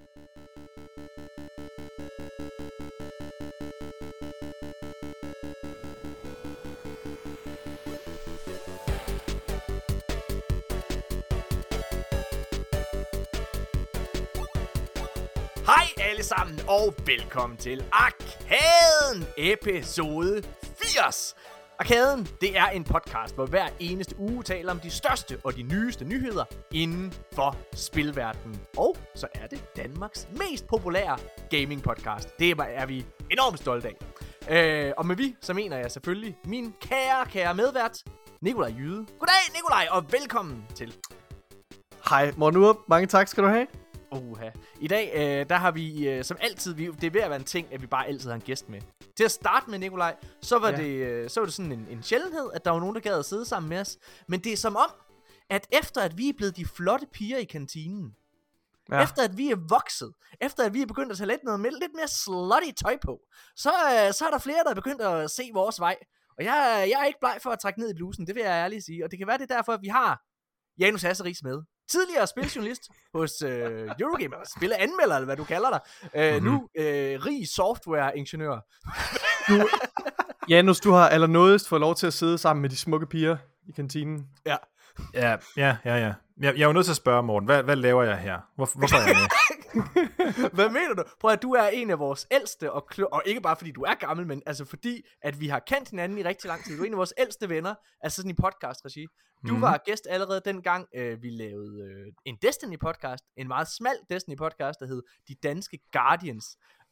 Hej alle sammen, og velkommen til Arkaden episode 80. Arkaden, det er en podcast, hvor hver eneste uge taler om de største og de nyeste nyheder inden for spilverdenen. Og så er det Danmarks mest populære gaming podcast. Det er vi enormt stolte af. Og med vi, så mener jeg selvfølgelig min kære medvært, Nikolaj Jyde. Goddag Nikolaj, og velkommen til. Hej Morten Urup, mange tak skal du have. I dag, der har vi, som altid, det er ved at være en ting, at vi bare altid har en gæst med. Til at starte med, Nikolaj, så var det sådan en sjældenhed, at der var nogen, der gad at sidde sammen med os. Men det er som om, at efter at vi er blevet de flotte piger i kantinen, efter at vi er vokset, efter at vi er begyndt at tage lidt mere slutty tøj på, så er der flere, der er begyndt at se vores vej. Og jeg er ikke bleg for at trække ned i blusen, det vil jeg ærligt sige. Og det kan være, det er derfor, at vi har Janus Hasseris med. Tidligere spiljournalist hos Eurogamer, spilleanmelder, eller hvad du kalder dig. Nu rig softwareingeniør. Janus, du har allernådigst fået lov til at sidde sammen med de smukke piger i kantinen. Ja. Jeg er jo nødt til at spørge, Morten, hvad laver jeg her? Hvorfor er jeg med? Hvad mener du? Prøv at du er en af vores ældste, og ikke bare fordi du er gammel, men altså fordi, at vi har kendt hinanden i rigtig lang tid. Du er en af vores ældste venner, altså sådan i podcast-regi. Du var gæst allerede dengang, vi lavede en Destiny-podcast, en meget smal Destiny-podcast, der hed De Danske Guardians.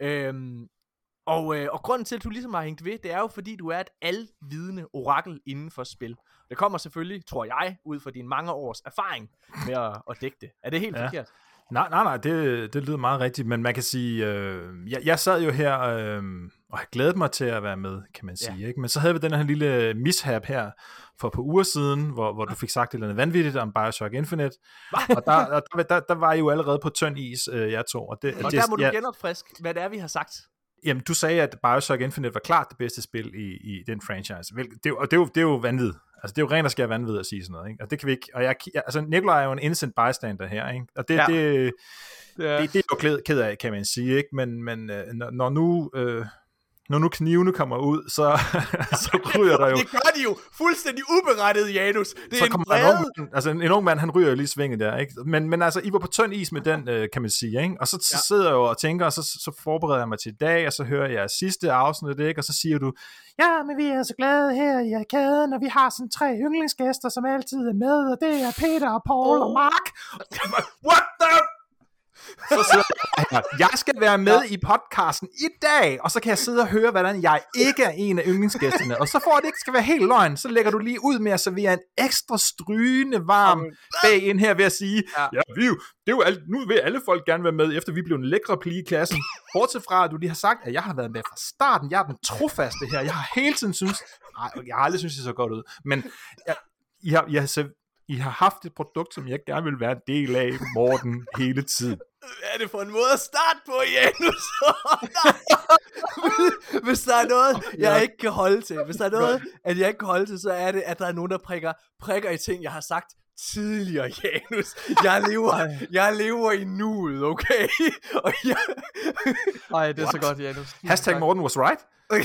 Og grunden til, at du ligesom har hængt ved, det er jo fordi, du er et alvidende orakel inden for spil. Det kommer selvfølgelig, tror jeg, ud fra din mange års erfaring med at dække det. Er det helt forkert? Nej, det lyder meget rigtigt, men man kan sige, jeg sad jo her og har glædet mig til at være med, kan man sige, ikke? Men så havde vi den her lille mishap her for et par uger siden, hvor du fik sagt et eller andet vanvittigt om BioShock Infinite, og der var I jo allerede på tynd is, jeg to. Og der må du genopfriske, hvad det er, vi har sagt. Jamen, du sagde, at BioShock Infinite var klart det bedste spil i den franchise. Det er jo vanvittigt. Altså, det er jo rent og skær vanvid at sige sådan noget, ikke? Og det kan vi ikke. Og altså, Nikolaj er jo en innocent bystander her, ikke? Og det er jo ked af, kan man sige, ikke? Men når nu knivene kommer ud, så ryger der jo. Det gør de jo fuldstændig uberettet, Janus. Det er en vrede. En ung mand, han ryger jo lige svinget der, ikke? Men altså, I var på tynd is med den, kan man sige, ikke? Og så sidder jeg jo og tænker, og så forbereder jeg mig til i dag, og så hører jeg sidste afsnit, ikke? Og så siger du, ja, men vi er så glade her i Arkaden, og vi har sådan 3 yndlingsgæster, som altid er med, og det er Peter og Paul og Mark. What the... Så sidder jeg skal være med i podcasten i dag, og så kan jeg sidde og høre, hvordan jeg ikke er en af yndlingsgæsterne. Og så for at det ikke skal være helt løgn, så lægger du lige ud med at servere en ekstra strygende varm bag ind her ved at sige, nu vil alle folk gerne være med, efter vi blev en lækre pige i klassen. Bortset fra, at du lige har sagt, at jeg har været med fra starten. Jeg er den trofaste her. Jeg har hele tiden synes, jeg har aldrig synes det så godt ud, men I har haft et produkt, som jeg gerne vil være en del af, Morten, hele tiden. Hvad er det for en måde at starte på, Janus? Hvis der er noget, jeg ikke kan holde til, så er det, at der er nogen, der prikker i ting, jeg har sagt tidligere, Janus. Jeg lever i nuet, okay? Nej, det er så godt, Janus. Hashtag Morten was right.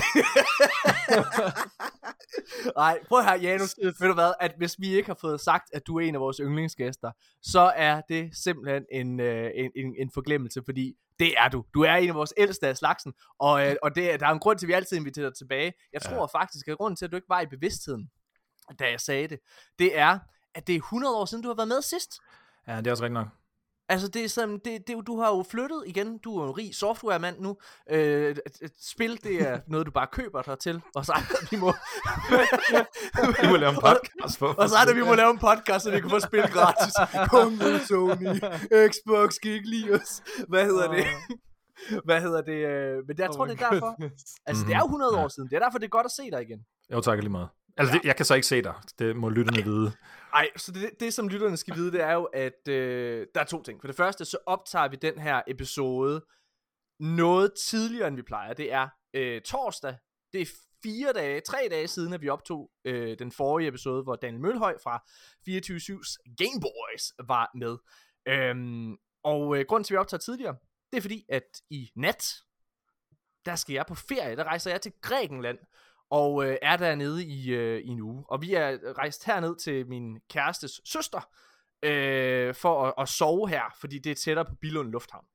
Nej, prøv her, Janus. Ved du hvad, at hvis vi ikke har fået sagt, at du er en af vores yndlingsgæster, så er det simpelthen en forglemmelse, fordi det er du. Du er en af vores ældste af slagsen, og der er en grund til, at vi altid inviterer dig tilbage. Jeg tror faktisk, at grunden til, at du ikke var i bevidstheden, da jeg sagde det, det er, at det er 100 år siden, du har været med sidst. Ja, det er også rigtigt nok. Altså det er sådan, du har jo flyttet igen. Du er jo en rig softwaremand nu. Spil, det er noget du bare køber dig til. Og så vi må lave en podcast for. Og så vi må lave en podcast, så vi kan få spil gratis. Kongen, Sony, Xbox, kan ikke lide os. Hvad hedder det? Men jeg tror det er derfor. Altså det er jo 100 år siden. Det er derfor det er godt at se dig igen. Jo, tak lige meget. Altså, jeg kan så ikke se dig. Det må lytterne vide. Nej, så det som lytterne skal vide, det er jo, at der er 2 ting. For det første, så optager vi den her episode noget tidligere, end vi plejer. Det er torsdag. Det er 3 dage siden, at vi optog den forrige episode, hvor Daniel Mølhøj fra 24/7's Gameboys var med. Og grunden til, at vi optager tidligere, Det er fordi, at i nat, der skal jeg på ferie. Der rejser jeg til Grækenland, og er dernede i en uge. Og vi er rejst herned til min kærestes søster, for at sove her, fordi det er tættere på Billund Lufthavn.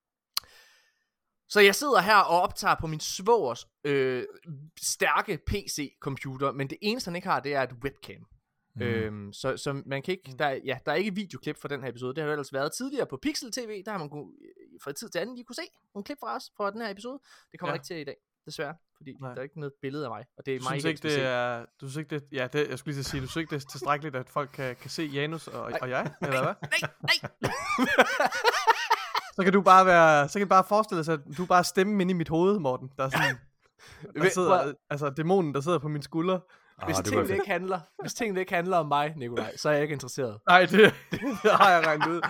Så jeg sidder her og optager på min svogers stærke PC-computer, men det eneste han ikke har, det er et webcam. Så man kan ikke, der er ikke videoklip for den her episode. Det har jo ellers været tidligere på Pixel TV. Der har man fra tid til anden lige kunne se nogle klip fra os fra den her episode. Det kommer ikke til i dag, desværre, fordi der er ikke noget billede af mig, og det er mig ikke du synes ikke det, jeg skulle lige sige, du synes ikke det er tilstrækkeligt, at folk kan se Janus og jeg, eller hvad? Nej. Så kan du bare forestille sig, at du bare stemme inde i mit hoved, Morten. Der er sådan, der sidder, altså dæmonen, der sidder på mine skuldre. Hvis tingene ikke handler om mig, Nikolaj, så er jeg ikke interesseret. Nej, det har jeg regnet ud.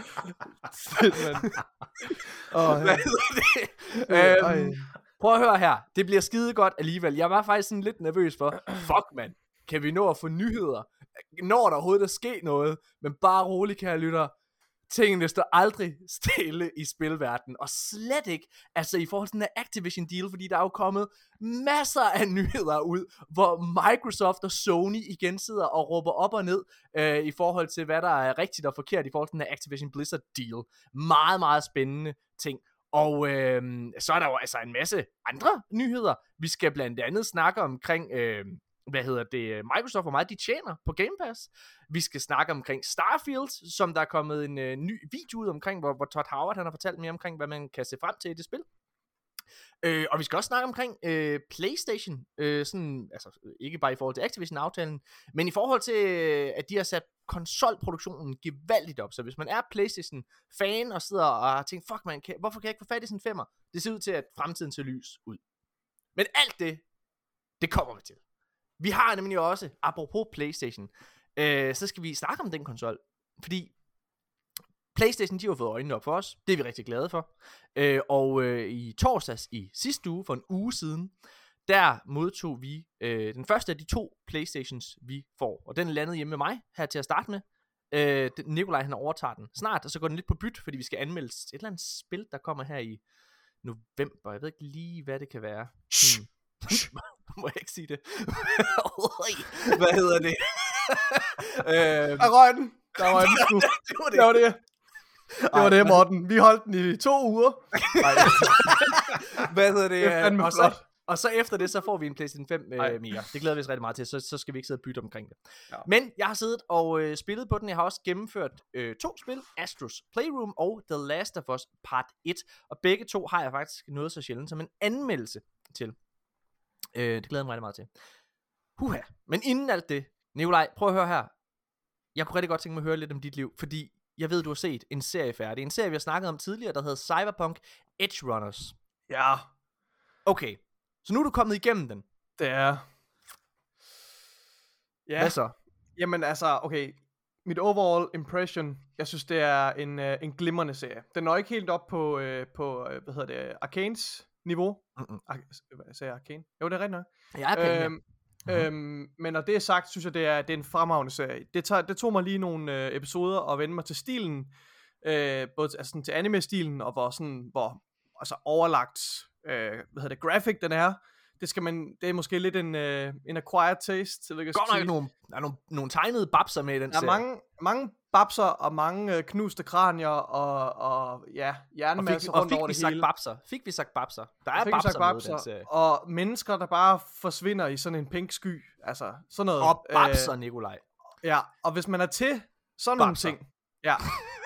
Prøv at høre her. Det bliver skide godt alligevel. Jeg var faktisk sådan lidt nervøs for, fuck mand, kan vi nå at få nyheder? Når der overhovedet er sket noget, men bare roligt, kære lytter. Tingene står aldrig stille i spilverdenen, og slet ikke altså i forhold til den her Activision deal, fordi der er jo kommet masser af nyheder ud, hvor Microsoft og Sony igen sidder og råber op og ned i forhold til, hvad der er rigtigt og forkert i forhold til den her Activision Blizzard deal. Meget, meget spændende ting. Og så er der jo altså en masse andre nyheder. Vi skal blandt andet snakke omkring Microsoft, hvor meget de tjener på Game Pass. Vi skal snakke omkring Starfield, som der er kommet en ny video ud omkring, hvor Todd Howard han har fortalt mere omkring, hvad man kan se frem til i det spil. Og vi skal også snakke omkring PlayStation, sådan, altså ikke bare i forhold til Activision-aftalen, men i forhold til, at de har sat konsolproduktionen gevaldigt op. Så hvis man er PlayStation-fan og sidder og har tænkt, fuck man, hvorfor kan jeg ikke få fat i sådan en femmer? Det ser ud til, at fremtiden ser lys ud. Men alt det kommer vi til. Vi har nemlig også, apropos PlayStation, så skal vi snakke om den konsol, fordi PlayStation, de har fået øjnene op for os. Det er vi rigtig glade for. Og i torsdags i sidste uge, for en uge siden, der modtog vi den første af de 2 PlayStations, vi får. Og den landede hjemme med mig her til at starte med. Nikolaj, han overtager den snart, og så går den lidt på byt, fordi vi skal anmelde et eller andet spil, der kommer her i november. Jeg ved ikke lige, hvad det kan være. Må jeg ikke sige det? Hvad hedder det? Der røg den. Der var det. Det var det, Morten. Vi holdt den i 2 uger. Hvad hedder det? Og så efter det, så får vi en PlayStation 5 mere. Det glæder vi os rigtig meget til, så skal vi ikke sidde og bytte omkring det. Ja. Men jeg har siddet og spillet på den. Jeg har også gennemført 2 spil, Astro's Playroom og The Last of Us Part 1. Og begge 2 har jeg faktisk noget så sjældent som en anmeldelse til. Det glæder jeg mig rigtig meget til. Men inden alt det, Nikolaj, prøv at høre her. Jeg kunne rigtig godt tænke mig at høre lidt om dit liv, fordi jeg ved, du har set en serie færdig. En serie, vi har snakket om tidligere, der hedder Cyberpunk Edgerunners. Ja. Okay, så nu er du kommet igennem den. Det er. Ja. Hvad så? Jamen altså, okay. Mit overall impression, jeg synes, det er en glimrende serie. Den når ikke helt op på Arcanes niveau. Hvad sagde jeg, Arcane? Jo, det er rigtigt nok. Ja, men når det er sagt, synes jeg, det er en fremragende serie. Det tog mig lige nogle episoder at vende mig til stilen, både altså, til anime-stilen, og hvor altså, overlagt graphic den er. Det er måske lidt en acquired taste. Godt nok der er nogle tegnede babser med i den serie. Der er mange babser og mange knuste kranier og hjernemasse rundt over det hele. Fik vi sagt babser? Der er babser med i den serie. Og mennesker, der bare forsvinder i sådan en pink sky. Altså sådan noget. Og babser, Nikolaj. Ja, og hvis man er til sådan nogle ting, ja,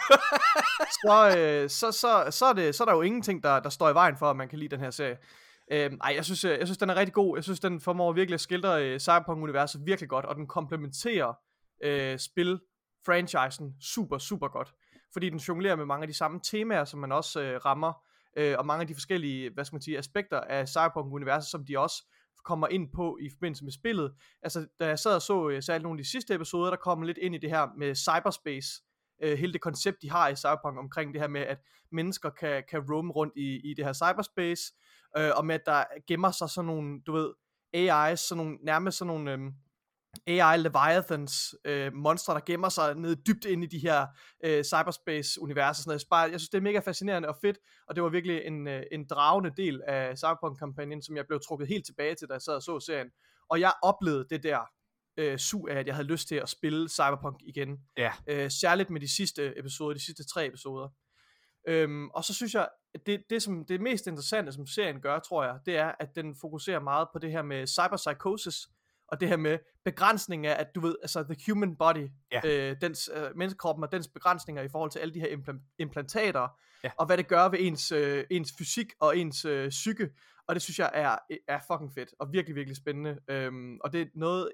så er der jo ingenting, der står i vejen for, at man kan lide den her serie. Jeg synes den er rigtig god. Jeg synes den formår virkelig at skildre Cyberpunk-universet virkelig godt, og den komplementerer spil-franchisen super, super godt, fordi den jonglerer med mange af de samme temaer, som man også rammer, og mange af de forskellige, aspekter af Cyberpunk-universet, som de også kommer ind på i forbindelse med spillet. Altså, da jeg sad og så særligt nogle af de sidste episoder, der kom lidt ind i det her med cyberspace, hele det koncept, de har i Cyberpunk omkring det her med, at mennesker kan roam rundt i det her cyberspace, og med, at der gemmer sig sådan nogle, du ved, AI's, sådan nogle, nærmest sådan nogle AI Leviathans, monster, der gemmer sig nede dybt inde i de her cyberspace-universer. Sådan noget. Jeg synes, det er mega fascinerende og fedt, og det var virkelig en dragende del af Cyberpunk-kampagnen, som jeg blev trukket helt tilbage til, da jeg sad og så serien. Og jeg oplevede det der sug af, at jeg havde lyst til at spille Cyberpunk igen. Ja. Særligt med de sidste 3 episoder. Og så synes jeg, at det mest interessante, som serien gør, tror jeg, det er, at den fokuserer meget på det her med cyberpsychosis, og det her med begrænsning af, at du ved, altså the human body, dens menneskekroppen og dens begrænsninger i forhold til alle de her implantater, og hvad det gør ved ens fysik og ens psyke, og det synes jeg er fucking fedt, og virkelig, virkelig spændende, og det er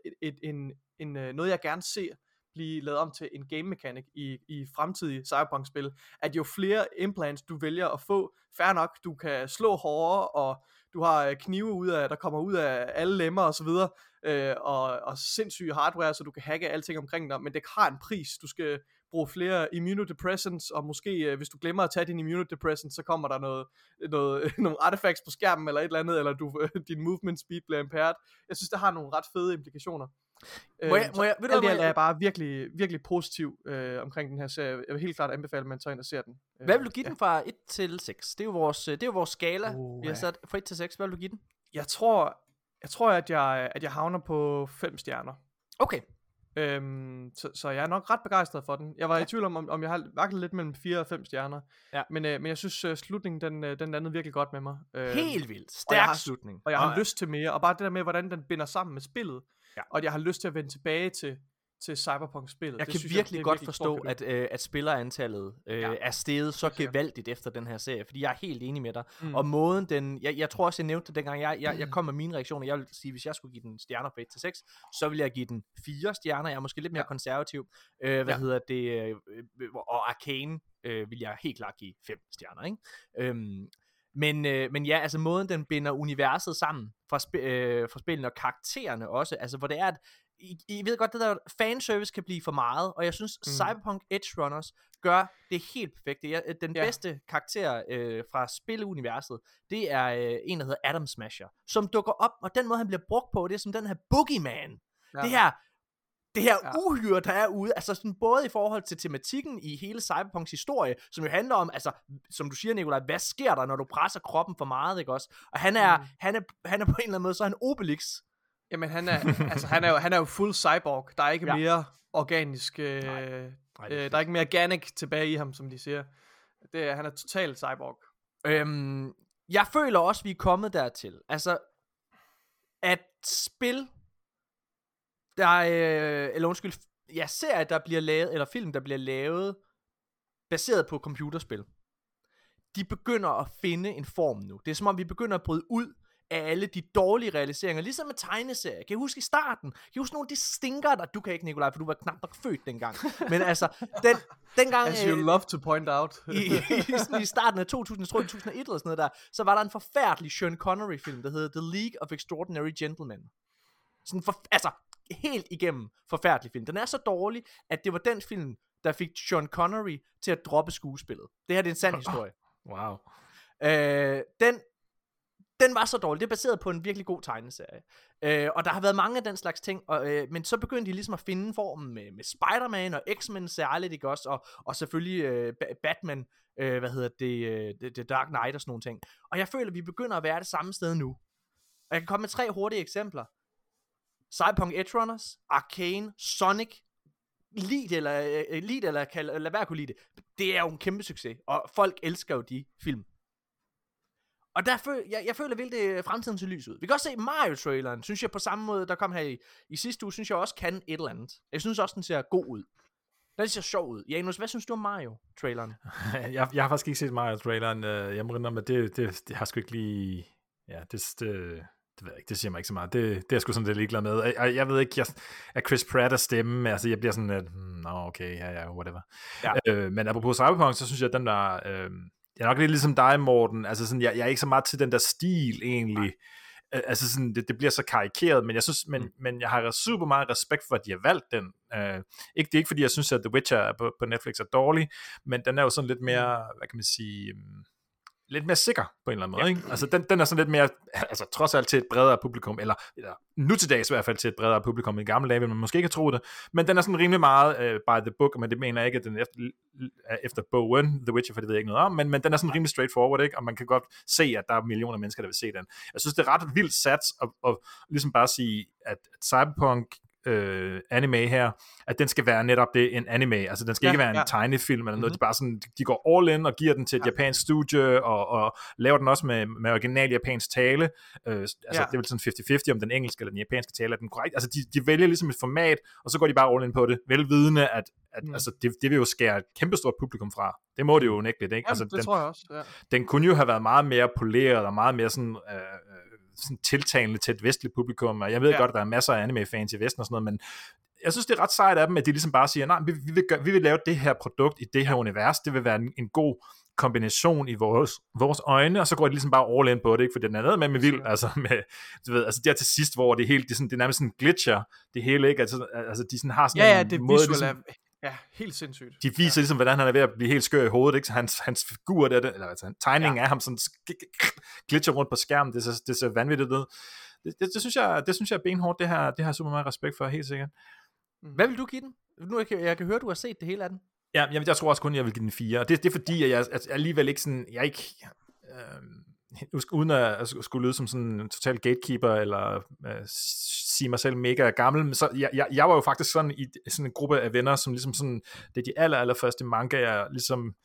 noget, jeg gerne ser blive lavet om til en game mechanic i fremtidige cyberpunk-spil, at jo flere implants du vælger at få, fair nok, du kan slå hårdere, og du har knive der kommer ud af alle lemmer og så videre, og sindssyge hardware, så du kan hacke alting omkring dig, men det har en pris. Du skal bruge flere immunodepressants, og måske hvis du glemmer at tage din immunodepressant, så kommer der nogle artifacts på skærmen eller et eller andet, eller din movement speed bliver impaired. Jeg synes, det har nogle ret fede implikationer. Jeg er bare virkelig, virkelig positiv omkring den her serie. Jeg vil helt klart anbefale, at man tager ind og ser den. Hvad vil du give den fra 1 til 6? Det er jo vores skala, vi har sat fra 1 til 6. Hvad vil du give den? Jeg tror, at jeg havner på 5 stjerner. Okay. Så jeg er nok ret begejstret for den. Jeg var i tvivl om jeg har vaklet lidt mellem 4 og 5 stjerner. Ja. Men jeg synes slutningen den landede virkelig godt med mig. Helt vildt. Stærk slutning. Og jeg har lyst til mere. Og bare det der med, hvordan den binder sammen med spillet. Ja. Og jeg har lyst til at vende tilbage til Cyberpunk-spillet. Jeg kan virkelig godt forstå, at spillerantallet er steget så gevaldigt efter den her serie, fordi jeg er helt enig med dig. Og måden jeg tror også, jeg nævnte det dengang, jeg kom med mine reaktioner. Jeg vil sige, hvis jeg skulle give den stjerner fra 1 til 6, så vil jeg give den 4 stjerner. Jeg er måske lidt mere konservativ. Og Arcane vil jeg helt klart give 5 stjerner, ikke? Men ja, altså måden den binder universet sammen fra spillene og karaktererne også, altså hvor det er, at I ved godt, det der fanservice kan blive for meget, og jeg synes Cyberpunk Edge Runners gør det helt perfekte. Den bedste karakter fra spilleuniverset, det er en, der hedder Atom Smasher, som dukker op, og den måde han bliver brugt på, det er som den her boogeyman. Det her uhyre, der er ude, altså sådan både i forhold til tematikken i hele Cyberpunks historie, som jo handler om, altså, som du siger, Nikolaj, hvad sker der, når du presser kroppen for meget, ikke også? Og han er på en eller anden måde, så er han Obelix. Jamen, han er jo full cyborg. Der er ikke mere organisk, der er ikke mere organic tilbage i ham, som de siger. Han er totalt cyborg. Jeg føler også, vi er kommet dertil. Altså, at spil serier, der bliver lavet, eller film, der bliver lavet, baseret på computerspil, de begynder at finde en form nu. Det er som om, vi begynder at bryde ud af alle de dårlige realiseringer, ligesom med tegneserier. Kan I huske i starten? Kan I huske nogle af de stinker, der du kan ikke, Nikolaj, for du var knap nok født dengang. Men altså, dengang... As you love to point out. I starten af 2001 eller sådan noget der, så var der en forfærdelig Sean Connery-film, der hedder The League of Extraordinary Gentlemen. Sådan helt igennem forfærdelig film. Den er så dårlig, at det var den film, der fik Sean Connery til at droppe skuespillet. Det her det er en sand historie. Wow. Den var så dårlig. Det er baseret på en virkelig god tegneserie. Og der har været mange af den slags ting, men så begyndte de ligesom at finde formen med Spider-Man og X-Men særligt, ikke også? Og selvfølgelig Batman, The Dark Knight og sådan nogle ting. Og jeg føler, at vi begynder at være det samme sted nu. Og jeg kan komme med 3 hurtige eksempler. Cyberpunk Edge Runners, Arcane, Sonic, lid eller lad være at kunne lide det. Det er jo en kæmpe succes, og folk elsker jo de film. Og derfor, jeg føler virkelig fremtiden til lys ud. Vi kan også se Mario-traileren, synes jeg på samme måde, der kom her i sidste uge, synes jeg også kan et eller andet. Jeg synes også, den ser god ud. Den ser sjov ud. Janus, hvad synes du om Mario-traileren? Jeg har faktisk ikke set Mario-traileren. Jeg må indrømme, at det har sgu ikke lige... Ja, det ved jeg ikke, det siger mig ikke så meget. Det er jeg sgu sådan lidt ligeglad med. Jeg ved ikke, at Chris Pratt stemme, altså jeg bliver sådan lidt, okay, ja, whatever. Ja. Men apropos Cyberpunk, så synes jeg, at den der... jeg er nok lidt ligesom dig, Morten. Altså sådan, jeg er ikke så meget til den der stil, egentlig. Altså sådan, det bliver så karikeret, men jeg synes, men jeg har super meget respekt for, at de har valgt den. Det er ikke fordi, jeg synes, at The Witcher på Netflix er dårlig, men den er jo sådan lidt mere, hvad kan man sige... lidt mere sikker på en eller anden måde, ikke? Altså den er sådan lidt mere, altså trods alt til et bredere publikum, eller nu til dags i hvert fald til et bredere publikum. I gamle dage vil man måske ikke have troet det, men den er sådan rimelig meget by the book, men det mener jeg ikke, at den efter bogen, The Witcher, for det ved jeg ikke noget om, men den er sådan rimelig straightforward, ikke? Og man kan godt se, at der er millioner af mennesker, der vil se den. Jeg synes, det er ret vildt sats at ligesom bare sige, at Cyberpunk anime her, at den skal være netop det, en anime, altså den skal ikke være en tegnefilm eller noget, de bare sådan, de går all in og giver den til et japansk studie, og laver den også med original japansk tale, altså det er vel sådan 50-50 om den engelske eller den japanske tale er den korrekt, altså de vælger ligesom et format, og så går de bare all in på det, velvidende, at altså det vil jo skære et kæmpestort publikum fra, det må det jo nægteligt, ikke? Jamen, altså, det tror jeg også, den kunne jo have været meget mere poleret, og meget mere sådan tiltalende til et vestligt publikum, og jeg ved godt, at der er masser af anime-fans i Vesten og sådan noget, men jeg synes, det er ret sejt af dem, at de ligesom bare siger, nej, vi vil lave det her produkt i det her univers, det vil være en god kombination i vores øjne, og så går de ligesom bare all in på det, ikke? For den er noget med vild, altså med, du ved, altså der til sidst, hvor det hele, det er nærmest sådan glitcher, det hele, ikke? Altså de sådan har sådan en måde, ligesom, helt sindssygt. De viser ligesom, hvordan han er ved at blive helt skør i hovedet, ikke? Så hans figur, eller altså, tegningen af ham sådan glitcher rundt på skærmen, det ser vanvittigt ud. Det synes jeg er benhårdt, det har jeg super meget respekt for, helt sikkert. Hvad vil du give den? Nu jeg kan høre, du har set det hele af den. Ja, jeg tror også kun, jeg vil give den 4. Og det er fordi, at jeg alligevel ikke sådan, jeg ikke, uden at skulle lyde som sådan en total gatekeeper, eller sige mig selv mega gammel, så jeg var jo faktisk sådan i sådan en gruppe af venner, som ligesom sådan, det er de allerførste manga, jeg ligesom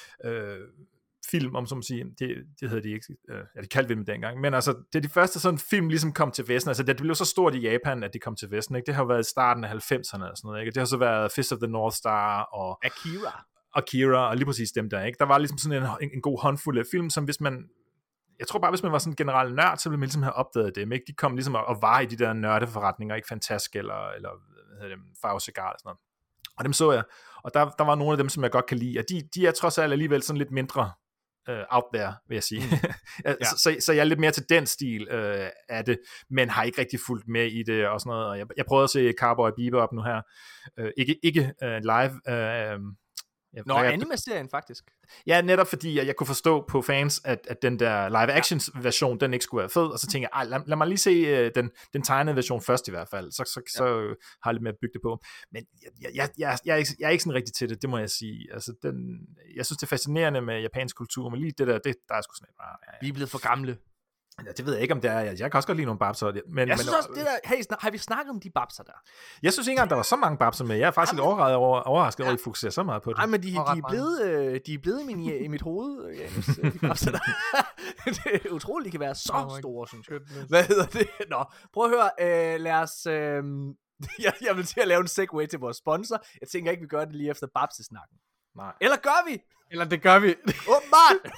film, om som sige, det hedder de ikke, det kaldte vi dem dengang, men altså, det er de første sådan film ligesom kom til Vesten, altså det blev så stort i Japan, at de kom til Vesten, ikke? Det har jo været i starten af 90'erne og sådan noget, ikke? Det har så været Fist of the North Star, og Akira, og lige præcis dem der, ikke? Der var ligesom sådan en god håndfuld af film, som hvis man, jeg tror bare, hvis man var sådan en generel nørd, så ville man ligesom have opdaget dem, ikke? De kom ligesom og var i de der nørdeforretninger, ikke? Fantask eller hvad hedder det, Farve Cigar og sådan noget. Og dem så jeg, og der var nogle af dem, som jeg godt kan lide, og de er trods alt alligevel sådan lidt mindre out there, vil jeg sige. Så jeg er lidt mere til den stil af det, men har ikke rigtig fulgt med i det og sådan noget. Og jeg prøvede at se Cowboy Bebop nu her. Ikke live. Anime-serien faktisk. Ja, netop fordi jeg kunne forstå på fans, at den der live-action-version, den ikke skulle være fed, og så tænkte jeg, lad mig lige se den tegnede version først i hvert fald, så har jeg lidt mere at bygge det på. Men jeg er ikke sådan rigtig til det må jeg sige. Altså, jeg synes, det er fascinerende med japansk kultur, men lige det der er sgu sådan et. Vi er blevet for gamle. Ja, det ved jeg ikke, om det er. Jeg kan også godt lide nogle babser. Men, jeg synes også, det der, har vi snakket om de babser der? Jeg synes ikke engang, der var så mange babser med. Jeg er faktisk lidt overrasket over, at I fokuserer så meget på det. Nej, men de er blevet i mit hoved, Janus, de babser der. Det er utroligt, de kan være så store, synes jeg. Hvad hedder det? Nå, prøv at høre, lad os... jeg vil til at lave en segue til vores sponsor. Jeg tænker ikke, vi gør det lige efter babsesnakken. Nej. Eller gør vi? Eller det gør vi. Åbenbart!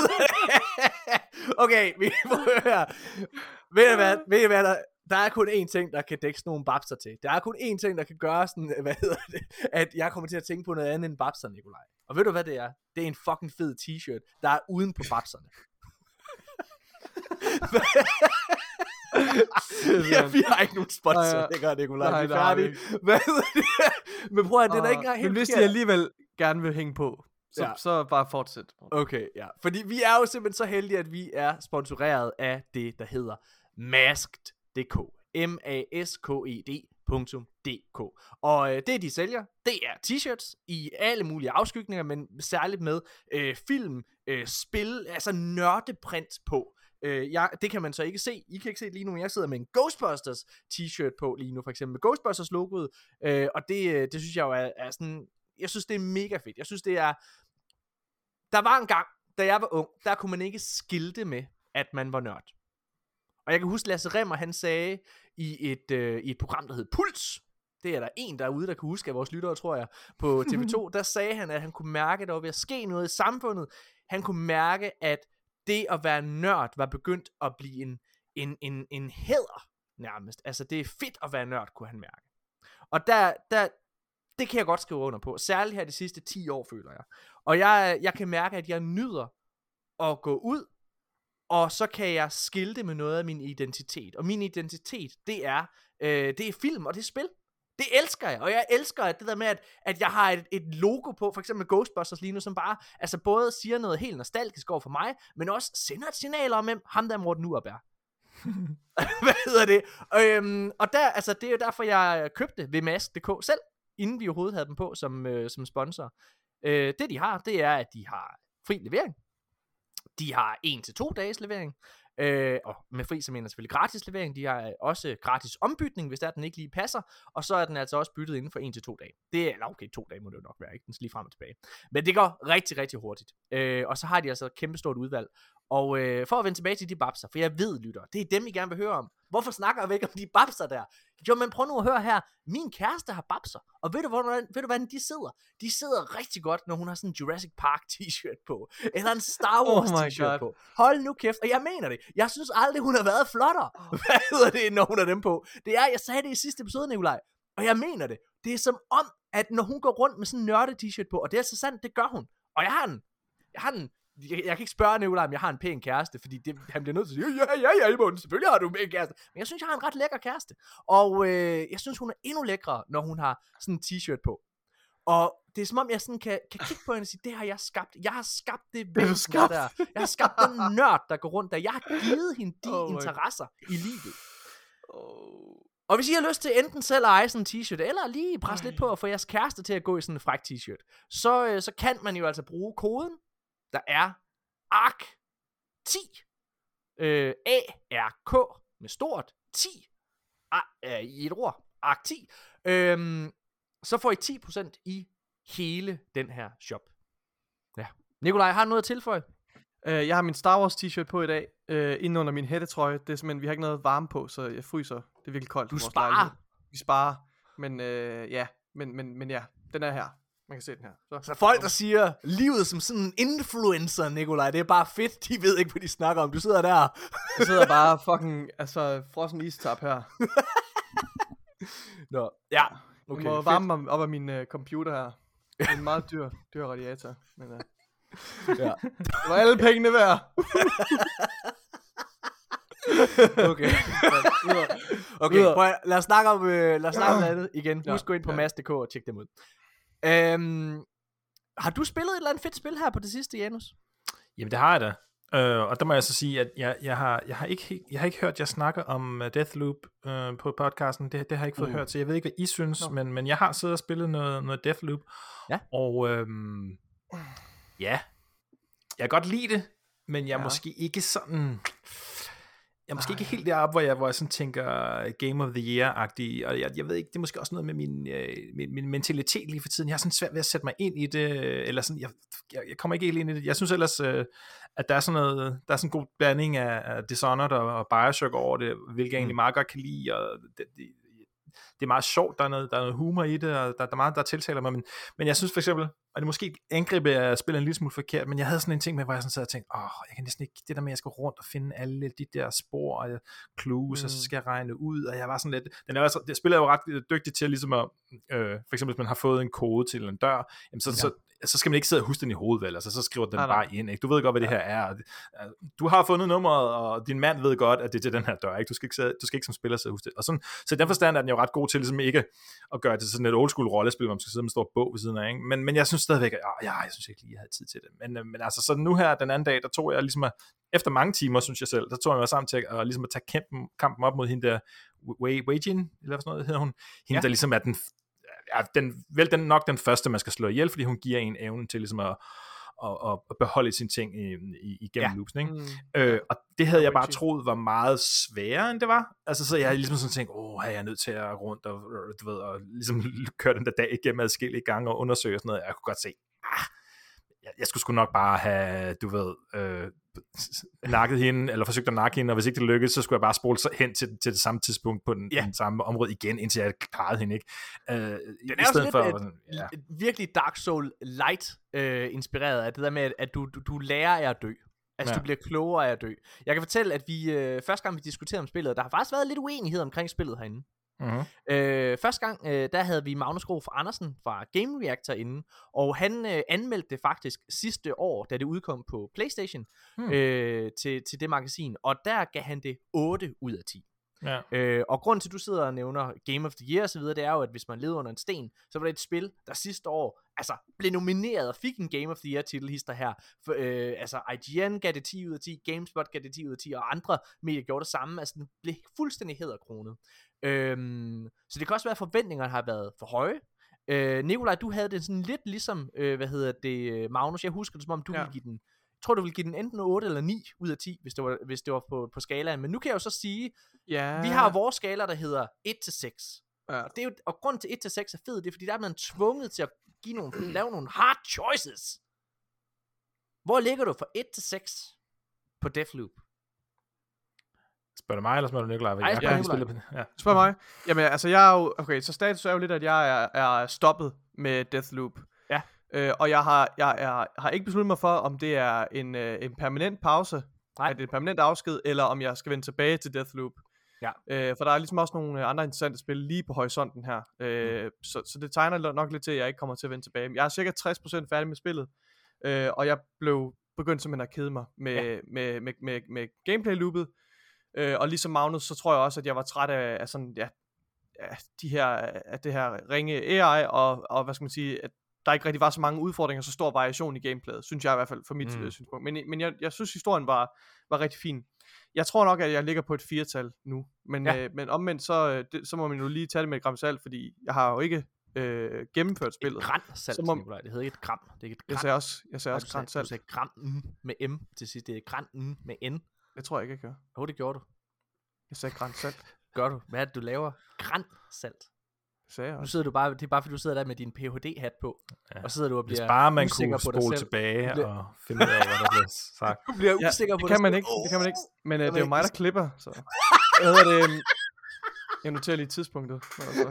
Okay, vi må høre. Ved I hvad, der er kun én ting, der kan dække sådan nogle babser til. Der er kun én ting, der kan gøre sådan, at jeg kommer til at tænke på noget andet end babser, Nikolaj. Og ved du hvad det er? Det er en fucking fed t-shirt, der er uden på babserne. Vi har ikke nogen sponsor, det gør Nikolaj. Vi er færdige. Men prøv at det er ikke engang helt. Men hvis de alligevel gerne vil hænge på, så bare fortsæt. Okay, ja. Fordi vi er jo simpelthen så heldige, at vi er sponsoreret af det, der hedder Masked.dk. masked.dk. Og det, de sælger, det er t-shirts i alle mulige afskygninger, men særligt med film, spil, altså nørdeprint på. Det kan man så ikke se. I kan ikke se det lige nu, men jeg sidder med en Ghostbusters t-shirt på lige nu, for eksempel med Ghostbusters logoet. Og det synes jeg jo er sådan... Jeg synes, det er mega fedt. Jeg synes, det er... Der var en gang, da jeg var ung, der kunne man ikke skilte med, at man var nørd. Og jeg kan huske, Lasse Remmer, han sagde i et program, der hed Puls, det er der en derude, der kan huske af vores lyttere, tror jeg, på TV2, der sagde han, at han kunne mærke, at der var ved at ske noget i samfundet. Han kunne mærke, at det at være nørd var begyndt at blive en hæder nærmest. Altså, det er fedt at være nørd, kunne han mærke. Og det kan jeg godt skrive under på. Særligt her de sidste 10 år, føler jeg. Og jeg kan mærke, at jeg nyder at gå ud, og så kan jeg skilte med noget af min identitet. Og min identitet, det er film, og det er spil. Det elsker jeg, og jeg elsker det der med, at jeg har et logo på, for eksempel Ghostbusters lige nu, som bare, altså både siger noget helt nostalgisk over for mig, men også sender et signal om, ham der Morten Urup er. Hvad hedder det? Og der, altså, det er jo derfor, jeg købte VMask.dk selv, inden vi overhovedet havde dem på som sponsor. Det de har, det er, at de har fri levering. De har 1-2 dages levering. Og med fri, så mener jeg selvfølgelig gratis levering. De har også gratis ombytning, hvis den ikke lige passer. Og så er den altså også byttet inden for 1-2 dage. Det er, okay, 2 dage må det jo nok være, ikke? Den skal lige frem og tilbage. Men det går rigtig, rigtig hurtigt. Og så har de altså et kæmpestort udvalg. Og for at vende tilbage til de babser, for jeg ved, lytter, det er dem, I gerne vil høre om. Hvorfor snakker jeg ikke om de babser der? Jo, men prøv nu at høre her. Min kæreste har babser. Og ved du, hvordan de sidder? De sidder rigtig godt, når hun har sådan en Jurassic Park t-shirt på. Eller en Star Wars t-shirt på. Hold nu kæft. Og jeg mener det. Jeg synes aldrig, hun har været flottere. Hvad hedder det, når hun har dem på? Det er, jeg sagde det i sidste episode, Nikolaj. Og jeg mener det. Det er som om, at når hun går rundt med sådan en nørdet t-shirt på, og det er så sandt, det gør hun. Og jeg har den. Jeg kan ikke spørge Nikolaj, om jeg har en pæn kæreste, fordi han bliver nødt til at sige, ja, selvfølgelig har du en pæn kæreste. Men jeg synes, jeg har en ret lækker kæreste. Og jeg synes, hun er endnu lækre, når hun har sådan en t-shirt på. Og det er som om, jeg sådan kan kigge på hende og sige, det har jeg skabt. Jeg har skabt det væsen der. Jeg har skabt den nørd, der går rundt der. Jeg har givet hende de interesser i livet. Og hvis I har lyst til enten selv at eje sådan en t-shirt, eller lige presse lidt på at få jeres kæreste til at gå i sådan en fræk t-shirt, så kan man jo altså bruge koden, der er ARK10, ARK med stort 10, i et ord, ARK10, så får I 10% i hele den her shop. Ja. Nikolaj, har du noget at tilføje? Jeg har min Star Wars t-shirt på i dag, inde under min hættetrøje. Det er simpelthen, vi har ikke noget varme på, så jeg fryser. Det er virkelig koldt. Du sparer? Vi sparer, men ja, men ja, den er her. Man kan se den her. Så folk, der siger, livet som sådan en influencer, Nikolaj, det er bare fedt, de ved ikke, hvad de snakker om. Du sidder der. Jeg sidder bare fucking, frossen istap her. Nå, ja. Okay, jeg må varme mig op af min computer her. Det er en meget dyr radiator. Men, ja. Det var alle pengene værd. Okay, prøv, lad os snakke om noget andet igen. Husk gå ind på Mads.dk og tjek dem ud. Har du spillet et eller andet fedt spil her på det sidste, Janus? Jamen det har jeg da. Og der må jeg så sige, at jeg har ikke hørt jer snakke om Deathloop på podcasten. Det har jeg ikke fået hørt, så jeg ved ikke, hvad I synes, men jeg har siddet og spillet noget Deathloop. Ja. Og ja, jeg kan godt lide det, men jeg er måske ikke sådan... Jeg er måske ikke helt deroppe, hvor jeg sådan tænker Game of the Year-agtig, og jeg ved ikke, det er måske også noget med min mentalitet lige for tiden. Jeg har sådan svært ved at sætte mig ind i det, eller sådan, jeg kommer ikke helt ind i det. Jeg synes ellers, at der er sådan en god blanding af Dishonored og Bioshock over det, hvilket jeg egentlig meget godt kan lide, og det er meget sjovt, der er noget humor i det, og der er meget, der tiltaler mig, men jeg synes for eksempel, og det måske angribe jeg spiller en lille smule forkert, men jeg havde sådan en ting med, hvor jeg sådan sad og tænkte, jeg kan næsten ikke, det der med, at jeg skal rundt og finde alle de der spor og clues, og så skal jeg regne ud, og jeg var sådan lidt, det spiller jo ret dygtigt til ligesom at, for eksempel hvis man har fået en kode til en dør, jamen så skal man ikke sidde og huske den i hovedet, vel? Altså, så skriver den bare ind, ikke? Du ved godt, hvad det her er. Du har fundet nummeret, og din mand ved godt, at det er til den her dør, ikke? Du skal ikke som spiller sidde og huske det. Og sådan, så i den forstand er den jo ret god til ligesom ikke at gøre det til sådan et old school rollespil, hvor man skal sidde med en stor bog ved siden af, ikke? Men jeg synes stadigvæk, jeg synes ikke lige, jeg havde tid til det. Men altså, så nu her, den anden dag, der tog jeg ligesom, efter mange timer, synes jeg selv, der tog jeg mig sammen til at ligesom at tage kampen op mod hende der, Wei-Jin, eller sådan noget hedder hun. Hende, der ligesom er nok den første, man skal slå ihjel, fordi hun giver en evnen til ligesom at beholde sine ting igennem loopsen, ikke? Og det havde jeg bare troet var meget sværere, end det var. Altså, så jeg ligesom sådan tænkt, jeg er nødt til at rundt og, du ved, og ligesom køre den der dag igennem adskillige gange og undersøge og sådan noget. Jeg kunne godt se, jeg skulle sgu nok bare have, du ved, nakket hende, eller forsøgt at nakke hende, og hvis ikke det lykkedes, så skulle jeg bare spole hen til det samme tidspunkt på den samme område igen, indtil jeg klarede hende, ikke? Den er også lidt virkelig Dark Soul light inspireret af det der med, at du lærer af at dø. Altså, du bliver klogere af at dø. Jeg kan fortælle, at vi første gang vi diskuterede om spillet, der har faktisk været lidt uenighed omkring spillet herinde. Første gang, der havde vi Magnus Grof Andersen fra Game Reactor inde, og han anmeldte det faktisk sidste år, da det udkom på PlayStation, til det magasin, og der gav han det 8 ud af 10. Ja. Og grund til, at du sidder og nævner Game of the Year og så videre, det er jo, at hvis man levede under en sten, så var det et spil, der sidste år altså blev nomineret og fik en Game of the Year titel hister her. For, altså IGN gav det 10 ud af 10, GameSpot gav det 10 ud af 10, og andre medier gjorde det samme. Altså den blev fuldstændig hæderkronet. Så det kan også være, at forventningerne har været for høje. Nikolaj, du havde det sådan lidt ligesom, Magnus, jeg husker det som om, du ville give den, jeg tror du ville give den enten 8 eller 9 ud af 10, hvis det var på skalaen, men nu kan jeg jo så sige, vi har vores skala, der hedder 1-6, og, det er jo, og grund til 1-6 er fed, det er fordi der er man tvunget til at lave nogle hard choices. Hvor ligger du fra 1-6 på Deathloop? Spørger du mig, eller spørger du Nikolaj? Ej, Spørg mig. Jamen, altså, jeg er jo... Okay, så status er jo lidt, at jeg er stoppet med Deathloop. Ja. Og jeg har ikke besluttet mig for, om det er en permanent pause, at det er en permanent afsked, eller om jeg skal vende tilbage til Deathloop. Ja. For der er ligesom også nogle andre interessante spil lige på horisonten her. Så det tegner nok lidt til, at jeg ikke kommer til at vende tilbage. Jeg er cirka 60% færdig med spillet, og jeg blev begyndt simpelthen at kede mig med gameplay-loopet. Og ligesom Magnus, så tror jeg også, at jeg var træt af sådan, det her ringe AI, og hvad skal man sige, at der ikke rigtig var så mange udfordringer, så stor variation i gameplayet, synes jeg i hvert fald, for mit synspunkt. Men jeg synes, historien var rigtig fin. Jeg tror nok, at jeg ligger på et 4-tal nu, men omvendt, så må man jo lige tage det med et gram salt, fordi jeg har jo ikke gennemført spillet. Et gram salt, Nikolaj. Det hedder ikke et gram. Det er ikke et gram. Jeg sagde også gram salt. Du sagde gram med M til sidst. Det er gram med N. Det tror jeg ikke, jeg gør. Det gjorde du. Jeg sagde gran salt. Gør du? Hvad er det, du laver? Gran salt. Sagde jeg også. Nu sidder du bare, det er bare fordi du sidder der med din PhD-hat på, og sidder du og bliver Hvis bare man kunne på spole tilbage og finde ud af, hvad der bliver sagt. Du bliver usikker på det. Det kan man ikke. Men det er jo mig, der klipper. Så. Hvad hedder det? Jeg noterer lige tidspunktet.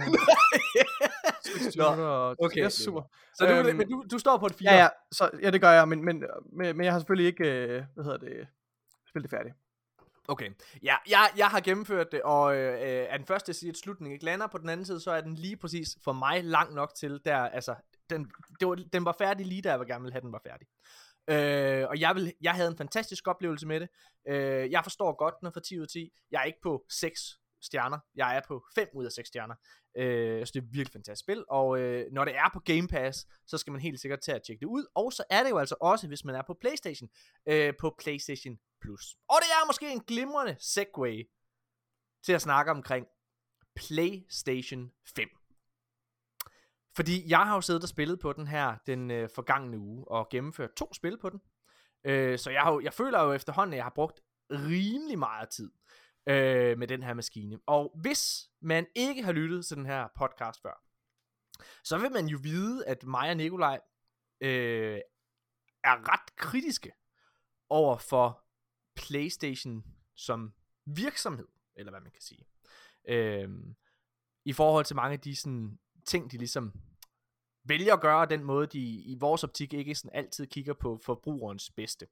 Okay, ja, super. Så du står på et 4. Ja, det gør jeg, men jeg har selvfølgelig ikke, spillet det færdigt. Okay, jeg har gennemført det, og er den første til at slutningen ikke lander, på den anden side, så er den lige præcis for mig lang nok til, der, altså, den var færdig lige der, jeg gerne ville have, den var færdig. Og jeg havde en fantastisk oplevelse med det. Jeg forstår godt, den er fra 10 ud af 10. Jeg er ikke på 6 stjerner, jeg er på 5 ud af 6 stjerner. Så det er et virkelig fantastisk spil, og når det er på Game Pass, så skal man helt sikkert tage at tjekke det ud, og så er det jo altså også, hvis man er på PlayStation, på PlayStation Plus. Og det er måske en glimrende segue til at snakke omkring PlayStation 5. Fordi jeg har jo siddet og spillet på den her den forgangne uge, og gennemført 2 spil på den. Så jeg føler jo efterhånden, at jeg har brugt rimelig meget tid med den her maskine. Og hvis man ikke har lyttet til den her podcast før, så vil man jo vide, at mig og Nikolaj er ret kritiske over for PlayStation som virksomhed, eller hvad man kan sige. I forhold til mange af de sådan, ting, de ligesom vælger at gøre, den måde, de i vores optik ikke sådan altid kigger på forbrugerens bedste.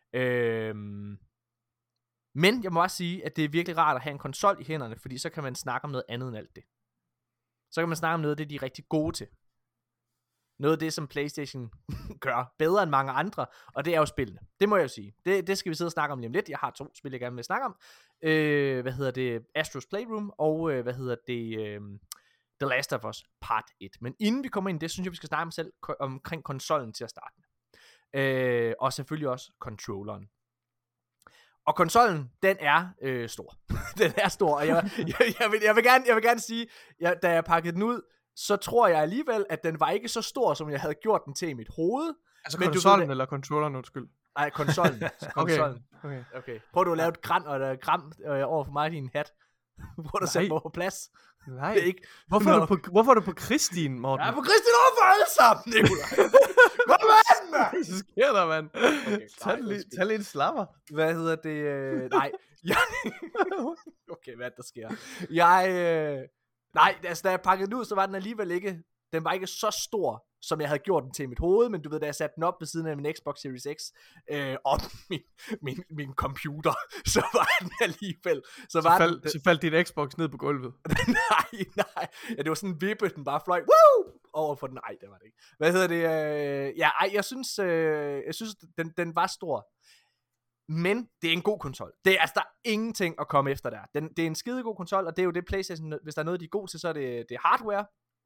Men jeg må også sige, at det er virkelig rart at have en konsol i hænderne, fordi så kan man snakke om noget andet end alt det. Så kan man snakke om noget af det, de er rigtig gode til. Noget af det, som PlayStation gør bedre end mange andre, og det er jo spillene. Det må jeg jo sige. Det skal vi sidde og snakke om lige om lidt. Jeg har 2 spil, jeg gerne vil snakke om. Astro's Playroom, og The Last of Us Part 1. Men inden vi kommer ind i det, synes jeg, vi skal snakke omkring konsollen til at starte med. Og selvfølgelig også controlleren. Og konsollen, den er stor. Den er stor, og jeg vil gerne sige, da jeg pakkede den ud, så tror jeg alligevel, at den var ikke så stor, som jeg havde gjort den til i mit hoved. Altså konsollen eller controlleren, undskyld? Nej, konsollen. Okay. Prøv du at lave et græn og et gram over for mig i din hat. Prøv at sætte mig på plads. Nej. Ikke. Hvorfor er du på Kristin, Morten? Jeg er på Kristin overfor alle sammen, Nikolaj. Kom an, mand! Hvad sker der, mand? Okay, tag lige en slapper. Hvad hedder det? Nej. Okay, hvad der sker? Nej, altså da jeg pakkede den ud, så var den alligevel ikke, den var ikke så stor, som jeg havde gjort den til i mit hoved, men du ved, da jeg satte den op ved siden af min Xbox Series X, og min computer, så var den alligevel, så faldt din Xbox ned på gulvet. nej, ja, det var sådan en vippe, den bare fløj, woo, over for den, nej, det var det ikke. Hvad hedder det, jeg synes, den var stor. Men det er en god konsol. Der er ingenting at komme efter der. Det er en skidegod konsol, og det er jo det PlayStation, hvis der er noget, de er gode til, så er det hardware.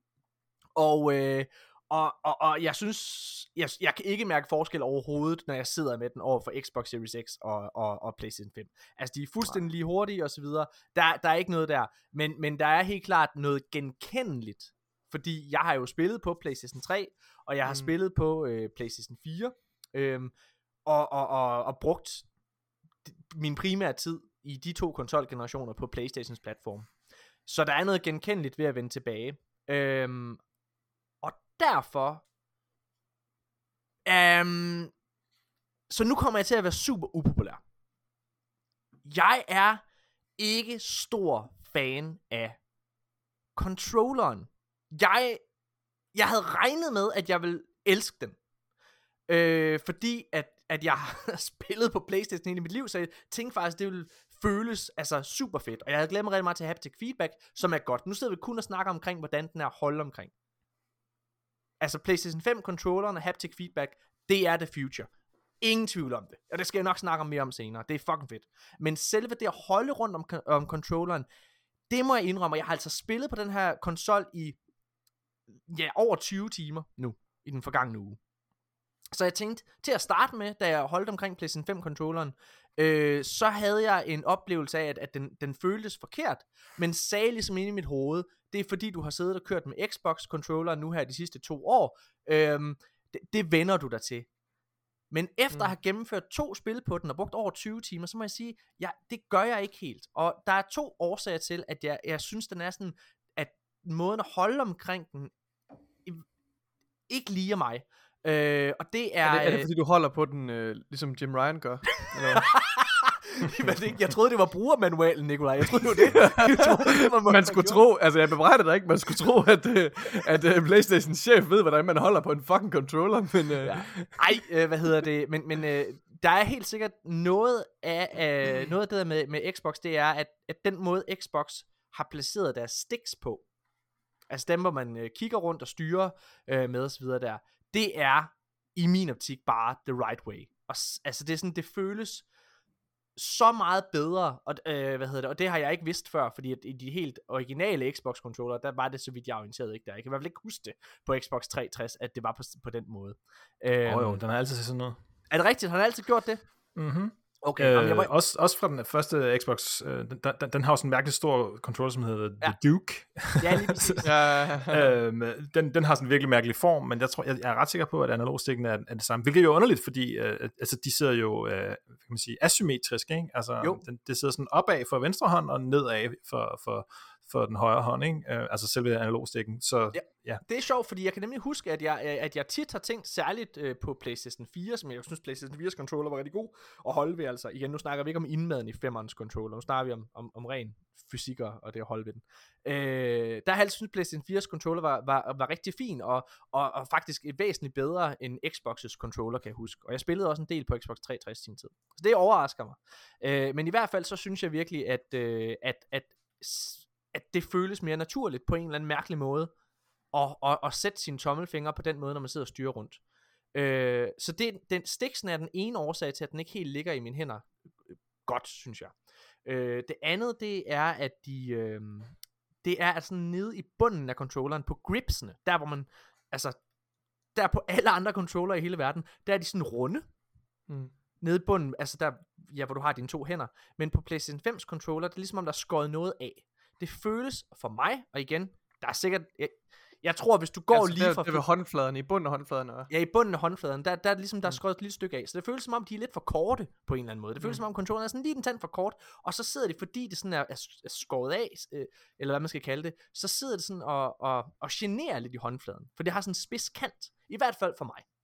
Og jeg synes, jeg kan ikke mærke forskel overhovedet, når jeg sidder med den over for Xbox Series X og PlayStation 5. Altså, de er fuldstændig lige hurtige og så videre. Der er ikke noget der. Men der er helt klart noget genkendeligt. Fordi jeg har jo spillet på PlayStation 3, og jeg har spillet på PlayStation 4, og brugt min primære tid i de 2 konsolgenerationer på PlayStations platform. Så der er noget genkendeligt ved at vende tilbage. Og derfor så nu kommer jeg til at være super upopulær. Jeg er ikke stor fan af controlleren. Jeg havde regnet med, at jeg ville elske den. Fordi at jeg har spillet på PlayStation hele mit liv, så jeg tænkte faktisk, det ville føles altså super fedt. Og jeg havde glemt rigtig meget til haptic feedback, som er godt. Nu sidder vi kun og snakker omkring, hvordan den er holdt omkring. Altså PlayStation 5 controlleren og haptic feedback, det er the future. Ingen tvivl om det. Og det skal jeg nok snakke om mere om senere. Det er fucking fedt. Men selve det at holde rundt om controlleren, det må jeg indrømme. Jeg har altså spillet på den her konsol i over 20 timer nu, i den forgangne uge. Så jeg tænkte, til at starte med, da jeg holdt omkring PlayStation 5 controlleren, så havde jeg en oplevelse af, at den føltes forkert, men sagde ligesom inde i mit hoved, det er fordi du har siddet og kørt med Xbox controller nu her de sidste 2 år, det vender du dig til. Men efter at have gennemført 2 spil på den og brugt over 20 timer, så må jeg sige, ja, det gør jeg ikke helt. Og der er 2 årsager til, at jeg synes, den er sådan, at måden at holde omkring den, ikke lige mig. Og det er det fordi du holder på den ligesom Jim Ryan gør? Jeg troede det var brugermanualen, Nikolaj. Jeg troede det var det. Man skulle tro, altså jeg bebrejder dig ikke, man skulle tro at PlayStation chef ved hvordan man holder på en fucking controller, men hvad hedder det? Men der er helt sikkert noget af det der med Xbox, det er at den måde Xbox har placeret deres sticks på, altså dem hvor man kigger rundt og styrer med og så videre der, det er i min optik bare the right way. Og altså det er sådan, det føles så meget bedre, og og det har jeg ikke vidst før, fordi at i de helt originale Xbox controller, der var det, så vidt jeg orienteret, ikke der. Jeg kan i hvert fald ikke huske det på Xbox 360, at det var på den måde. Jo, den har altid set sådan noget. Er det rigtigt? Har den altid gjort det? Mhm. Okay, også fra den første Xbox, den har jo sådan en mærkelig stor controller, som hedder The Duke. Ja, lige præcis. Den har sådan en virkelig mærkelig form, men jeg er ret sikker på, at analogstikken er det samme. Hvilket er jo underligt, fordi altså, de sidder jo kan man sige, asymmetrisk, ikke? Altså, det sidder sådan opad for venstre hånd, og nedad for den højre hånd, ikke? Altså selve analogstikken. Så ja. Det er sjovt, fordi jeg kan nemlig huske, at jeg tit har tænkt særligt på PlayStation 4, som jeg synes PlayStation 4's controller var rigtig god at holde ved, altså. Igen, nu snakker vi ikke om indmaden i 5'ernes controller, nu snakker vi om ren fysik og det at holde ved den. Der har jeg altid synes PlayStation 4's controller var rigtig fin, og faktisk væsentligt bedre end Xbox's controller, kan jeg huske. Og jeg spillede også en del på Xbox 360 sin tid. Så det overrasker mig. Men i hvert fald så synes jeg virkelig, at det føles mere naturligt på en eller anden mærkelig måde at sætte sine tommelfingre på den måde, når man sidder og styrer rundt. Så sticksen er den ene årsag til, at den ikke helt ligger i mine hænder godt, synes jeg. Det andet, det er, at det er altså nede i bunden af controlleren, på gripsene, der hvor man, altså, der på alle andre controller i hele verden, der er de sådan runde. Nede i bunden, altså der, hvor du har dine 2 hænder. Men på PlayStation 5's controller, det er ligesom om, der er skåret noget af. Det føles for mig, og igen, der er sikkert, jeg tror, hvis du går altså, lige fra... Det er ved håndfladen, i bunden af håndfladen. Ja, i bunden af håndfladen, der er ligesom, der er skåret et lille stykke af. Så det føles som om, de er lidt for korte, på en eller anden måde. Det føles som om, controlleren er sådan lige en tand for kort, og så sidder det, fordi det sådan er skåret af, eller hvad man skal kalde det, så sidder det sådan og generer lidt i håndfladen. For det har sådan en spids kant, i hvert fald for mig.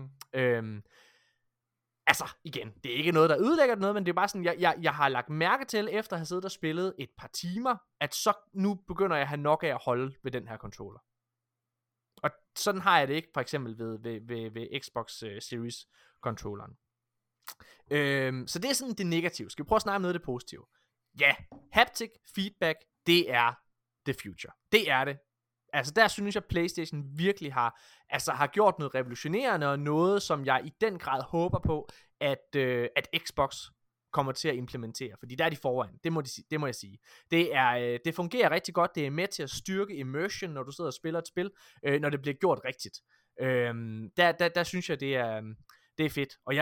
Altså, igen, det er ikke noget, der ødelægger noget, men det er bare sådan, jeg har lagt mærke til, efter at have siddet og spillet et par timer, at så nu begynder jeg at have nok af at holde ved den her controller. Og sådan har jeg det ikke, for eksempel ved Xbox Series controlleren. Så det er sådan det negative. Skal vi prøve at snakke om noget af det positive? Ja, haptic feedback, det er the future. Det er det. Altså der synes jeg PlayStation virkelig har gjort noget revolutionerende, og noget som jeg i den grad håber på, at Xbox kommer til at implementere, fordi der er de foran, det må jeg sige. Det fungerer rigtig godt, det er med til at styrke immersion, når du sidder og spiller et spil, når det bliver gjort rigtigt. Der synes jeg, det er fedt. Og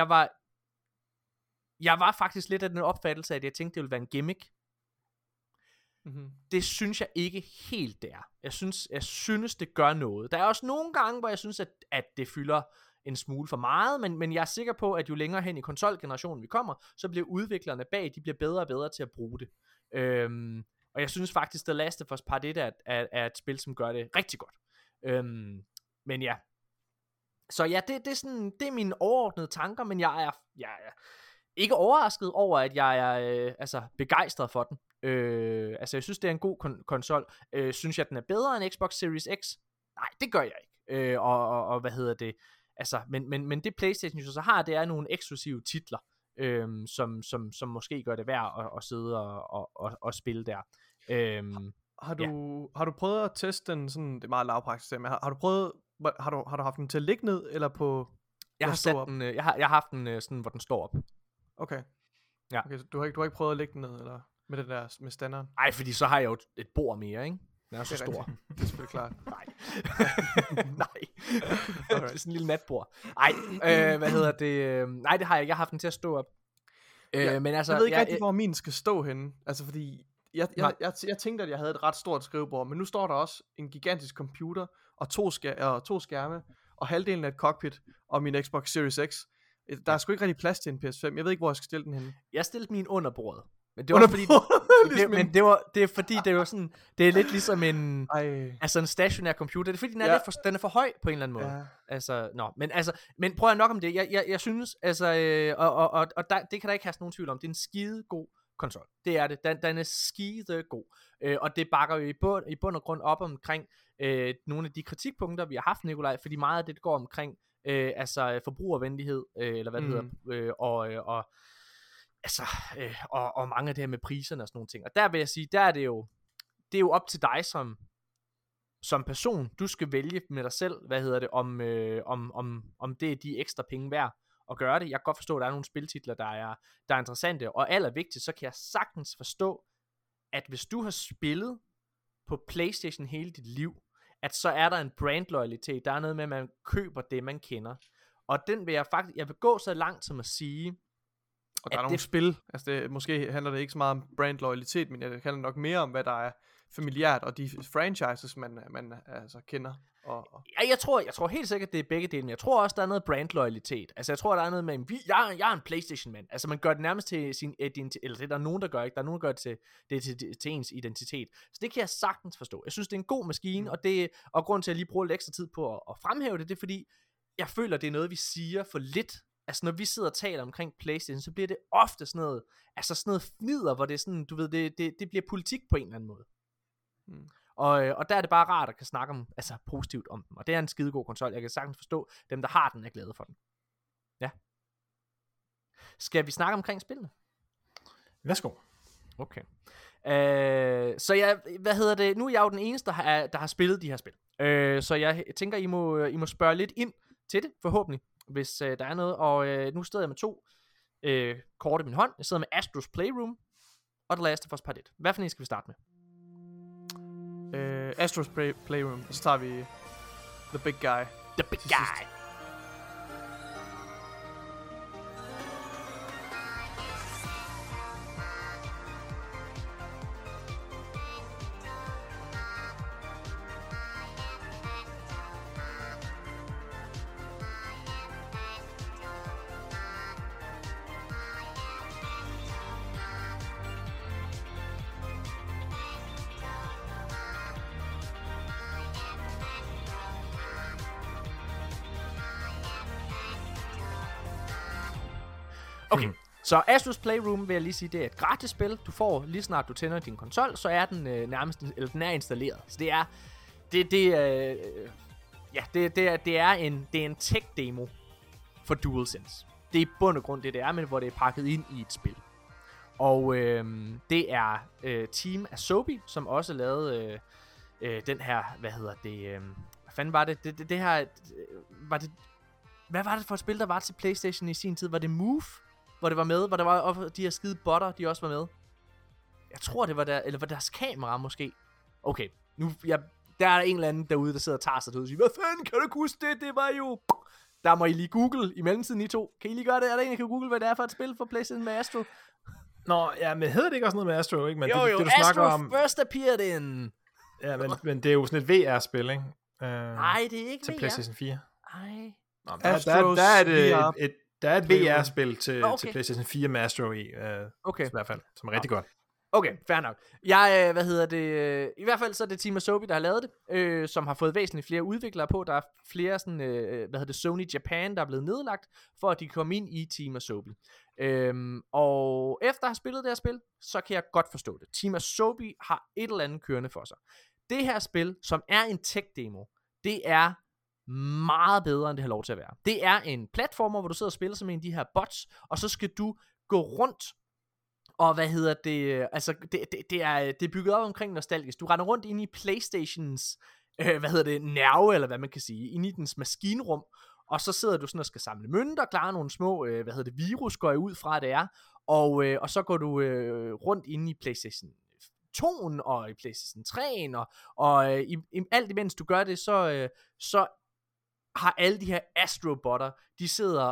jeg var faktisk lidt af den opfattelse af, at jeg tænkte, det ville være en gimmick. Mm-hmm. Det synes jeg ikke helt der. Jeg synes det gør noget. Der er også nogle gange, hvor jeg synes, at det fylder en smule for meget, men jeg er sikker på, at jo længere hen i konsolgenerationen vi kommer, så bliver udviklerne bag, de bliver bedre og bedre til at bruge det. Og jeg synes faktisk, The Last of Us Part 1 er et spil, som gør det rigtig godt. Men ja. Så ja, det er mine overordnede tanker, men jeg er ikke overrasket over, at jeg er begejstret for den. Jeg synes, det er en god konsol. Synes jeg, den er bedre end Xbox Series X? Nej, det gør jeg ikke. Og hvad hedder det? Men det PlayStation så har, det er nogle eksklusive titler, som måske gør det værd at sidde og spille der. Har du prøvet at teste den sådan, det er meget lavpraktisk, men har du prøvet, har du haft den til at ligge ned, eller på... Jeg har haft den sådan, hvor den står op. Okay. Ja. Okay, så du har ikke prøvet at lægge den ned, eller med det der, med standarden? Nej, fordi så har jeg jo et bord mere, ikke? Den er så stor. Det er selvfølgelig klart. Nej. Nej. Det er sådan en lille natbord. Nej, hvad hedder det? Nej, det har jeg ikke. Jeg har haft den til at stå op. Men altså, jeg ved ikke rigtig, hvor min skal stå henne. Altså, fordi jeg tænkte, at jeg havde et ret stort skrivebord, men nu står der også en gigantisk computer og to skærme og halvdelen af et cockpit og min Xbox Series X. Der er sgu ikke rigtig plads til en PS5. Jeg ved ikke, hvor jeg skal stille den henne. Jeg stillede min under bordet. Men det var fordi det er fordi det er jo sådan, det er lidt ligesom en en stationær computer. Det er fordi den er den er for høj på en eller anden måde. Ja. Men prøv at nok om det. Jeg synes og det kan der ikke have nogen tvivl om. Det er en skide god konsol. Det er det. Den er skide god. Og det bakker jo i bund og grund op omkring nogle af de kritikpunkter vi har haft, Nikolaj, fordi meget af det går omkring forbrugervenlighed eller hvad det hedder og mange af det her med priserne og sådan nogle ting. Og der vil jeg sige, der er det er jo op til dig som person. Du skal vælge med dig selv, om det er de ekstra penge værd at gøre det. Jeg kan godt forstå, at der er nogle spiltitler, der er interessante, og allervigtigst, så kan jeg sagtens forstå, at hvis du har spillet på PlayStation hele dit liv, at så er der en brandloyalitet. Der er noget med, at man køber det, man kender. Og den vil jeg vil gå så langt som at sige, og der er nogle spil, altså måske handler det ikke så meget om brandloyalitet, men det handler nok mere om, hvad der er familiært, og de franchises, man altså kender. Ja, jeg tror helt sikkert, det er begge dele, men jeg tror også, der er noget brandloyalitet. Altså jeg tror, der er noget med, jeg er en PlayStation-mand. Altså man gør det nærmest til sin identitet, eller det er der nogen, der gør ikke. Der er nogen, der gør det til ens identitet. Så det kan jeg sagtens forstå. Jeg synes, det er en god maskine, og grund til, at jeg lige bruger lidt ekstra tid på at fremhæve det, det er fordi, jeg føler, det er noget, vi siger for lidt. Altså når vi sidder og taler omkring PlayStation, så bliver det ofte sådan noget fnider, hvor det er sådan, du ved, det bliver politik på en eller anden måde. Og der er det bare rart at kan snakke om, positivt om dem. Og det er en skidegod konsol. Jeg kan sagtens forstå, dem der har den er glade for den. Ja. Skal vi snakke omkring spillene? Værsgo. Okay. Så nu er jeg jo den eneste, der har spillet de her spil. Så jeg tænker, I må spørge lidt ind til det, forhåbentlig, hvis der er noget. Og nu sidder jeg med 2 kort i min hånd. Jeg sidder med Astro's Playroom og The Last of Us Part 1. Hvad for en skal vi starte med? Astro's Playroom, og så tager vi The Big Guy. The Big Guy. Okay, så Astro's Playroom vil jeg lige sige, det er et gratis spil. Du får lige snart du tænder din konsol, så er den den er installeret. Så det er en tech demo for DualSense. Det er i bund og grund det er, men hvor det er pakket ind i et spil. Og det er Team Asobi, som også lavede den her, hvad fanden var det? Det her var det Hvad var det for et spil, der var til PlayStation i sin tid? Var det Move, hvor det var med? Hvor der var de her skide botter, de også var med? Jeg tror, det var der, eller var deres kamera måske? Okay, der er en eller anden derude, der sidder og tager sig ud og siger, hvad fanden, kan du huske det? Det var jo... Der må I lige google i mellemtiden, I to. Kan I lige gøre det? Er der en, der kan google, hvad det er for et spil for PlayStation med Astro? Nå, ja, men hedder det ikke også noget med Astro, ikke? Men Jo, det, du Astro snakker om... first appeared in... Ja, men det er jo sådan et VR-spil, ikke? Nej, det er ikke til VR. PlayStation 4. Nej. Nå, Astros der er et VR-spil til PlayStation 4 med Astro i, okay. i hvert fald, som er rigtig godt. Okay, fair nok. I hvert fald så er det Team Asobi, der har lavet det, som har fået væsentligt flere udviklere på. Der er flere sådan, Sony Japan, der er blevet nedlagt, for at de kan komme ind i Team Asobi. Og efter at have spillet det her spil, så kan jeg godt forstå det. Team Asobi har et eller andet kørende for sig. Det her spil, som er en tech-demo, det er meget bedre, end det har lov til at være. Det er en platformer, hvor du sidder og spiller som en af de her bots, og så skal du gå rundt. Og altså det er bygget op omkring nostalgisk. Du render rundt inde i PlayStations nerve, eller hvad man kan sige, inde i dens maskinrum, og så sidder du sådan og skal samle mønter, klare nogle små, virus går jeg ud fra, det er, og så går du rundt inde i PlayStation 2'en, og i PlayStation 3'en, og alt imens du gør det, så har alle de her Astro-botter, de sidder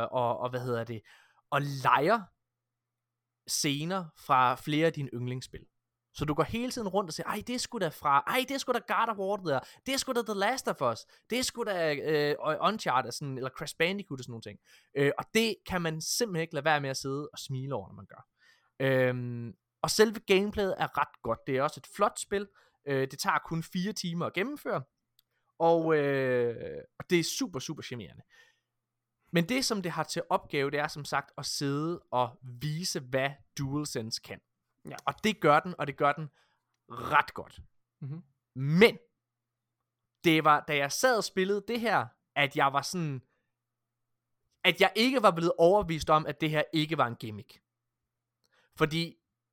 og leger scener fra flere af dine yndlingsspil. Så du går hele tiden rundt og siger, ej, det er sgu da God of War der, det er sgu da The Last of Us, det er sgu da Uncharted, sådan, eller Crash Bandicoot og sådan nogle ting. Og det kan man simpelthen ikke lade være med at sidde og smile over, når man gør. Og selve gameplayet er ret godt. Det er også et flot spil. Det tager kun 4 timer at gennemføre. Og det er super, super charmerende. Men det, som det har til opgave, det er som sagt at sidde og vise, hvad DualSense kan. Ja. Og det gør den, og det gør den ret godt. Mm-hmm. Men, det var, da jeg sad og spillede det her, at jeg var sådan, at jeg ikke var blevet overbevist om, at det her ikke var en gimmick. Fordi,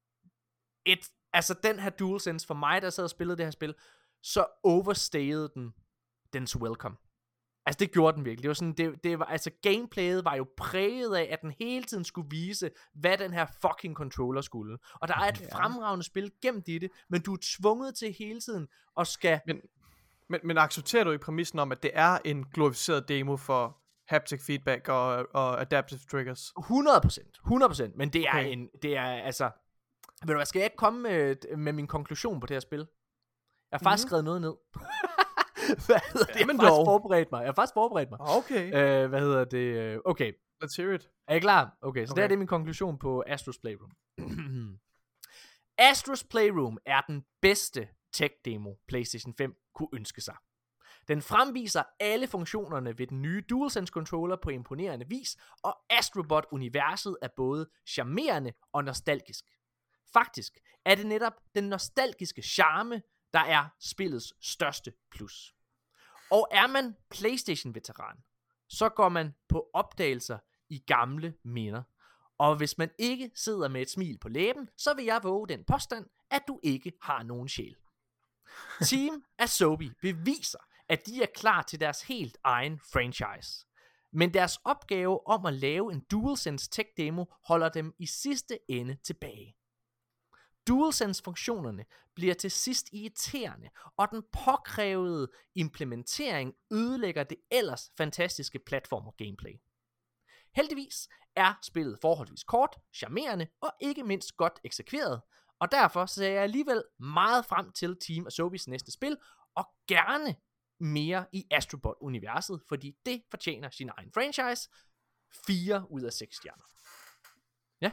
den her DualSense, for mig, der sad og spillede det her spil, så overstayede den dens welcome. Altså det gjorde den virkelig. Det var sådan, det var, altså gameplayet var jo præget af, at den hele tiden skulle vise, hvad den her fucking controller skulle. Og der er et fremragende spil gemt i det, men du er tvunget til hele tiden at skal... Men accepterer du i præmissen om, at det er en glorificeret demo for haptic feedback og adaptive triggers? 100%, men det er det er altså... Ved du hvad, skal jeg ikke komme med min konklusion på det her spil? Jeg har faktisk skrevet noget ned. Jeg har faktisk forberedt mig. Okay. Okay. Let's hear it. Er I klar? Okay, så det er min konklusion på Astro's Playroom. Astro's Playroom er den bedste tech-demo PlayStation 5 kunne ønske sig. Den fremviser alle funktionerne ved den nye DualSense controller på imponerende vis, og Astrobot-universet er både charmerende og nostalgisk. Faktisk er det netop den nostalgiske charme, der er spillets største plus. Og er man PlayStation-veteran, så går man på opdagelser i gamle minder. Og hvis man ikke sidder med et smil på læben, så vil jeg våge den påstand, at du ikke har nogen sjæl. Team Asobi beviser, at de er klar til deres helt egen franchise. Men deres opgave om at lave en DualSense tech-demo holder dem i sidste ende tilbage. DualSense-funktionerne bliver til sidst irriterende, og den påkrævede implementering ødelægger det ellers fantastiske platformer-gameplay. Heldigvis er spillet forholdsvis kort, charmerende og ikke mindst godt eksekveret, og derfor ser jeg alligevel meget frem til Team Asobis næste spil, og gerne mere i Astrobot-universet, fordi det fortjener sin egen franchise. 4 ud af 6 stjerner. Ja.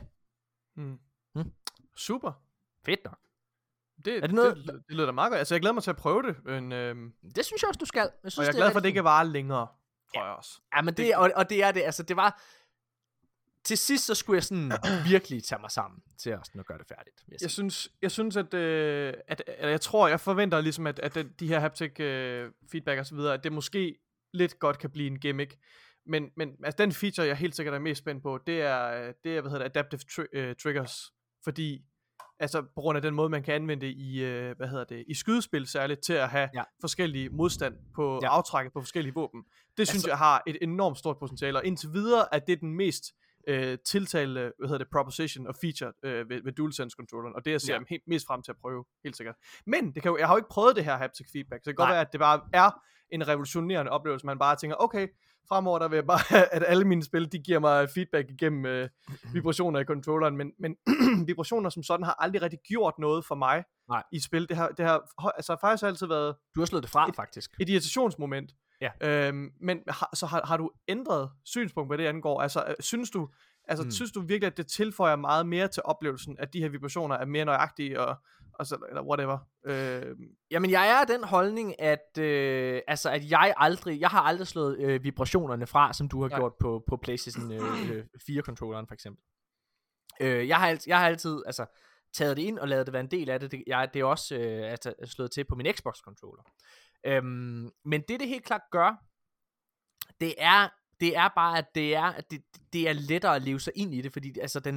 Super. Fedt nok. Det lyder da meget godt. Altså, jeg glæder mig til at prøve det. Men, det synes jeg også, du skal. Jeg synes, og jeg er glad for, at det ikke var længere, tror jeg også. Ja, men det er det. Altså, det var... Til sidst, så skulle jeg sådan virkelig tage mig sammen til at gøre det færdigt. Jeg synes, at jeg tror, jeg forventer ligesom, at de her haptic feedback og så videre, at det måske lidt godt kan blive en gimmick. Men altså, den feature, jeg helt sikkert er mest spændt på, det er adaptive triggers. Fordi Altså på grund af den måde, man kan anvende det i, i skydespil særligt, til at have forskellige modstand på aftrækket på forskellige våben. Det synes jeg har et enormt stort potentiale, og indtil videre, at det er den mest tiltalende, proposition og feature ved DualSense-controlleren, og det jeg ser mest frem til at prøve, helt sikkert. Men jeg har jo ikke prøvet det her haptic feedback, så det kan godt være, at det bare er en revolutionerende oplevelse, man bare tænker, okay, fremover der vil jeg bare, at alle mine spil, de giver mig feedback igennem vibrationer i controlleren, men vibrationer som sådan har aldrig rigtig gjort noget for mig i spil. Det har altså faktisk altid været... Du har slået det fra, faktisk. Et irritationsmoment. Ja. Men har du ændret synspunkt, hvad det angår? Altså, synes du virkelig, at det tilføjer meget mere til oplevelsen, at de her vibrationer er mere nøjagtige, eller whatever? Jamen, jeg er af den holdning, at at jeg har aldrig slået vibrationerne fra, som du har gjort på PlayStation 4-controlleren, for eksempel. Jeg har altid taget det ind og lavet det være en del af det. Det er også slået til på min Xbox-controller. Men det helt klart gør, det er bare, at det er lettere at leve sig ind i det, fordi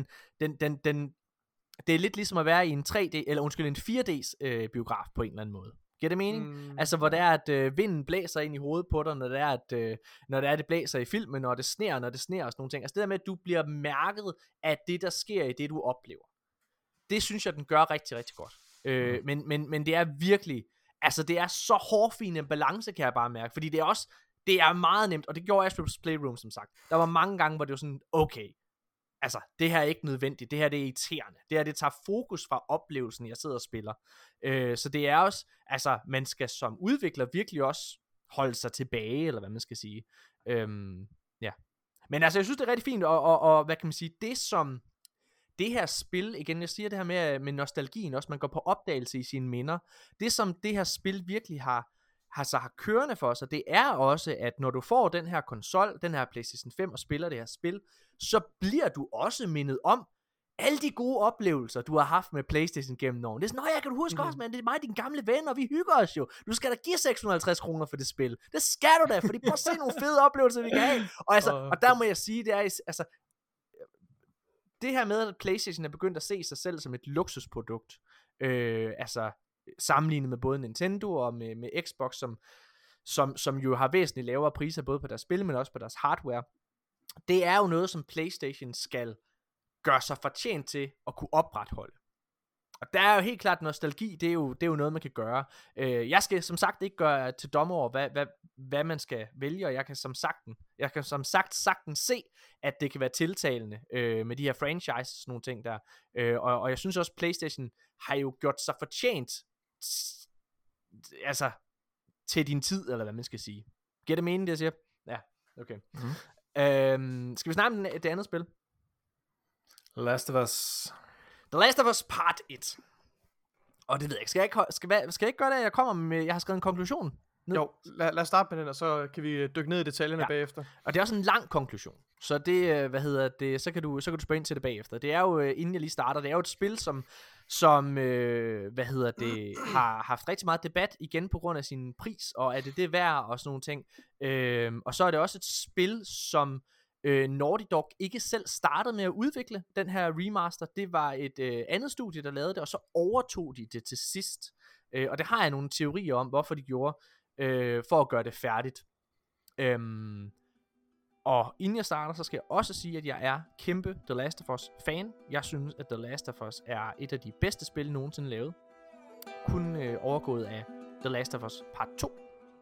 det er lidt ligesom at være i en 3D, eller en 4D's biograf på en eller anden måde. Giver det mening? Altså, hvor det er, at vinden blæser ind i hovedet på dig, når det er, det blæser i filmen, når det sner og sådan nogle ting. Altså, det der med, at du bliver mærket af det, der sker i det, du oplever. Det synes jeg, den gør rigtig, rigtig godt. Men det er virkelig, det er så hårfin en balance, kan jeg bare mærke, fordi det er meget nemt, og det gjorde Astro's Playroom, som sagt. Der var mange gange, hvor det var sådan, okay, det her er ikke nødvendigt, det her det er irriterende, det tager fokus fra oplevelsen, jeg sidder og spiller. Så det er også, man skal som udvikler virkelig også holde sig tilbage, eller hvad man skal sige. Men jeg synes, det er rigtig fint, og hvad kan man sige, det som det her spil, igen, jeg siger det her med nostalgien også, man går på opdagelse i sine minder, det som det her spil virkelig har kørende for sig, det er også, at når du får den her konsol, den her PlayStation 5, og spiller det her spil, så bliver du også mindet om alle de gode oplevelser, du har haft med PlayStation gennem årene. Det er sådan, jeg kan du huske også, man, det er mig og din gamle ven, og vi hygger os jo. Du skal da give 650 kroner for det spil. Det skal du da, fordi prøv at se nogle fede oplevelser, vi kan have. Og der må jeg sige, det er, det her med, at PlayStation er begyndt at se sig selv som et luksusprodukt, sammenlignet med både Nintendo og med Xbox, som jo har væsentligt lavere priser, både på deres spil, men også på deres hardware. Det er jo noget, som PlayStation skal gøre sig fortjent til at kunne opretholde. Og der er jo helt klart nostalgi, det er jo noget, man kan gøre. Jeg skal som sagt ikke gøre til dommer over, hvad man skal vælge, og jeg kan som sagt sagtens se, at det kan være tiltalende med de her franchises, sådan nogle ting der. Og jeg synes også, PlayStation har jo gjort sig fortjent til din tid, eller hvad man skal sige. Giver det mening, det jeg siger? Ja, okay. Skal vi snakke om det andet spil? The Last of Us Part 1. Og det ved jeg ikke. Skal jeg ikke gøre det, jeg kommer med, jeg har skrevet en konklusion ned? Jo, lad os starte med den, og så kan vi dykke ned i detaljerne bagefter. Og det er også en lang konklusion. Så det, så kan du spørge ind til det bagefter. Det er jo, inden jeg lige starter, det er jo et spil, som har haft rigtig meget debat, igen på grund af sin pris, og er det værd, og sådan nogle ting. Og så er det også et spil, som Naughty Dog ikke selv startede med at udvikle den her remaster. Det var et andet studie, der lavede det, og så overtog de det til sidst. Og det har jeg nogle teorier om, hvorfor de gjorde, for at gøre det færdigt. Og inden jeg starter, så skal jeg også sige, at jeg er kæmpe The Last of Us fan. Jeg synes, at The Last of Us er et af de bedste spil nogensinde lavet. Kun overgået af The Last of Us Part 2.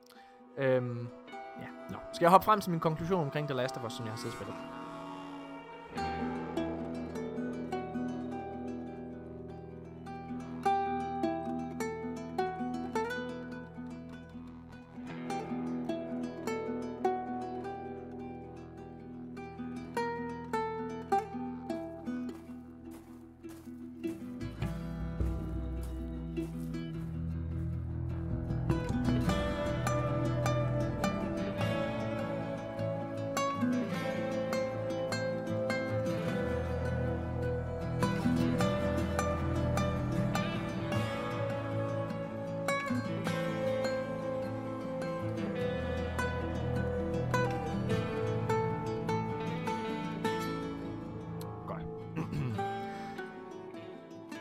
Skal jeg hoppe frem til min konklusion omkring The Last of Us, som jeg har siddet og spillet?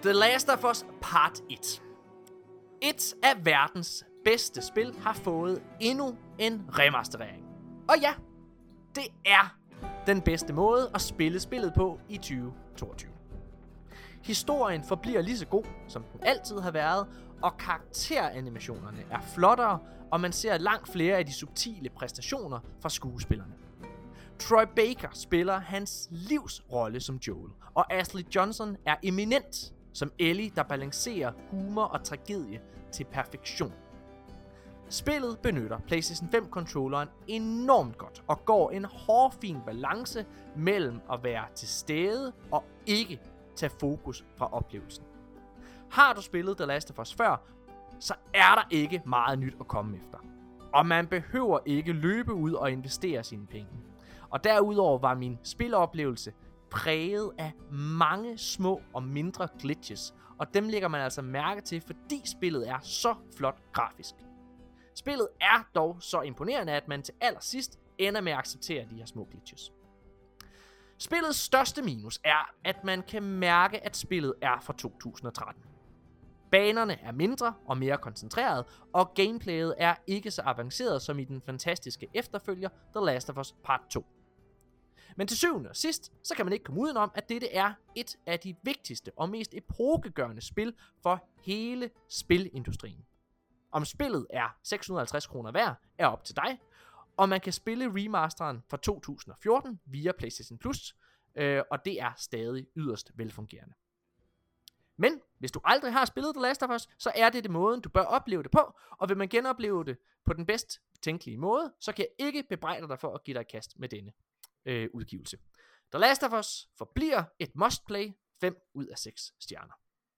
The Last of Us Part 1. Et af verdens bedste spil har fået endnu en remasterering. Og ja, det er den bedste måde at spille spillet på i 2022. Historien forbliver lige så god, som den altid har været, og karakteranimationerne er flottere, og man ser langt flere af de subtile præstationer fra skuespillerne. Troy Baker spiller hans livs rolle som Joel, og Ashley Johnson er eminent som Ellie, der balancerer humor og tragedie til perfektion. Spillet benytter PlayStation 5-controlleren enormt godt og går en hårfin balance mellem at være til stede og ikke tage fokus fra oplevelsen. Har du spillet The Last of Us før, så er der ikke meget nyt at komme efter. Og man behøver ikke løbe ud og investere sine penge. Og derudover var min spiloplevelse præget af mange små og mindre glitches, og dem lægger man altså mærke til, fordi spillet er så flot grafisk. Spillet er dog så imponerende, at man til allersidst ender med at acceptere de her små glitches. Spillets største minus er, at man kan mærke, at spillet er fra 2013. Banerne er mindre og mere koncentreret, og gameplayet er ikke så avanceret som i den fantastiske efterfølger The Last of Us Part 2. Men til syvende og sidst, så kan man ikke komme udenom, at dette er et af de vigtigste og mest epokegørende spil for hele spilindustrien. Om spillet er 650 kroner værd, er op til dig, og man kan spille remasteren fra 2014 via PlayStation Plus, og det er stadig yderst velfungerende. Men hvis du aldrig har spillet The Last of Us, så er det måden, du bør opleve det på, og vil man genopleve det på den bedst tænkelige måde, så kan jeg ikke bebrejde dig for at give dig et kast med denne udgivelse. The Last of Us forbliver et must-play 5 ud af 6 stjerner.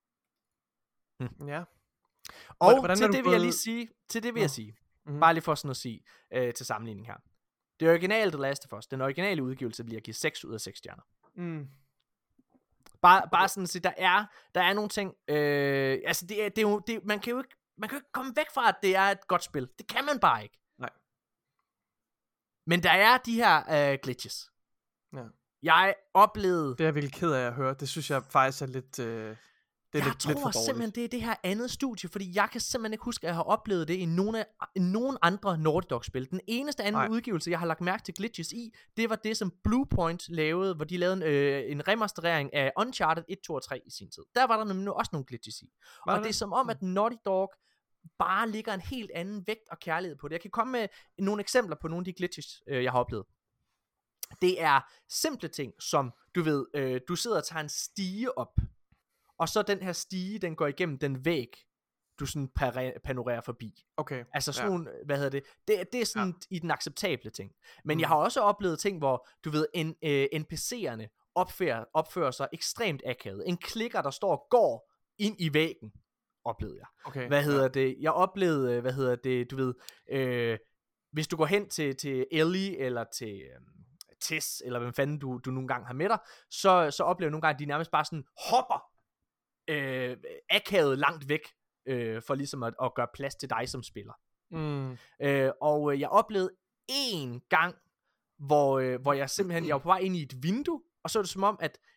Ja. Og hvordan til det vil jeg lige sige, bare lige for sådan at sige til sammenligning her. Det originale The Last of Us, den originale udgivelse bliver givet 6 ud af 6 stjerner. Bare sådan at sige, der er nogle ting, altså det er jo, man kan jo ikke komme væk fra, at det er et godt spil. Det kan man bare ikke. Nej. Men der er de her glitches. Ja. Jeg oplevede... Det er jeg virkelig ked af at høre. Det synes jeg faktisk er lidt... Jeg tror simpelthen, det er det her andet studie, fordi jeg kan simpelthen ikke huske, at jeg har oplevet det i nogen andre Naughty Dog-spil. Den eneste anden udgivelse, jeg har lagt mærke til glitches i, det var det, som Bluepoint lavede, hvor de lavede en remasterering af Uncharted 1, 2 og 3 i sin tid. Der var der nemlig også nogle glitches i. Og det er som om, at Naughty Dog bare ligger en helt anden vægt og kærlighed på det. Jeg kan komme med nogle eksempler på nogle af de glitches, jeg har oplevet. Det er simple ting, som du ved, du sidder og tager en stige op, og så den her stige, den går igennem den væg, du sådan panorerer forbi. Okay. Altså sådan nogle, hvad hedder det? Det er sådan i den acceptable ting. Men jeg har også oplevet ting, hvor, du ved, NPC'erne opfører sig ekstremt akavet. En klikker, der står og går ind i væggen, oplevede jeg. Okay. Hvad hedder det? Jeg oplevede, du ved, hvis du går hen til Ellie, eller til... Tess, eller hvem fanden du nogle gange har med dig, så oplever jeg nogle gange, at de nærmest bare sådan hopper akavet langt væk, for ligesom at gøre plads til dig som spiller. Og jeg oplevede en gang, hvor jeg simpelthen, jeg var på vej ind i et vindue, og så er det som om, at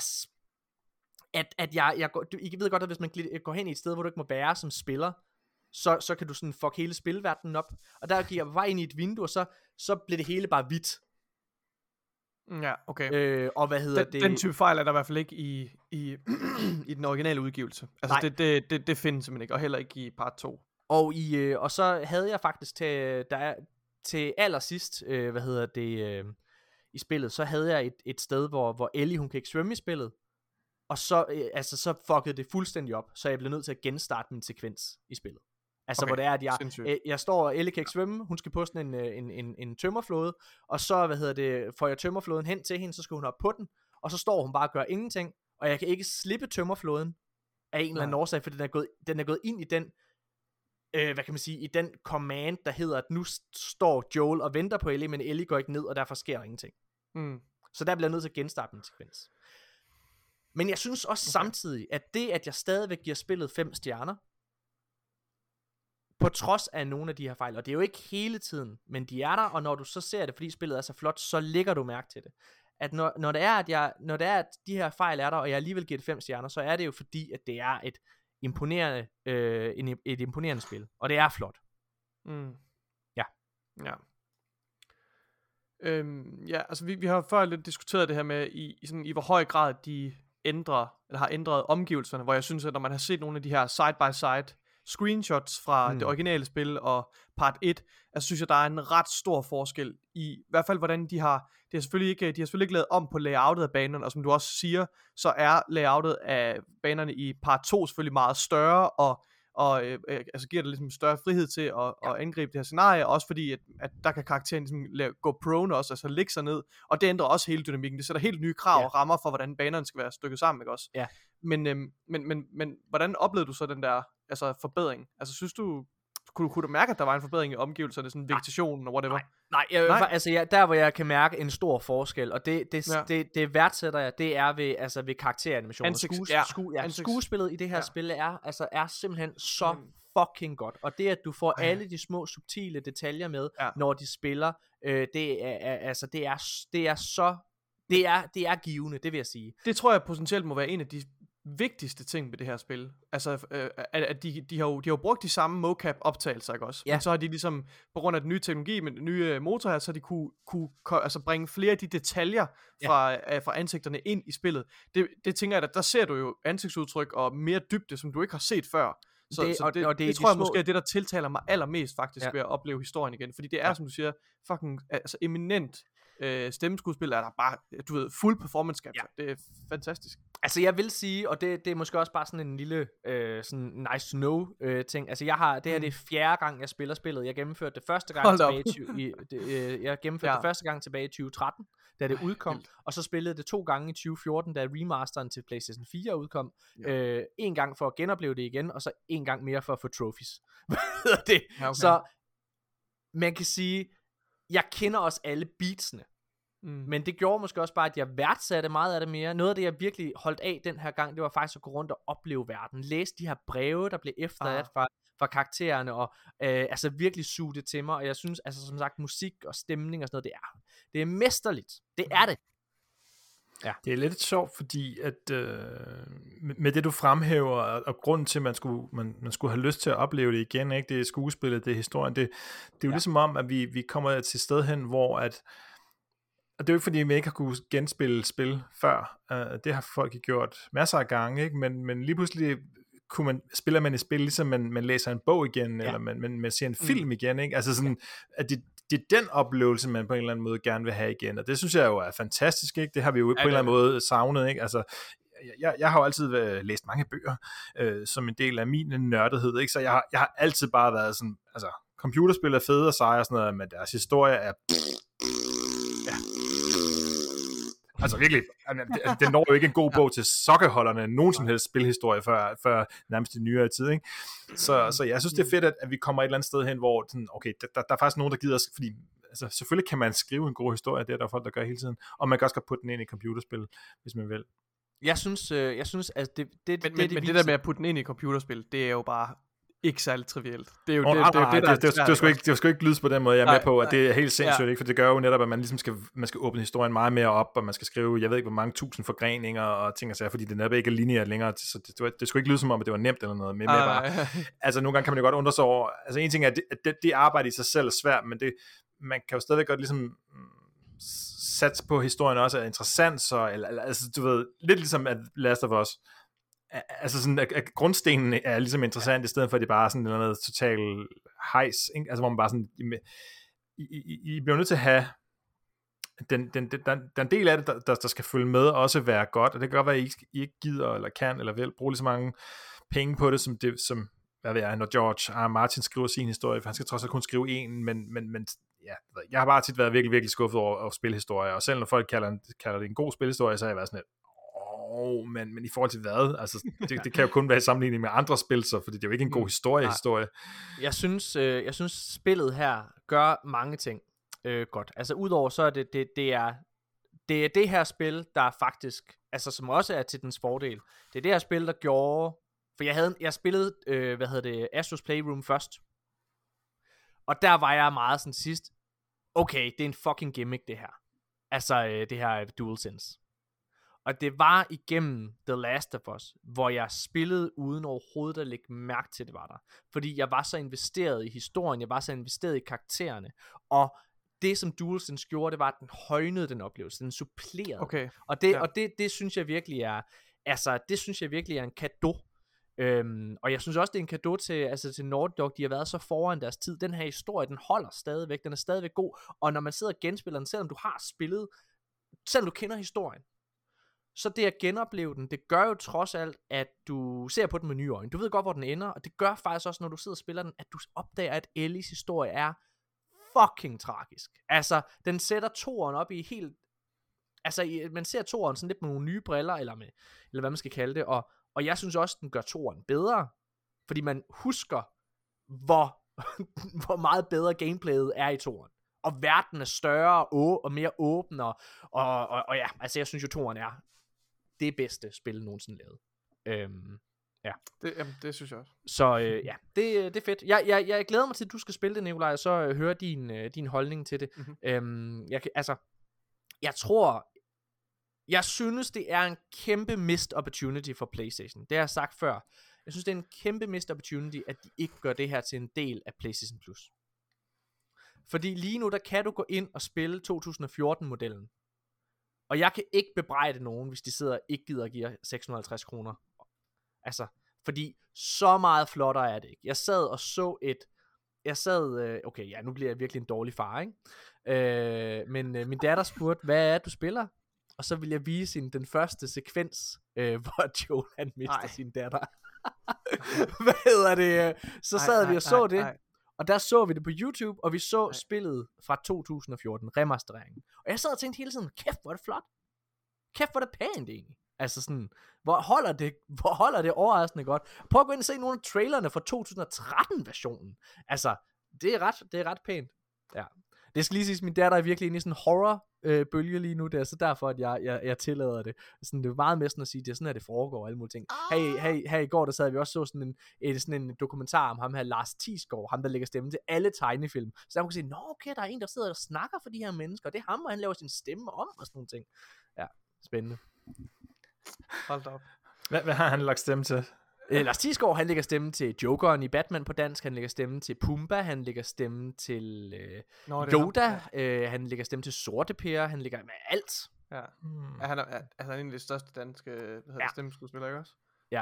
jeg ved godt, at hvis man går hen i et sted, hvor du ikke må være som spiller, så kan du sådan fuck hele spilverdenen op, og der gik jeg på vej ind i et vindue, og så blev det hele bare hvidt. Ja, okay. Og hvad hedder det? Den type fejl er der i hvert fald ikke i den originale udgivelse. Altså det findes simpelthen ikke, og heller ikke i part 2. Og så havde jeg faktisk til allersidst, i spillet, så havde jeg et sted, hvor Ellie, hun kan ikke svømme i spillet, og så fuckede det fuldstændig op, så jeg blev nødt til at genstarte min sekvens i spillet. Altså hvor det er, at jeg står, og Elle kan ikke svømme, hun skal på sådan en tømmerflåde, og så, får jeg tømmerflåden hen til hende, så skal hun op på den, og så står hun bare og gør ingenting, og jeg kan ikke slippe tømmerflåden af en eller anden årsag, for den er gået ind i den, hvad kan man sige, i den command, der hedder, at nu står Joel og venter på Ellie, men Ellie går ikke ned, og derfor sker der ingenting. Så der bliver jeg nødt til at genstarte min sekvens. Men jeg synes også samtidig, at det, at jeg stadigvæk giver spillet 5 stjerner, på trods af nogle af de her fejl, og det er jo ikke hele tiden, men de er der, og når du så ser det, fordi spillet er så flot, så lægger du mærke til det. at når det er, at de her fejl er der, og jeg alligevel giver det 5 stjerner, så er det jo fordi, at det er et imponerende, et imponerende spil. Og det er flot. Ja. Ja. Ja, altså vi har før lidt diskuteret det her med, i hvor høj grad de har ændret omgivelserne, hvor jeg synes, at når man har set nogle af de her side-by-side screenshots fra det originale spil og part 1, altså synes jeg, der er en ret stor forskel i hvert fald, hvordan de har selvfølgelig ikke lavet om på layoutet af banerne, og som du også siger, så er layoutet af banerne i part 2 selvfølgelig meget større, og altså giver det ligesom større frihed til at angribe det her scenarie, også fordi, at der kan karakteren ligesom gå prone også, altså lægge sig ned, og det ændrer også hele dynamikken, det sætter helt nye krav og rammer for, hvordan banerne skal være stykket sammen, ikke også? Ja. Men hvordan oplevede du så den der forbedring? Altså synes du, kunne du mærke, at der var en forbedring i omgivelserne, sådan vegetationen og whatever? Nej. Altså der hvor jeg kan mærke en stor forskel, og det værdsætter jeg, det er ved karakteranimationen. Skuespillet i det her spil er simpelthen så fucking godt, og det at du får alle de små subtile detaljer med, når de spiller, det er givende, det vil jeg sige. Det tror jeg potentielt må være en af de vigtigste ting ved det her spil, altså at de har jo brugt de samme mocap optagelser, ikke også? Men så har de ligesom, på grund af den nye teknologi med den nye motor her, så de kunne altså bringe flere af de detaljer fra ansigterne ind i spillet. Det tænker jeg, at der ser du jo ansigtsudtryk og mere dybde, som du ikke har set før. Det tror jeg måske er det, der tiltaler mig allermest faktisk ved at opleve historien igen, fordi det er, som du siger, fucking altså eminent stemmeskuespil, er der bare, du ved, fuld performance capture. Det er fantastisk. Altså jeg vil sige, og det er måske også bare sådan en lille sådan nice to know ting. Altså det her det er 4. gang jeg spiller spillet. Jeg gennemførte det første gang tilbage i 2013, da det udkom, og så spillede det 2 gange i 2014, da remasteren til PlayStation 4 udkom. En gang for at genopleve det igen, og så en gang mere for at få trophies. Det. Okay. Så man kan sige, jeg kender også alle beatsene. Men det gjorde måske også bare, at jeg værdsatte meget af det mere. Noget af det, jeg virkelig holdt af den her gang, det var faktisk at gå rundt og opleve verden. Læse de her breve, der blev efterladt fra karaktererne, og altså virkelig suge det til mig. Og jeg synes, altså som sagt, musik og stemning og sådan noget, det er mesterligt. Det er det. Ja. Det er lidt sjovt, fordi at med det du fremhæver, og grunden til at man skulle have lyst til at opleve det igen, ikke? Det er skuespillet, det er historien, det er jo ligesom om, at vi kommer til et sted hen, hvor at, og det er jo ikke fordi, vi ikke har kunne genspille spil før, det har folk gjort masser af gange, ikke? Men lige pludselig spiller man et spil, ligesom man læser en bog igen, eller man ser en film igen, ikke? Altså sådan, at det er den oplevelse, man på en eller anden måde gerne vil have igen, og det synes jeg jo er fantastisk, ikke? Det har vi jo på en eller anden måde savnet, ikke? Altså, jeg har jo altid læst mange bøger, som en del af min nørdethed, ikke? Så jeg har altid bare været sådan, altså, computerspil er fede og seje og sådan noget, men deres historie er... Altså virkelig, det når jo ikke en god bog til sokkeholderne, nogen som helst spilhistorie før nærmest i nyere tid, ikke? Så jeg synes, det er fedt, at vi kommer et eller andet sted hen, hvor sådan, okay, der er faktisk nogen, der gider, fordi altså, selvfølgelig kan man skrive en god historie, det er der folk, der gør hele tiden, og man kan også godt putte den ind i computerspil, hvis man vil. Jeg synes at det der med at putte den ind i computerspil, det er jo bare ikke særlig trivielt. Det er jo det skal ikke lydes på den måde. Jeg er med på, at det er helt sindssygt, ikke? For det gør jo netop, at man ligesom man skal åbne historien meget mere op, og man skal skrive, jeg ved ikke hvor mange tusind forgreninger og ting og sager, fordi det netop ikke er lineært længere, så det skulle ikke lyde som om, at det var nemt eller noget. Men bare, altså nogle gange kan man jo godt undre sig over, altså en ting er, at det arbejde i sig selv er svært, men man kan jo stadigvæk godt ligesom satse på historien også er interessant, så, eller altså du ved, lidt ligesom at Last of Us, altså sådan, at grundstenen er ligesom interessant, i stedet for at det bare er sådan noget total hejs, ikke? Altså hvor man bare sådan, I bliver nødt til at have den del af det, der skal følge med, også være godt, og det kan godt være, at I ikke gider, eller kan, eller vil bruge lige så mange penge på det, som hvad ved jeg, når George R. Martin skriver sin historie, for han skal trods alt kun skrive en, men ja, jeg har bare tit været virkelig, virkelig skuffet over spilhistorier, og selv når folk kalder det en god spilhistorie, så har jeg været sådan lidt, men i forhold til hvad? Altså, det kan jo kun være i sammenligning med andre spil, så, fordi det er jo ikke en god historie. Jeg synes spillet her gør mange ting godt. Altså udover så er det er det her spil, der faktisk, altså som også er til dens fordel. Det er det her spil, der gjorde, for jeg spillede, Astro's Playroom først. Og der var jeg meget sådan sidst, okay, det er en fucking gimmick det her. Altså det her DualSense. Og det var igennem The Last of Us, hvor jeg spillede uden overhovedet at lægge mærke til, det var der. Fordi jeg var så investeret i historien, jeg var så investeret i karaktererne. Og det, som DualSense gjorde, det var, at den højnede den oplevelse, den supplerede. Okay. Og det synes jeg virkelig er, altså, det synes jeg virkelig er en cadeau. Og jeg synes også, det er en cadeau til Naughty Dog. De har været så foran deres tid. Den her historie, den holder stadigvæk, den er stadigvæk god. Og når man sidder og genspiller den, selvom du har spillet, selvom du kender historien, så det at genopleve den, det gør jo trods alt, at du ser på den med nye øjne. Du ved godt, hvor den ender, og det gør faktisk også, når du sidder og spiller den, at du opdager, at Ellies historie er fucking tragisk. Altså, den sætter toeren op i helt... Altså, man ser toeren sådan lidt med nogle nye briller, eller hvad man skal kalde det, og jeg synes også, den gør toeren bedre, fordi man husker, hvor meget bedre gameplayet er i toeren. Og verden er større og mere åben, og ja, altså jeg synes jo, toeren er det bedste spil nogensinde lavet. Ja. Det synes jeg også. Så ja, det er fedt. Jeg glæder mig til, at du skal spille det, Nikolaj, og så høre din holdning til det. Jeg synes, det er en kæmpe missed opportunity for PlayStation. Det har jeg sagt før. Jeg synes, det er en kæmpe missed opportunity, at de ikke gør det her til en del af PlayStation Plus. Fordi lige nu, der kan du gå ind og spille 2014-modellen. Og jeg kan ikke bebrejde nogen, hvis de sidder og ikke gider at give 650 kroner. Altså, fordi så meget flottere er det ikke. Jeg sad og så okay, ja, nu bliver jeg virkelig en dårlig far, ikke? Men min datter spurgte, hvad er du spiller? Og så vil jeg vise hende den første sekvens, hvor Joel han mister sin datter. Hvad hedder det? Så sad vi og så det. Og der så vi det på YouTube, og vi så spillet fra 2014, remastereringen. Og jeg sad og tænkte hele tiden, kæft, hvor er det flot. Kæft, hvor er det pænt egentlig. Altså sådan, hvor holder det overraskende godt. Prøv at gå ind og se nogle af trailerne fra 2013-versionen. Altså, det er ret pænt. Ja. Det skal lige sige, at min datter er virkelig inde i sådan en horror-bølge lige nu. Det er så derfor, at jeg tillader det. Sådan, det er meget med sådan at sige, det er sådan, at det foregår og alle mulige ting. Her i går, der sad vi også så sådan en dokumentar om ham her, Lars Thiesgaard, ham der lægger stemme til alle tegnefilm. Så der kunne sige, okay, der er en, der sidder og snakker for de her mennesker, og det er ham, og han laver sin stemme om, og sådan nogle ting. Ja, spændende. Hold da op. Hvad har han lagt stemme til? Lars Thiesgaard, han lægger stemme til Jokeren i Batman på dansk, han lægger stemme til Pumba, han lægger stemme til Yoda, han lægger stemme til Sorteper, han lægger med alt. Ja. Han er en af de største danske stemmeskuespillere, ikke også? Ja.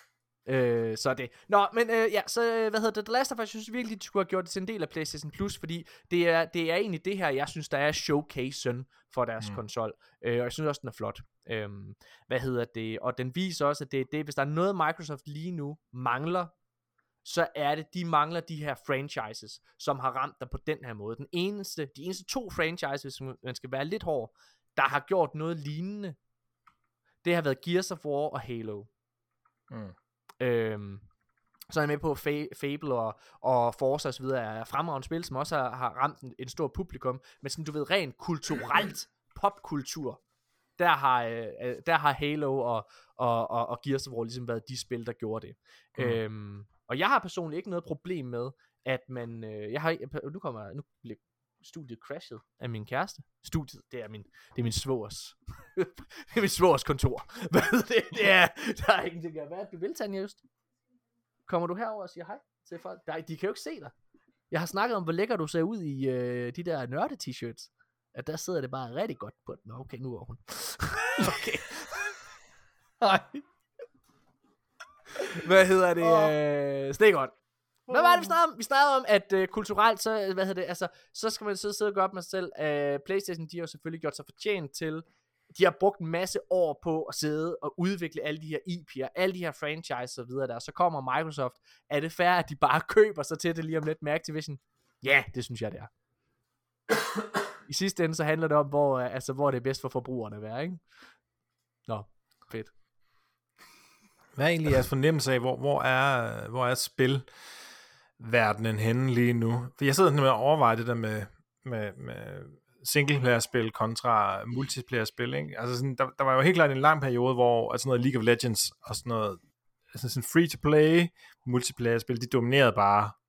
Så det. Nå, men så hvad hedder det? The Last of Us, jeg synes virkelig, de skulle have gjort det til en del af PlayStation Plus, fordi det er egentlig det her, jeg synes, der er showcasen for deres konsol. Og jeg synes også, den er flot. Hvad hedder det? Og den viser også, at det hvis der er noget, Microsoft lige nu mangler, så er det, de mangler de her franchises, som har ramt dig på den her måde. De eneste 2 franchises, hvis man skal være lidt hård, der har gjort noget lignende, det har været Gears of War og Halo. Så er jeg med på Fable og Forza og så videre er fremragende spil, som også har ramt en stor publikum, men sådan du ved, rent kulturelt popkultur, der har Halo og Gears of War ligesom været de spil, der gjorde det. Og jeg har personligt ikke noget problem med, at man, nu bliver studiet crashet af min kæreste. Studiet, det er min svogers. Det er min svogers kontor. Det er, der er ingenting at være. Du vil, Tanja, just. Kommer du herover og siger hej til folk? De kan jo ikke se dig. Jeg har snakket om, hvor lækker du ser ud i de der nørde-t-shirts. At der sidder det bare rigtig godt på den. Okay, nu er hun. Okay. Nej. Hvad hedder det? Så det er godt. Hvad var det, vi snakkede om? Vi snakkede om, at kulturelt, så skal man sidde og gøre op med sig selv. PlayStation, de har jo selvfølgelig gjort sig fortjent til. De har brugt en masse år på at sidde og udvikle alle de her IP'er, alle de her franchises og videre der. Så kommer Microsoft. Er det fair, at de bare køber sig til det lige om lidt med Activision? Ja, det synes jeg, det er. I sidste ende, så handler det om, hvor det er bedst for forbrugerne at være, ikke? Nå, fedt. Hvad er egentlig jeres fornemmelse af, hvor er spilverdenen henne lige nu? For jeg sidder med at overveje det der med singleplayer-spil kontra multiplayer-spil, ikke? Altså sådan, der var jo helt klart en lang periode, hvor altså noget League of Legends og sådan noget, altså sådan free-to-play multiplayer-spil, de dominerede bare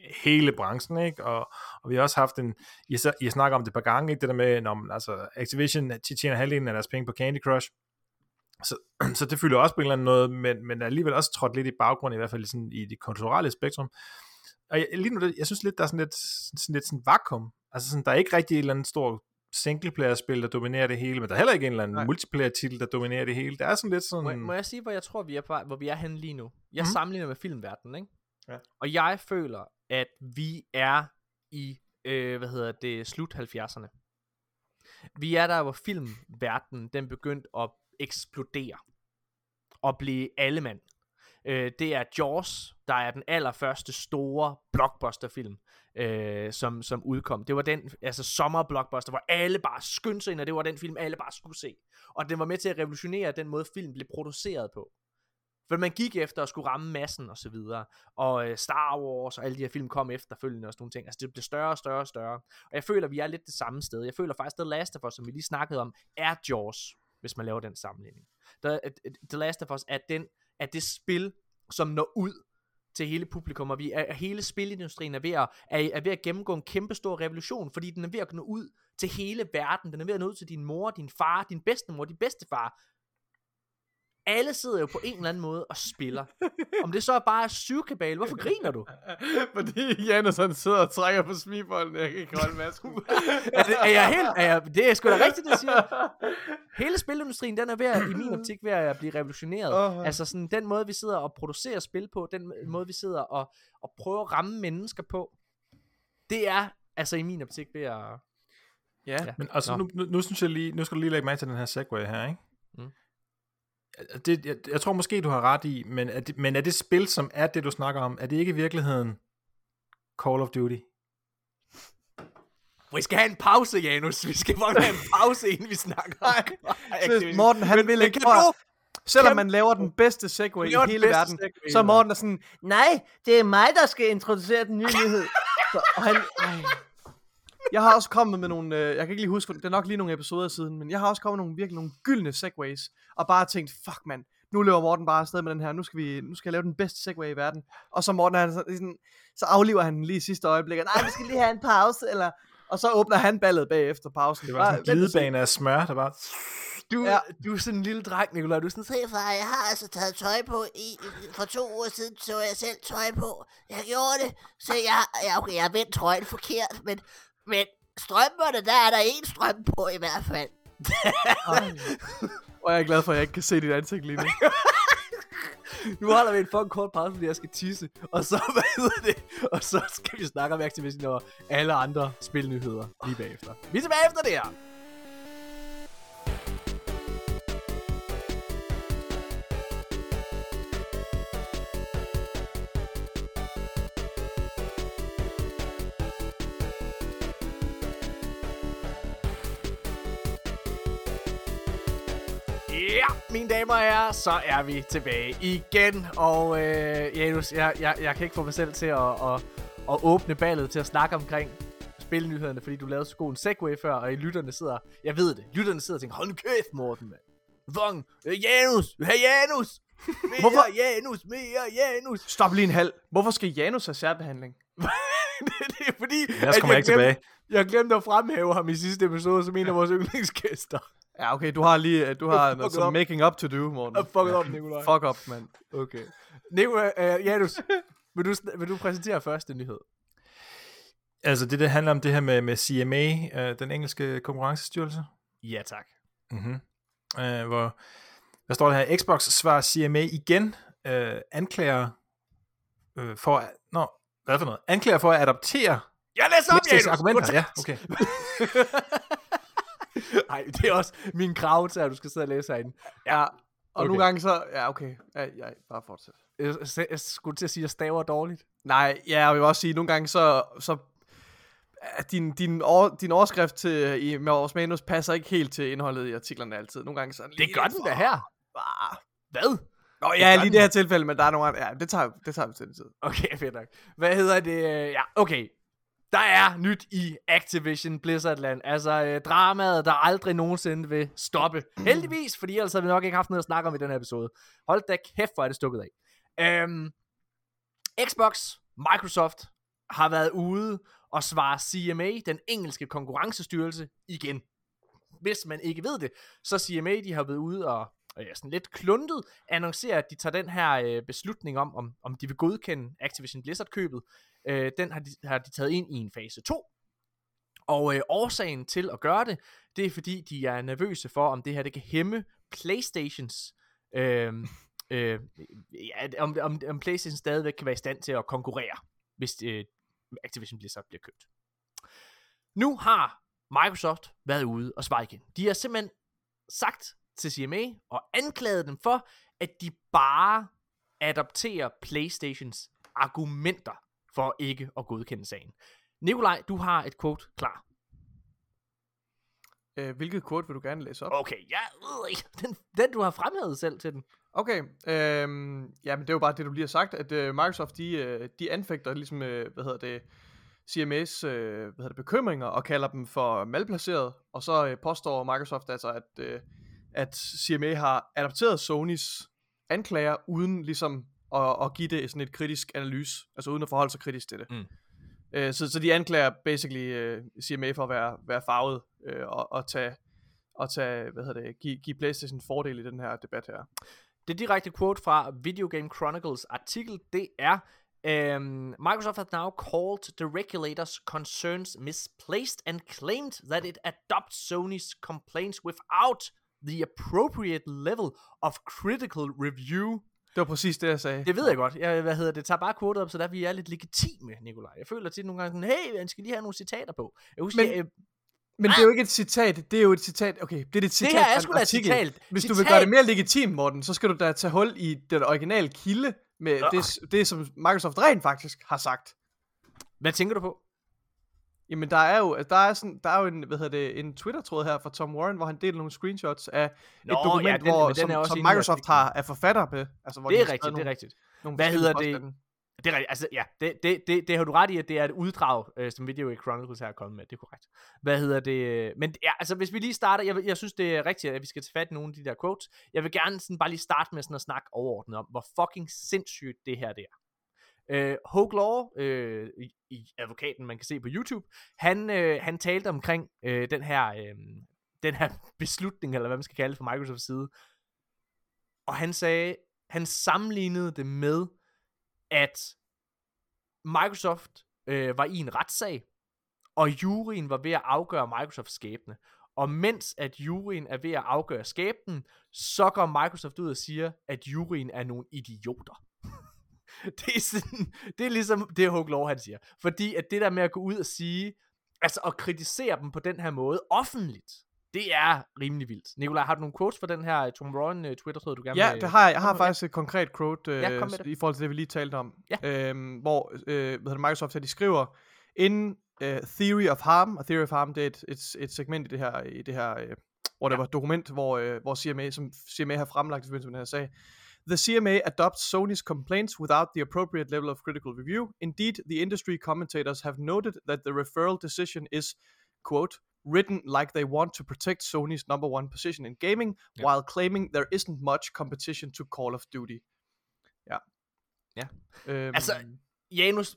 hele branchen, ikke? Og vi har også haft I snakker om det et par gange, ikke? Det der med, når altså Activision tjener halvdelen af deres penge på Candy Crush, så det fylder også på en eller anden noget, men alligevel også trådt lidt i baggrund, i hvert fald sådan i det kulturelle spektrum. Og lige nu, jeg synes lidt, der er sådan lidt vakuum. Altså sådan, der er ikke rigtig et eller andet stor singleplayer-spil, der dominerer det hele, men der er heller ikke en eller anden multiplayer-titel, der dominerer det hele. Der er sådan lidt sådan... Må jeg sige, hvor jeg tror, hvor vi er henne lige nu? Jeg sammenligner med filmverdenen, ikke? Ja. Og jeg føler, at vi er i, slut 70'erne. Vi er der, hvor filmverdenen, den begyndte at eksplodere. Og blive allemand. Det er Jaws, der er den allerførste store blockbusterfilm, som udkom. Det var den sommerblockbuster, hvor alle bare skyndte sig ind, og det var den film, alle bare skulle se. Og den var med til at revolutionere den måde, film blev produceret på. For man gik efter at skulle ramme massen og så videre. Og Star Wars og alle de her film kom efterfølgende og sådan nogle ting. Altså det blev større og større og større. Og jeg føler, vi er lidt det samme sted. Jeg føler faktisk, The Last of Us, som vi lige snakkede om, er Jaws, hvis man laver den sammenligning. The Last of Us er det spil, som når ud til hele publikum, og hele spilindustrien er ved at gennemgå en kæmpe stor revolution, fordi den er ved at nå ud til hele verden. Den er ved at nå ud til din mor, din far, din bedstemor, din bedstefar. Alle sidder jo på en eller anden måde og spiller. Om det så er bare syvkabale. Hvorfor griner du? Fordi Janus han sidder og trækker på smibolden, jeg kan ikke holde masken. Det er sgu da rigtigt, det siger. Hele spilindustrien, den er i min optik ved at blive revolutioneret. Altså sådan den måde, vi sidder og producerer spil på, den måde, vi sidder og prøver at ramme mennesker på, det er altså i min optik ved at... Ja. Men altså, nu synes jeg lige, nu skal du lige lægge mig til den her segway her, ikke? Jeg tror måske, du har ret i, men er det spil, som er det, du snakker om, er det ikke i virkeligheden Call of Duty? Vi skal have en pause, Janus. Vi skal bare have en pause, inden vi snakker om Morten, han vil ikke... Selvom man laver den bedste segway i hele verden, så Morten er sådan, nej, det er mig, der skal introducere den nye nyhed. Og han... Jeg har også kommet med nogle, jeg kan ikke lige huske, det er nok lige nogle episoder siden, men jeg har også kommet med virkelig nogle gyldne segways, og bare tænkt, fuck mand, nu løber Morten bare afsted med den her, nu skal jeg lave den bedste segway i verden. Og så Morten, så afliver han den lige i sidste øjeblik, nej, vi skal lige have en pause, og så åbner han ballet bagefter pausen. Det var sådan en glidebane af smør, der bare... Du er sådan en lille dreng, Nikolaj. Du er sådan, se far, jeg har altså taget tøj på for 2 uger siden, så jeg selv tøj på. Jeg gjorde det, så jeg har vendt trøjen forkert, men strømperne, der er der en strøm på i hvert fald. Og jeg er glad for, at jeg ikke kan se dit ansigt lige nu. Nu holder vi en fucking kort pause, fordi jeg skal tisse. Og så, og så skal vi snakke om Activision og alle andre spilnyheder lige bagefter. Vi er tilbage efter det her. Ja, mine damer og herrer, så er vi tilbage igen. Og Janus, jeg kan ikke få mig selv til at åbne ballet til at snakke omkring spilnyhederne, fordi du lavede så god en segway før, og lytterne sidder, jeg ved det, lytterne sidder og tænker, hold nu kæft, Morten, mand. Fucking, Janus, Janus, mere Janus. Stop lige en halv. Hvorfor skal Janus have særbehandling? Det er fordi, jeg glemte at fremhæve ham i sidste episode som en af vores yndlingsgæster. Ja, okay, du har noget som making up to do, Morten. Fuck up, Nikolaj. Fuck up, mand. Okay. Nikolaj, Janus, vil du præsentere første nyhed? Altså, det handler om det her med CMA, den engelske konkurrencestyrelse. Ja, tak. Hvor, hvad står der her? Xbox svarer CMA igen, anklager for anklager for at adoptere. Jeg læser op, Janus! Argumenter. Ja, okay. Nej, det er også min krav til, at du skal sidde og læse herinde. Ja, og okay. Nogle gange så... Ja, okay. Ja, bare fortsæt. Jeg skulle til at sige, at jeg staver dårligt. Nej, ja, jeg vil også sige, nogle gange så din overskrift til med vores manus passer ikke helt til indholdet i artiklerne altid. Nogle gange så... Det gør den da her. Hvad? Nå ja, lige det her tilfælde, men der er nogle andre... Ja, det tager vi til den tid. Okay, fedt nok. Hvad hedder det? Ja, okay. Der er nyt i Activision Blizzardland. Altså dramaet, der aldrig nogensinde vil stoppe. Heldigvis, fordi ellers har vi nok ikke haft noget at snakke om i den her episode. Hold da kæft, hvor er det stukket af. Xbox, Microsoft har været ude og svare CMA, den engelske konkurrencestyrelse, igen. Hvis man ikke ved det, så CMA, de har været ude og sådan lidt kluntet, annoncerer, at de tager den her beslutning om de vil godkende Activision Blizzard-købet. Den har de taget ind i en fase 2. Og årsagen til at gøre det, det er fordi, de er nervøse for, om det her det kan hæmme PlayStations, om PlayStation stadigvæk kan være i stand til at konkurrere, hvis Activision Blizzard bliver købt. Nu har Microsoft været ude og svare igen. De har simpelthen sagt til CMA og anklaget dem for, at de bare adopterer PlayStations argumenter for ikke at godkende sagen. Nikolaj, du har et quote klar. Hvilket quote vil du gerne læse op? Okay, den du har fremhævet selv til den. Okay, men det er jo bare det, du lige har sagt, at Microsoft, de anfægter ligesom, CMA's bekymringer, og kalder dem for malplaceret, og så påstår Microsoft altså, at CMA har adopteret Sonys anklager, uden ligesom at give det sådan et kritisk analyse, altså uden at forholde sig kritisk til det. Så de anklager basically CMA for at være farvet, og give PlayStation fordel i den her debat her. Det direkte quote fra Video Game Chronicles artikel, det er, Microsoft has now called the regulators' concerns misplaced and claimed that it adopts Sony's complaints without the appropriate level of critical review. Det var præcis det, jeg sagde. Det ved jeg godt. Det tager bare quotet op, så der vi er lidt legitime, Nikolaj. Jeg føler tit nogle gange sådan, hey, jeg skal lige have nogle citater på. Men det er jo ikke et citat, det er jo et citat. Okay, det er et citat. Det her er sgu da et citat. Hvis du vil gøre det mere legitimt, Morten, så skal du da tage hul i den originale kilde med det, som Microsoft rent faktisk har sagt. Hvad tænker du på? Jamen der er jo en Twitter-tråd her fra Tom Warren, hvor han deler nogle screenshots af et dokument, som Microsoft har af forfattere på. Altså, hvor det er rigtigt, det er rigtigt. Hvad hedder det? Det er rigtigt, altså ja, det har du ret i, at det er et uddrag, som Video Game Chronicles her er kommet med, det er korrekt. Hvad hedder det, men ja, altså hvis vi lige starter, jeg synes det er rigtigt, at vi skal tage fat i nogle af de der quotes. Jeg vil gerne sådan bare lige starte med sådan at snakke overordnet om, hvor fucking sindssygt det her det er. Hogue Law, i advokaten, man kan se på YouTube, han talte omkring den her beslutning, eller hvad man skal kalde det fra Microsofts side, og han sammenlignede det med, at Microsoft var i en retssag, og juryen var ved at afgøre Microsofts skæbne. Og mens at juryen er ved at afgøre skæbnen, så går Microsoft ud og siger, at juryen er nogle idioter. Det er ligesom det, Hogue Law han siger. Fordi at det der med at gå ud og sige, altså at kritisere dem på den her måde offentligt, det er rimelig vildt. Nikolaj, har du nogle quotes for den her Tom Warren Twitter-tråd, du gerne vil? Ja, det har jeg. Jeg har faktisk et konkret quote i forhold til det, vi lige talte om. Ja. Hvor Microsoft de skriver, in Theory of Harm, og Theory of Harm, det er et segment i det her hvor der var et dokument, hvor CMA har fremlagt i forbindelse med den her sag. The CMA adopts Sony's complaints without the appropriate level of critical review. Indeed, the industry commentators have noted that the referral decision is, quote, written like they want to protect Sony's number one position in gaming, while claiming there isn't much competition to Call of Duty. Ja. Ja. Altså, Janus,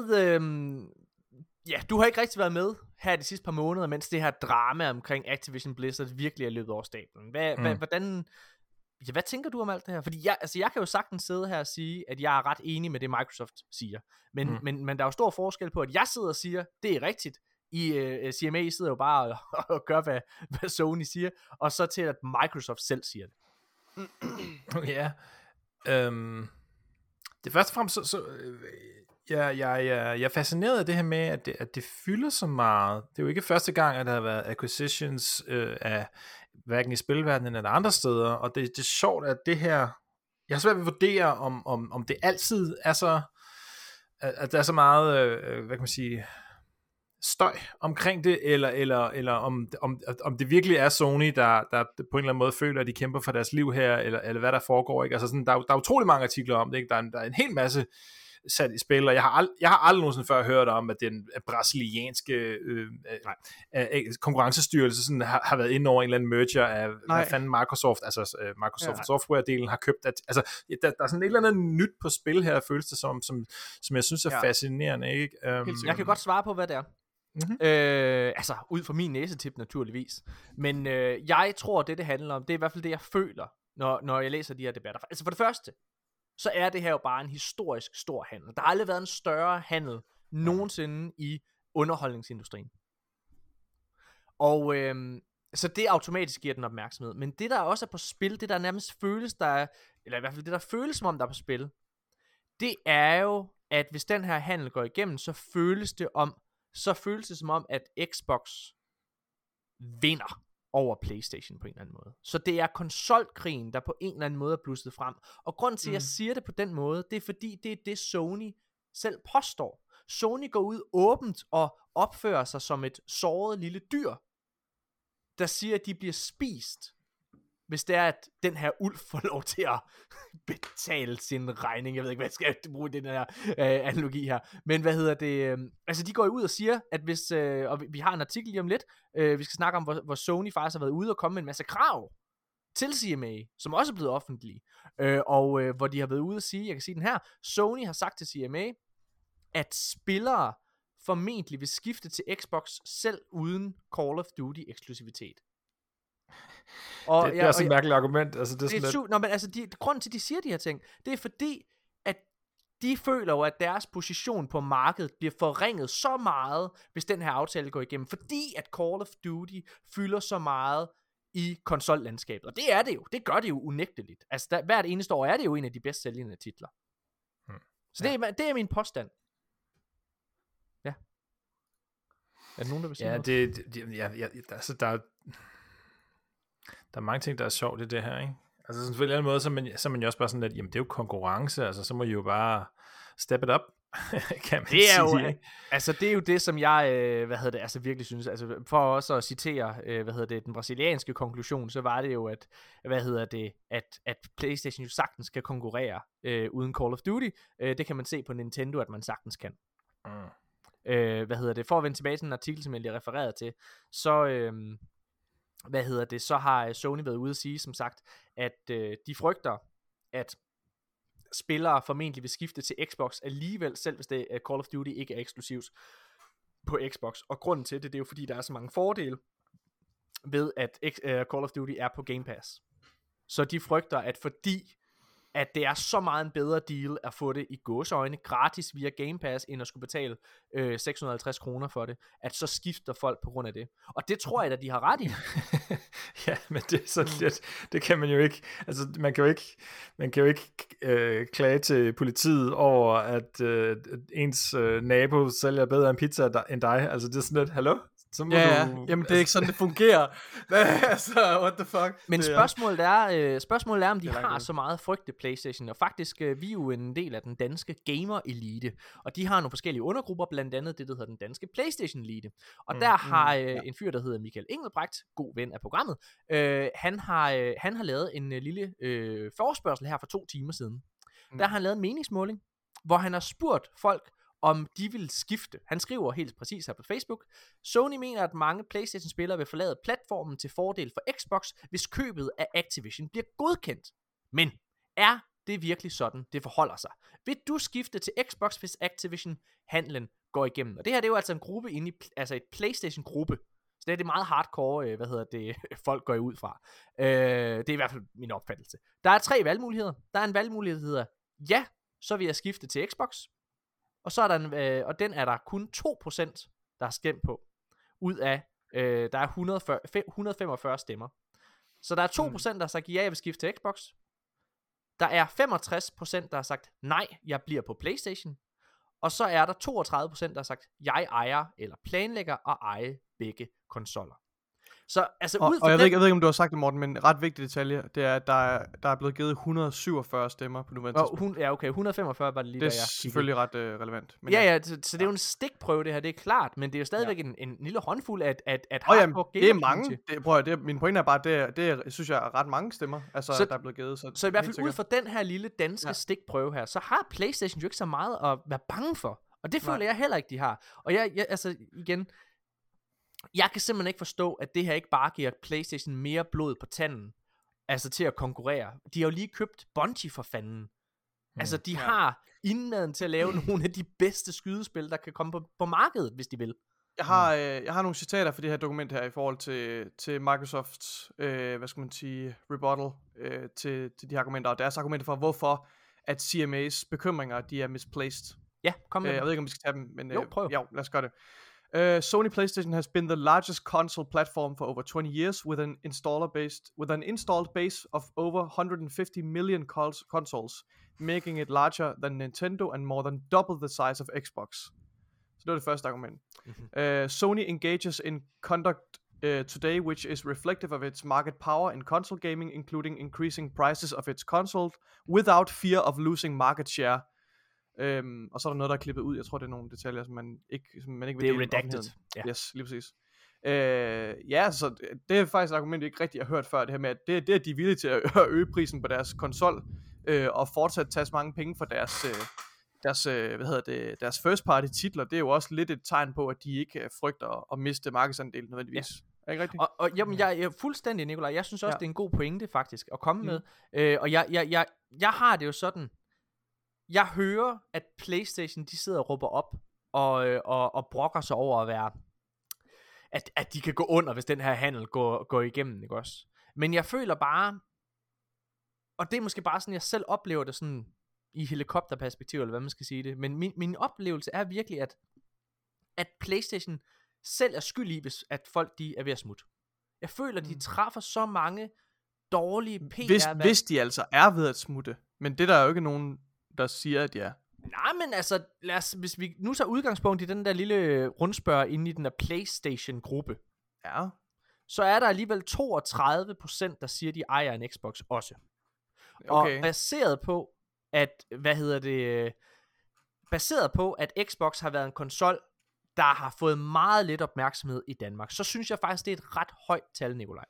du har ikke rigtig været med her de sidste par måneder, mens det her drama omkring Activision Blizzard virkelig er løbet over stablen. Hvad tænker du om alt det her? Fordi jeg kan jo sagtens sidde her og sige, at jeg er ret enig med det, Microsoft siger. Men der er jo stor forskel på, at jeg sidder og siger, det er rigtigt. CMA sidder jo bare og gør, hvad Sony siger, og så til, at Microsoft selv siger det. Ja. Det første og fremmest, jeg er fascineret af det her med, at det fylder så meget. Det er jo ikke første gang, at der har været acquisitions af hverken i spilverdenen eller andre steder, og det er sjovt, at det her, jeg har svært ved at vurdere, om det altid er så, at der er så meget, hvad kan man sige, støj omkring det, eller om det virkelig er Sony, der på en eller anden måde føler, at de kæmper for deres liv her, eller hvad der foregår, ikke? Altså sådan, der er utrolig mange artikler om det, ikke? Der er en hel masse sat i spil, og jeg har aldrig nogensinde før hørt om, at den brasilianske konkurrencestyrelse sådan har været inde over en eller anden merger af, hvad fanden Microsoft, altså Microsoft Software-delen har købt. Der er sådan et eller andet nyt på spil her, føles det som jeg synes er fascinerende, ikke? Jeg kan godt svare på, hvad det er. Mm-hmm. Altså, ud fra min næsetip naturligvis. Men jeg tror, det handler om, det er i hvert fald det, jeg føler, når jeg læser de her debatter. Altså for det første, så er det her jo bare en historisk stor handel. Der har aldrig været en større handel nogensinde i underholdningsindustrien. Og så det automatisk giver den opmærksomhed. Men det, der også er på spil, det der nærmest føles, eller i hvert fald det, der føles som om, der er på spil, det er jo, at hvis den her handel går igennem, så føles det som om, at Xbox vinder over PlayStation på en eller anden måde. Så det er konsolkrigen, der på en eller anden måde er blusset frem. Og grunden til, at jeg siger det på den måde, det er fordi, det er det Sony selv påstår. Sony går ud åbent og opfører sig som et såret lille dyr, der siger, at de bliver spist, hvis det er, at den her ulv får lov til at betale sin regning. Jeg ved ikke, hvad jeg skal bruge den her analogi her. Men altså de går ud og siger, at hvis, og vi har en artikel lige om lidt, vi skal snakke om, hvor Sony faktisk har været ude og komme med en masse krav til CMA, som også er blevet offentlige. Hvor de har været ude og sige, jeg kan sige den her, Sony har sagt til CMA, at spillere formentlig vil skifte til Xbox selv uden Call of Duty eksklusivitet. Og det er også et mærkeligt argument. Altså, grunden til, at de siger de her ting, det er fordi, at de føler jo, at deres position på markedet bliver forringet så meget, hvis den her aftale går igennem. Fordi at Call of Duty fylder så meget i konsollandskabet. Og det er det jo. Det gør det jo unægteligt. Altså, hvert eneste år er det jo en af de bedst sælgende titler. Så det er min påstand. Ja. Er der nogen, der vil sige noget? Altså, der er mange ting, der er sjovt i det her, ikke? Altså sådan på en eller anden måde, så er man jo også bare sådan lidt, jamen det er jo konkurrence, altså så må I jo bare step it up, kan man det er sige. Jo, altså det er jo det, som jeg, altså virkelig synes, altså for også at citere, den brasilianske konklusion, så var det jo, at, at PlayStation jo sagtens kan konkurrere uden Call of Duty. Det kan man se på Nintendo, at man sagtens kan. For at vende tilbage til en artikel, som jeg lige refererede til, så så har Sony været ude at sige, som sagt, at de frygter, at spillere formentlig vil skifte til Xbox alligevel, selv hvis det Call of Duty ikke er eksklusivt på Xbox. Og grunden til det er jo fordi, der er så mange fordele ved, at Call of Duty er på Game Pass. Så de frygter, at fordi at det er så meget en bedre deal at få det i gåseøjne gratis via Game Pass, end at skulle betale 650 kroner for det, at så skifter folk på grund af det. Og det tror jeg, at de har ret i. Ja, men det er sådan lidt, det kan man jo ikke, altså man kan jo ikke klage til politiet over, at ens nabo sælger bedre en pizza end dig. Altså det er sådan lidt, hallo? Så må jamen det er ikke sådan, det fungerer. Altså, what the fuck? Men spørgsmålet er, om de har så meget frygt til PlayStation, og faktisk, vi er jo en del af den danske gamer-elite, og de har nogle forskellige undergrupper, blandt andet det, der hedder den danske PlayStation-elite. Og der har en fyr, der hedder Michael Engelbrecht, god ven af programmet, han har lavet en lille forespørgsel her for 2 timer siden. Der har han lavet en meningsmåling, hvor han har spurgt folk, om de vil skifte. Han skriver helt præcis her på Facebook: Sony mener, at mange PlayStation-spillere vil forlade platformen til fordel for Xbox, hvis købet af Activision bliver godkendt. Men er det virkelig sådan, det forholder sig? Vil du skifte til Xbox, hvis Activision-handlen går igennem? Og det her, det er jo altså en gruppe inde i, altså et PlayStation-gruppe. Så det er meget hardcore, folk går ud fra. Det er i hvert fald min opfattelse. Der er 3 valgmuligheder. Der er en valgmulighed, der hedder, ja, så vil jeg skifte til Xbox. Og så er der og den er der kun 2%, der har stemt på, ud af, der er 145 stemmer. Så der er 2%, der har sagt, ja, jeg vil skifte til Xbox. Der er 65%, der har sagt, nej, jeg bliver på PlayStation. Og så er der 32%, der har sagt, jeg ejer eller planlægger at eje begge konsoller. Så altså Og, ud fra og jeg den... ved ikke, om du har sagt det, Morten, men en ret vigtig detalje, det er, at der er blevet givet 147 stemmer på nuværende tidspunkt. Ja, okay, 145 var det lige, Det er da jeg selvfølgelig ret relevant. Men ja, så det er jo en stikprøve, det her, det er klart, men det er jo stadigvæk en lille håndfuld af jamen, hardcore det er gamer mange. Min pointe er bare, det er, synes jeg, er ret mange stemmer, altså, der er blevet givet. Så i hvert fald ud fra den her lille danske stikprøve her, så har PlayStation jo ikke så meget at være bange for. Og det føler jeg heller ikke, de har. Og jeg altså igen, jeg kan simpelthen ikke forstå, at det her ikke bare giver PlayStation mere blod på tanden, altså til at konkurrere. De har jo lige købt Bungie for fanden. Altså, de har indmaden til at lave nogle af de bedste skydespil, der kan komme på markedet, hvis de vil. Jeg har nogle citater for det her dokument her i forhold til Microsofts, hvad skal man sige, rebuttal til de her argumenter, og deres argumenter for, hvorfor at CMA's bekymringer, de er misplaced. Ja, kom med. Jeg ved ikke, om vi skal tage dem, men jo, prøv. Ja, lad os gøre det. Sony PlayStation has been the largest console platform for over 20 years with an installed base of over 150 million consoles, making it larger than Nintendo and more than double the size of Xbox. Så det var det første argument. Sony engages in conduct today which is reflective of its market power in console gaming, including increasing prices of its consoles without fear of losing market share. Og så er der noget, der er klippet ud. Jeg tror, det er nogle detaljer, som man ikke vil det er redacted. Ja. Yes, lige præcis. Så det er faktisk et argument, jeg ikke rigtig har hørt før, det her med, at det er de er villige til at øge prisen på deres konsol, og fortsat tage så mange penge for deres first party titler. Det er jo også lidt et tegn på, at de ikke frygter at miste markedsandel nødvendigvis. Ja. Er ikke rigtigt? Og jamen, jeg er fuldstændig, Nikolaj. Jeg synes også, det er en god pointe faktisk at komme med. Og jeg har det jo sådan. Jeg hører, at PlayStation, de sidder og råber op og brokker sig over at være, at de kan gå under, hvis den her handel går igennem, ikke også? Men jeg føler bare, og det er måske bare sådan, jeg selv oplever det sådan i helikopterperspektiv, eller hvad man skal sige det, men min oplevelse er virkelig, at PlayStation selv er skyld i, at folk de er ved at smutte. Jeg føler, de træffer så mange dårlige PR. Hvis de altså er ved at smutte, men det der er jo ikke nogen, der siger, at de er. Nej, men altså, hvis vi nu tager udgangspunkt i den der lille rundspørg inde i den der PlayStation-gruppe, så er der alligevel 32%, der siger, at de ejer en Xbox også. Okay. Og baseret på, at Xbox har været en konsol, der har fået meget lidt opmærksomhed i Danmark, så synes jeg faktisk, det er et ret højt tal, Nikolaj.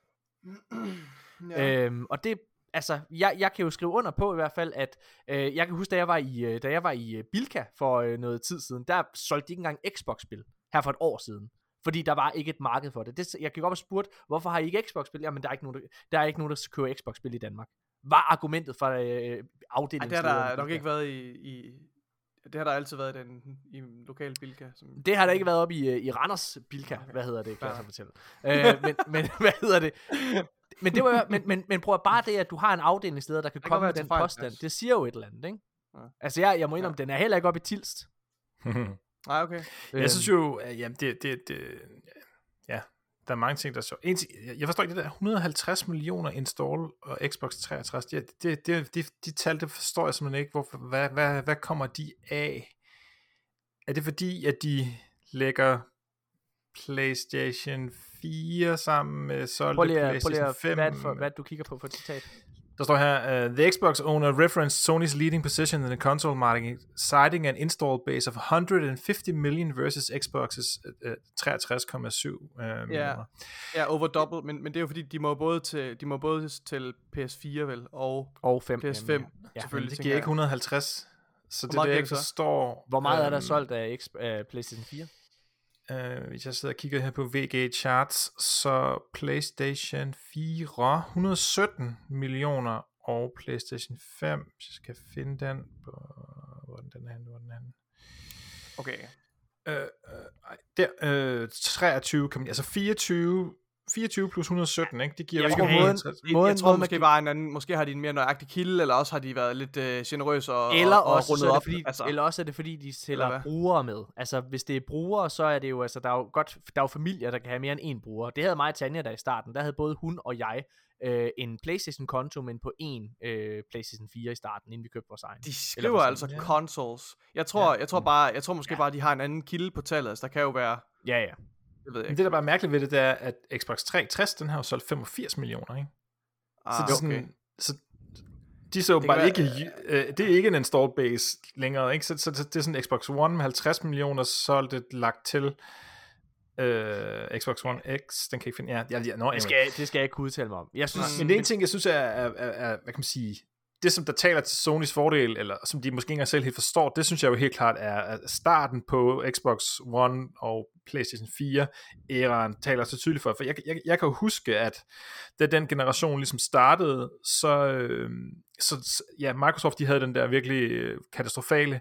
Og det altså, jeg kan jo skrive under på i hvert fald, at jeg kan huske, da jeg var i Bilka for noget tid siden, der solgte de ikke engang Xbox-spil her for et år siden. Fordi der var ikke et marked for det. Jeg gik op og spurgte, hvorfor har I ikke Xbox-spil? Jamen, der er ikke nogen, der køber Xbox-spil i Danmark. Var argumentet for afdelingen? Det har der nok ikke været i det har der altid været i en lokal Bilka. Det har der ikke været op i Randers Bilka. Okay. Hvad hedder det, kan jeg så fortælle. Men hvad hedder det? Men det var men prøv bare det, at du har en afdelingsleder, der kan komme med den påstand. Det siger jo et eller andet, ikke? Ja. Altså jeg må indrømme, den er heller ikke op i Tilst. Nej, okay. Jeg synes jo, jamen ja, der er mange ting, der er så. Jeg forstår ikke det der 150 millioner install og Xbox 63. De tal, det forstår jeg simpelthen ikke. Hvad kommer de af? Er det fordi, at de lægger PlayStation 4 sammen med solgte PlayStation 5? Hvad du kigger på for et citat? Der står her, the Xbox owner referenced Sony's leading position in the console market, citing an installed base of 150 million versus Xbox's 63,7 millioner. Ja, over double, men det er jo fordi, de må både til PS4 vel, og 5. PS5, ja. selvfølgelig. Det giver ikke 150, så det er det, jeg ikke forstår. Hvor meget er der solgt af PlayStation 4? Hvis jeg sidder og kigger her på VG Charts, så PlayStation 4 117 millioner og PlayStation 5, hvis jeg skal finde den på, hvor den er henne. Okay. Der 23 kan man, altså 24 plus 117, ikke? Det giver jo ikke jeg tror måske bare en anden, måske har de en mere nøjagtig kilde, eller også har de været lidt generøse og rundet op. Eller også er det fordi, de tæller brugere med. Altså, hvis det er brugere, så er det jo, altså, der er jo familier, der kan have mere end en bruger. Det havde mig og Tanja der i starten. Der havde både hun og jeg en PlayStation-konto, men på en PlayStation 4 i starten, inden vi købte vores egen. De skriver altså consoles. Jeg tror måske bare, de har en anden kilde på tallet. Altså, der kan jo være... Ja. Det ved jeg Men ikke. det, der bare er mærkeligt ved det, det er, at Xbox 360, den har jo solgt 85 millioner, ikke? Så det er sådan, så de så bare ikke, det er ikke en installed base længere, ikke? Så det er sådan Xbox One med 50 millioner solgt lagt til Xbox One X, den kan ikke finde, Det skal jeg ikke kunne udtale mig om. Jeg synes, men det ene ting, jeg synes er, hvad kan man sige, det som der taler til Sonys fordel, eller som de måske ikke engang selv helt forstår, det synes jeg jo helt klart er starten på Xbox One og PlayStation 4-æraen taler så tydeligt for jeg kan jo huske, at da den generation ligesom startede, så Microsoft, de havde den der virkelig katastrofale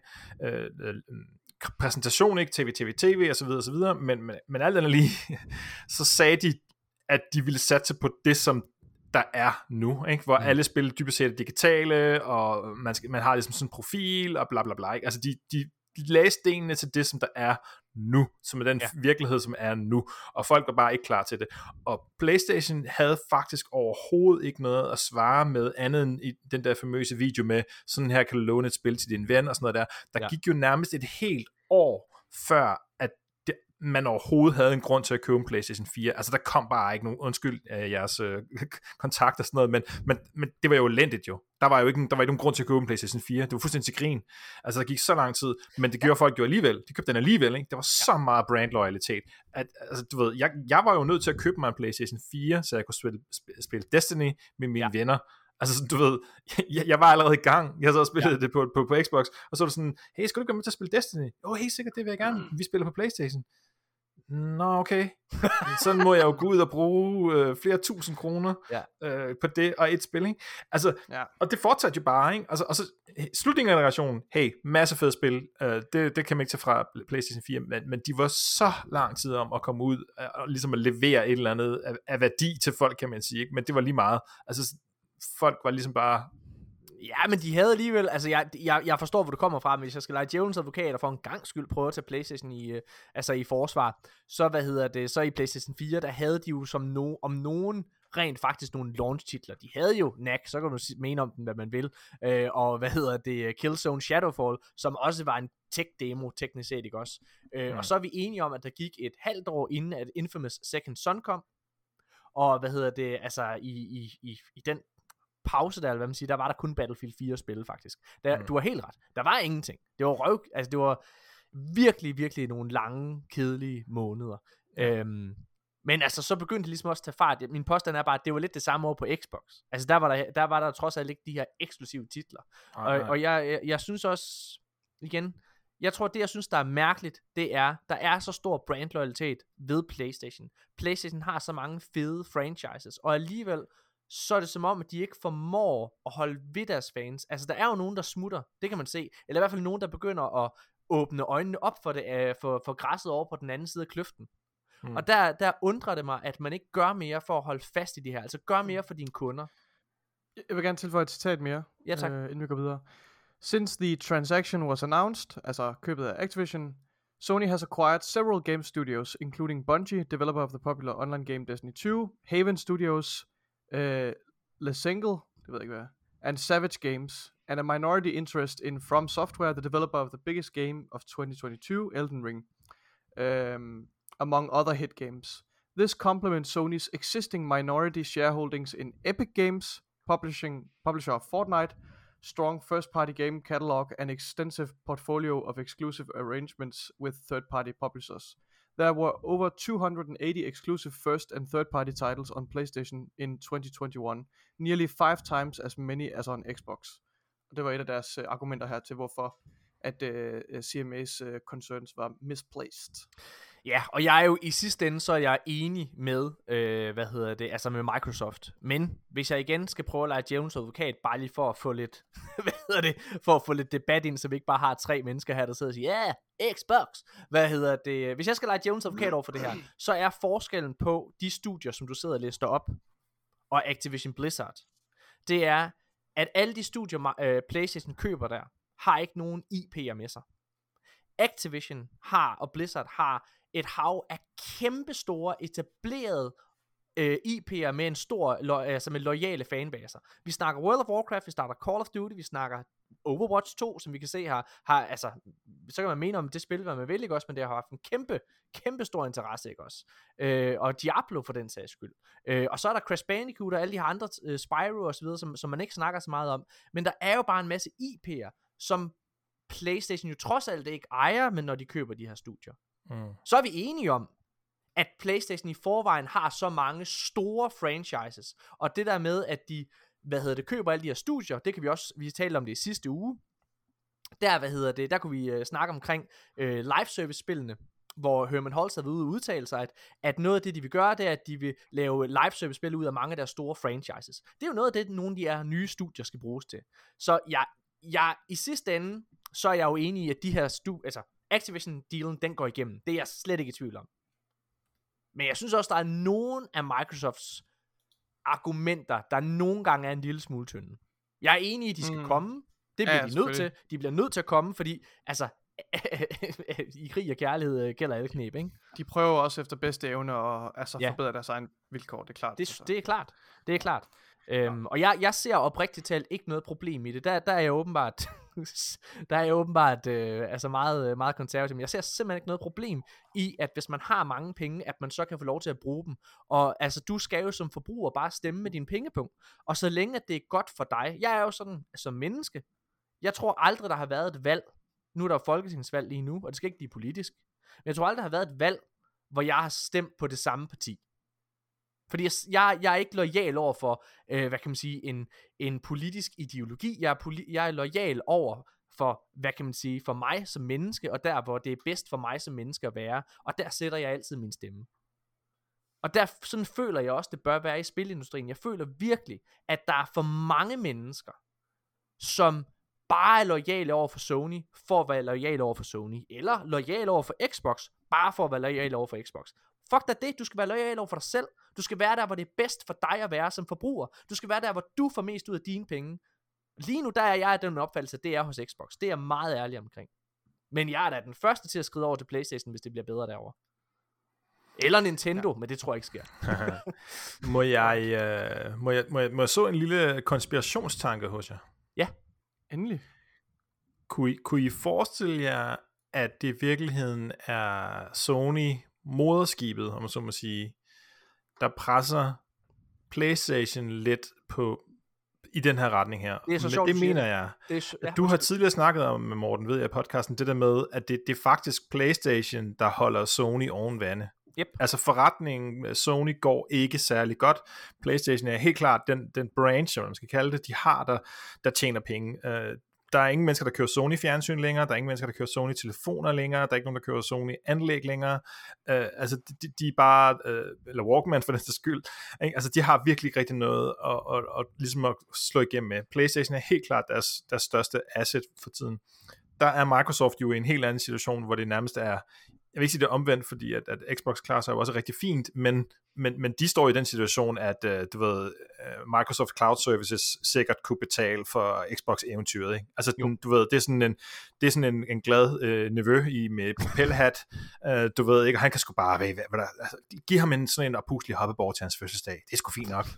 præsentation, ikke? TV og så videre, men alt andet lige, så sagde de, at de ville satse på det, som der er nu, ikke? Hvor alle spil dybest set er digitale, og man har ligesom sådan en profil, og bla bla bla, ikke? Altså de lagde stenene til det, som der er nu, som er den virkelighed, som er nu, og folk var bare ikke klar til det. Og PlayStation havde faktisk overhovedet ikke noget at svare med, andet end i den der famøse video med, sådan her kan du låne et spil til din ven, og sådan noget der. Der gik jo nærmest et helt år, før at man overhovedet havde en grund til at købe en PlayStation 4. Altså der kom bare ikke nogen, undskyld jeres kontakt og sådan noget, men det var jo elendigt jo. Der var jo ikke nogen grund til at købe en PlayStation 4. Det var fuldstændig til grin. Altså der gik så lang tid, men det gjorde folk jo alligevel. De købte den alligevel, ikke? Det var så meget brandloyalitet. Altså du ved, jeg var jo nødt til at købe mig en PlayStation 4, så jeg kunne spille Destiny med mine venner. Altså du ved, jeg var allerede i gang. Jeg så og spillede det på Xbox, og så var det sådan, hey, skal du komme med til at spille Destiny? Helt sikkert, det vil jeg gerne. Vi spiller på PlayStation. Nå, okay. Sådan må jeg jo gå ud og bruge flere tusind kroner på det og et spil, ikke? Altså, og det fortsatte jo bare, ikke? Altså, og så slutningen af generationen, hey, masse fede spil, det kan man ikke tage fra PlayStation 4, men de var så lang tid om at komme ud og ligesom at levere et eller andet af værdi til folk, kan man sige, ikke? Men det var lige meget. Altså, folk var ligesom bare... Ja, men de havde alligevel, altså jeg forstår, hvor du kommer fra, men hvis jeg skal lege djævelens advokat og for en gang skyld prøve at tage PlayStation i forsvar, så så i PlayStation 4, der havde de jo om nogen rent faktisk nogle launch-titler. De havde jo NAC, så kan du mene om den, hvad man vil, og Killzone Shadowfall, som også var en tech-demo, teknisk set, ikke også? Og så er vi enige om, at der gik et halvt år inden, at Infamous Second Son kom, og altså i den pause der, eller hvad man siger, der var der kun Battlefield 4 spil faktisk. Du har helt ret. Der var ingenting. Det var altså det var virkelig, virkelig nogle lange, kedelige måneder. Men altså, så begyndte det ligesom også at tage fart. Min påstand er bare, at det var lidt det samme år på Xbox. Altså, der var der trods alt ikke de her eksklusive titler. Og jeg synes også, igen, jeg tror, det jeg synes, der er mærkeligt, det er, der er så stor brandloyalitet ved PlayStation. PlayStation har så mange fede franchises, og alligevel så er det som om, at de ikke formår at holde ved deres fans. Altså, der er jo nogen, der smutter, det kan man se. Eller i hvert fald nogen, der begynder at åbne øjnene op for, for græsset over på den anden side af kløften. Og der undrer det mig, at man ikke gør mere for at holde fast i det her. Altså, gør mere for dine kunder. Jeg vil gerne tilføje et citat mere, inden vi går videre. Since the transaction was announced, altså købet af Activision, Sony has acquired several game studios, including Bungie, developer of the popular online game Destiny 2, Haven Studios, Le Single, det ved jeg ikke hvad, and Savage Games, and a minority interest in From Software, the developer of the biggest game of 2022, Elden Ring, among other hit games. This complements Sony's existing minority shareholdings in Epic Games, publisher of Fortnite, strong first-party game catalog, and extensive portfolio of exclusive arrangements with third-party publishers. There were over 280 exclusive first and third-party titles on PlayStation in 2021, nearly 5 times as many as on Xbox. Det var et af deres argumenter her til, hvorfor at CMA's concerns var misplaced. Ja, og jeg er jo i sidste ende, så er jeg enig med, altså med Microsoft. Men hvis jeg igen skal prøve at lege djævelens advokat, bare lige for at få lidt, for at få lidt debat ind, så vi ikke bare har 3 mennesker her, der sidder og siger, Xbox. Hvis jeg skal lege djævelens advokat over for det her, så er forskellen på de studier, som du sidder og lister op, og Activision Blizzard, det er, at alle de studier, PlayStation køber der, har ikke nogen IP'er med sig. Activision har, og Blizzard har, et hav af kæmpestore etablerede IP'er med en stor, altså med loyale fanbaser. Vi snakker World of Warcraft, vi snakker Call of Duty, vi snakker Overwatch 2, som vi kan se har altså så kan man mene om det spil, hvad man vil, ikke også, men det har haft en kæmpe stor interesse, ikke også, og Diablo for den sags skyld, og så er der Crash Bandicoot og alle de her andre Spyro og så videre, som man ikke snakker så meget om, men der er jo bare en masse IP'er, som PlayStation jo trods alt ikke ejer, men når de køber de her studier, så er vi enige om, at PlayStation i forvejen har så mange store franchises, og det der med, at de, køber alle de her studier, det kan vi talte om det i sidste uge, der kunne vi snakke omkring live service spillene, hvor Herman Holtz havde været ude og udtale sig, at noget af det, de vil gøre, det er, at de vil lave live service spil ud af mange af deres store franchises. Det er jo noget af det, nogle af de her nye studier skal bruges til. Så jeg i sidste ende, så er jeg jo enig i, at de her Activision-dealen, den går igennem. Det er jeg slet ikke i tvivl om. Men jeg synes også, der er nogen af Microsofts argumenter, der nogle gange er en lille smule tynde. Jeg er enig i, at de skal komme. Det bliver de nødt til. De bliver nødt til at komme, fordi i krig og kærlighed gælder alle knep, ikke? De prøver også efter bedste evne at forbedre deres egen vilkår, det er klart. Det er klart. Og jeg ser oprigtigt talt ikke noget problem i det. Der er jeg åbenbart meget, meget konservativ. Men jeg ser simpelthen ikke noget problem i, at hvis man har mange penge, at man så kan få lov til at bruge dem. Og du skal jo som forbruger bare stemme med din pengepunkt. Og så længe at det er godt for dig. Jeg er jo sådan som menneske. Jeg tror aldrig, der har været et valg. Nu er der jo folketingsvalg lige nu, og det skal ikke blive politisk. Men jeg tror aldrig, der har været et valg, hvor jeg har stemt på det samme parti. Fordi jeg er ikke loyal over for, en politisk ideologi. Jeg er loyal over for, for mig som menneske, og der, hvor det er bedst for mig som menneske at være. Og der sætter jeg altid min stemme. Og sådan føler jeg også, det bør være i spilindustrien. Jeg føler virkelig, at der er for mange mennesker, som bare er loyale over for Sony, for at være loyale over for Sony, eller loyale over for Xbox, bare for at være loyale over for Xbox. Fuck da det, du skal være loyal over for dig selv. Du skal være der, hvor det er bedst for dig at være som forbruger. Du skal være der, hvor du får mest ud af dine penge. Lige nu, der er jeg af den opfattelse, det er hos Xbox. Det er jeg meget ærlig omkring. Men jeg er da den første til at skride over til PlayStation, hvis det bliver bedre derovre. Eller Nintendo, men det tror jeg ikke sker. Må jeg så en lille konspirationstanke hos jer? Ja, endelig. Kunne I forestille jer, at det i virkeligheden er Sony moderskibet, om man så må sige, der presser PlayStation lidt i den her retning her? Det er så sjovt, det mener jeg. Du har tidligere snakket om, med Morten, ved jeg, i podcasten, det der med, at det er faktisk PlayStation, der holder Sony oven vande. Yep. Altså forretningen Sony går ikke særlig godt. PlayStation er helt klart den branch, som man skal kalde det, de har der tjener penge. Der er ingen mennesker, der kører Sony fjernsyn længere, der er ingen mennesker, der kører Sony telefoner længere, der er ikke nogen, der kører Sony anlæg længere, altså de er bare, eller Walkman for den skyld, ikke? Altså de har virkelig ikke rigtig noget at ligesom at slå igennem med. PlayStation er helt klart deres største asset for tiden. Der er Microsoft jo i en helt anden situation, hvor det nærmest er, jeg vil ikke sige det omvendt, fordi at Xbox klarer sig jo også rigtig fint, men de står i den situation, at Microsoft Cloud Services sikkert kunne betale for Xbox-eventyret, ikke? Altså, du ved, det er sådan en glad nevø med propelhat, du ved ikke, og han kan sgu bare give ham sådan en opuslig hoppebord til hans fødselsdag, det er sgu fint nok.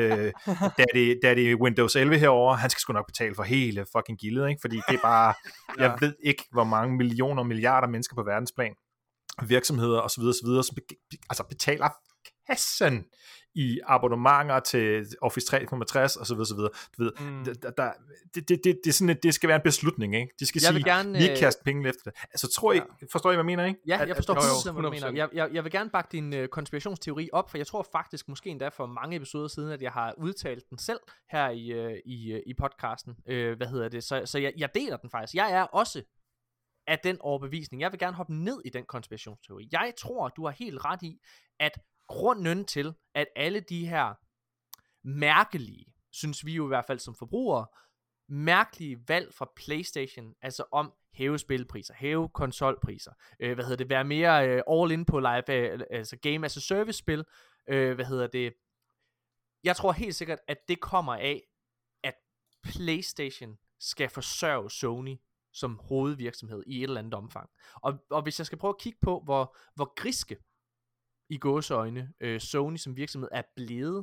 Da det er Windows 11 herovre, han skal sgu nok betale for hele fucking gildet, ikke? Fordi det er bare, jeg ved ikke, hvor mange millioner og milliarder mennesker på verdensplan, virksomheder osv., som betaler kassen i abonnementer til Office 365 osv. Du ved, det er sådan, det skal være en beslutning, ikke? De skal vi ikke kaste penge efter det. Altså, forstår I, hvad jeg mener, ikke? Ja, jeg forstår hvad du mener. Jeg vil gerne bakke din konspirationsteori op, for jeg tror faktisk måske endda for mange episoder siden, at jeg har udtalt den selv her i podcasten. Så jeg deler den faktisk. Jeg er også af den overbevisning. Jeg vil gerne hoppe ned i den konspirationsteori. Jeg tror, du har helt ret i, at grunden til, at alle de her mærkelige, synes vi jo i hvert fald som forbrugere, mærkelige valg fra PlayStation, altså om hæve spilpriser, hæve konsolpriser, være mere all in på live, altså game as a service spil, jeg tror helt sikkert, at det kommer af, at PlayStation skal forsørge Sony som hovedvirksomhed i et eller andet omfang. Og hvis jeg skal prøve at kigge på, hvor griske i gåseøjne Sony som virksomhed er blevet,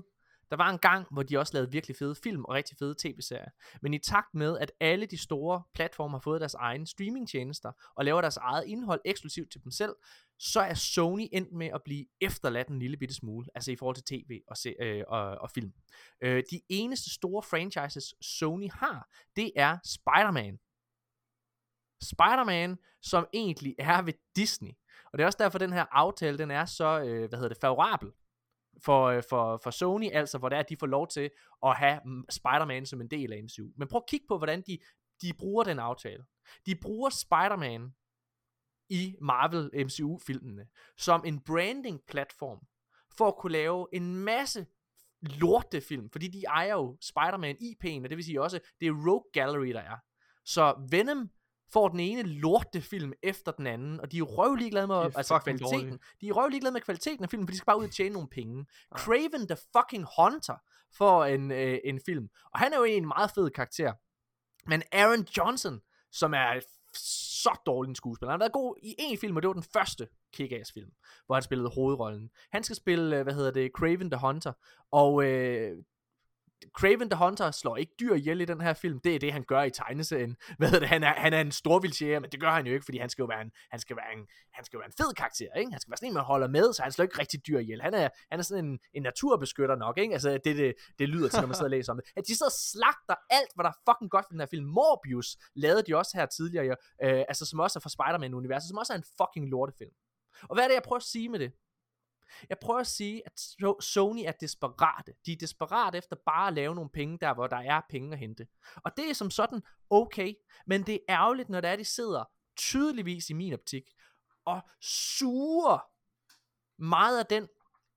Der var en gang, hvor de også lavede virkelig fede film og rigtig fede tv-serier. Men i takt med, at alle de store platforme har fået deres egne streamingtjenester og laver deres eget indhold eksklusivt til dem selv, så er Sony endt med at blive efterladt en lille bitte smule, altså i forhold til tv og film. De eneste store franchises, Sony har, det er Spider-Man. Spider-Man, som egentlig er ved Disney. Og det er også derfor, den her aftale, den er så, favorabel for Sony, altså hvor det er, at de får lov til at have Spider-Man som en del af MCU. Men prøv at kigge på, hvordan de bruger den aftale. De bruger Spider-Man i Marvel MCU-filmene som en branding-platform for at kunne lave en masse lortefilm, fordi de ejer jo Spider-Man IP'en, og det vil sige også, det er Rogue Gallery, der er. Så Venom får den ene lortefilm efter den anden, og de er røvlig glade med kvaliteten. De er røvlig glade med kvaliteten af filmen, for de skal bare ud og tjene nogle penge. Ja. Kraven the fucking Hunter får en film, og han er jo en meget fed karakter. Men Aaron Johnson, som er så dårlig en skuespiller. Han har været god i en film, og det var den første Kick-Ass film, hvor han spillede hovedrollen. Han skal spille, Kraven the Hunter, og Kraven the Hunter slår ikke dyr ihjel i den her film. Det er det, han gør i tegneserien. Han er en storvildtjæger, men det gør han jo ikke, fordi han skal jo være en fed karakter, ikke? Han skal være sådan en, man holder med, så han slår ikke rigtig dyr ihjel. Han er sådan en naturbeskytter nok, ikke? Altså, det lyder til, når man sidder og læser om det. At de sidder og slagter alt, hvad der er fucking godt for den her film. Morbius lavede de også her tidligere, som også er fra Spider-Man-universet, som også er en fucking lortefilm. Og hvad er det, jeg prøver at sige med det? Jeg prøver at sige, at Sony er desperate. De er desperate efter bare at lave nogle penge der, hvor der er penge at hente. Og det er som sådan okay, men det er ærgerligt, når de sidder tydeligvis i min optik og suger meget af den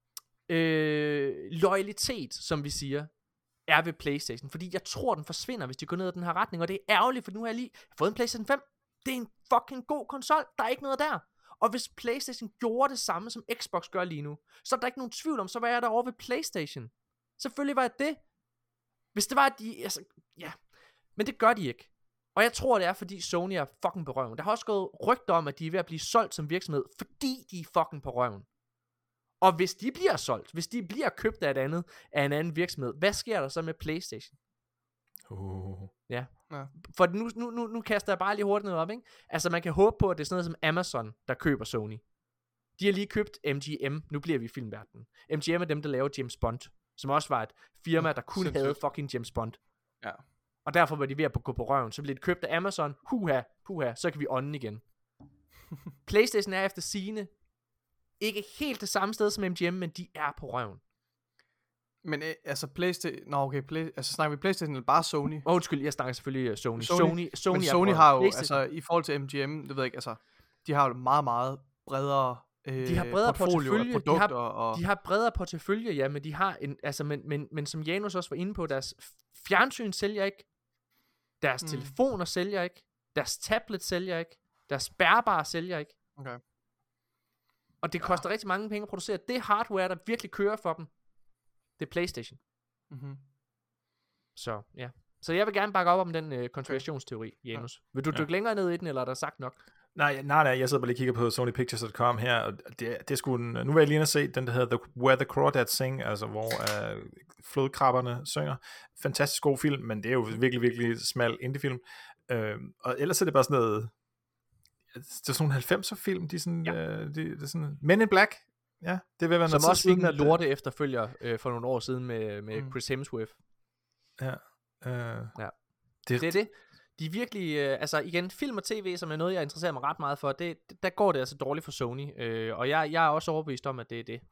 loyalitet, som vi siger, er ved PlayStation. Fordi jeg tror, den forsvinder, hvis de går ned ad den her retning. Og det er ærgerligt, for nu har jeg lige fået en PlayStation 5. Det er en fucking god konsol. Der er ikke noget der. Og hvis PlayStation gjorde det samme, som Xbox gør lige nu, så er der ikke nogen tvivl om, så var jeg derovre ved PlayStation. Selvfølgelig var jeg det. Hvis det var, at de... Altså, ja. Men det gør de ikke. Og jeg tror, det er, fordi Sony er fucking på røven. Der har også gået rygter om, at de er ved at blive solgt som virksomhed, fordi de er fucking på røven. Og hvis de bliver solgt, hvis de bliver købt af en anden virksomhed, hvad sker der så med PlayStation? Ja. For nu kaster jeg bare lige hurtigt noget op, ikke? Altså man kan håbe på, at det er sådan noget som Amazon, der køber Sony. De har lige købt MGM. Nu bliver vi i filmverdenen. MGM er dem, der laver James Bond, som også var et firma, der kun havde fucking James Bond. Ja. Og derfor var de ved at gå på røven. Så blev det købt af Amazon. Puha, så kan vi ånden igen. PlayStation er efter sigende ikke helt det samme sted som MGM, men de er på røven. Men altså PlayStation, snakker vi PlayStation eller bare Sony? Undskyld, jeg snakker selvfølgelig Sony. Sony har jo, altså i forhold til MGM, det ved jeg ikke, altså, de har jo meget, meget bredere de har bredere portefølje, produkter, de har bredere portefølje, ja, men de har men som Janus også var inde på, deres fjernsyn sælger ikke, deres telefoner sælger ikke, deres tablet sælger ikke, deres bærbare sælger ikke. Okay. Og det koster rigtig mange penge at producere. Det hardware, der virkelig kører for dem, det er PlayStation. Mm-hmm. Så ja. Så jeg vil gerne bakke op om den konspirationsteori, Janus. Vil du dykke længere ned i den, eller er der sagt nok? Nej, jeg sidder bare lige og kigger på SonyPictures.com her, og det er sgu nu vil jeg lige have set den, der hedder Where the Crawdads Sing, altså hvor flodkrabberne synger. Fantastisk god film, men det er jo virkelig, virkelig smal indie-film. Og ellers er det bare sådan noget, det er sådan nogle 90'er film, de er sådan, det er sådan Men in Black. Ja, det vil være som også fik en lorte efterfølger for nogle år siden med Chris Hemsworth. Ja. Det er det. De virkelig, altså igen, film og tv, som er noget, jeg interesserer mig ret meget for, der går det altså dårligt for Sony. Og jeg er også overbevist om, at det er det.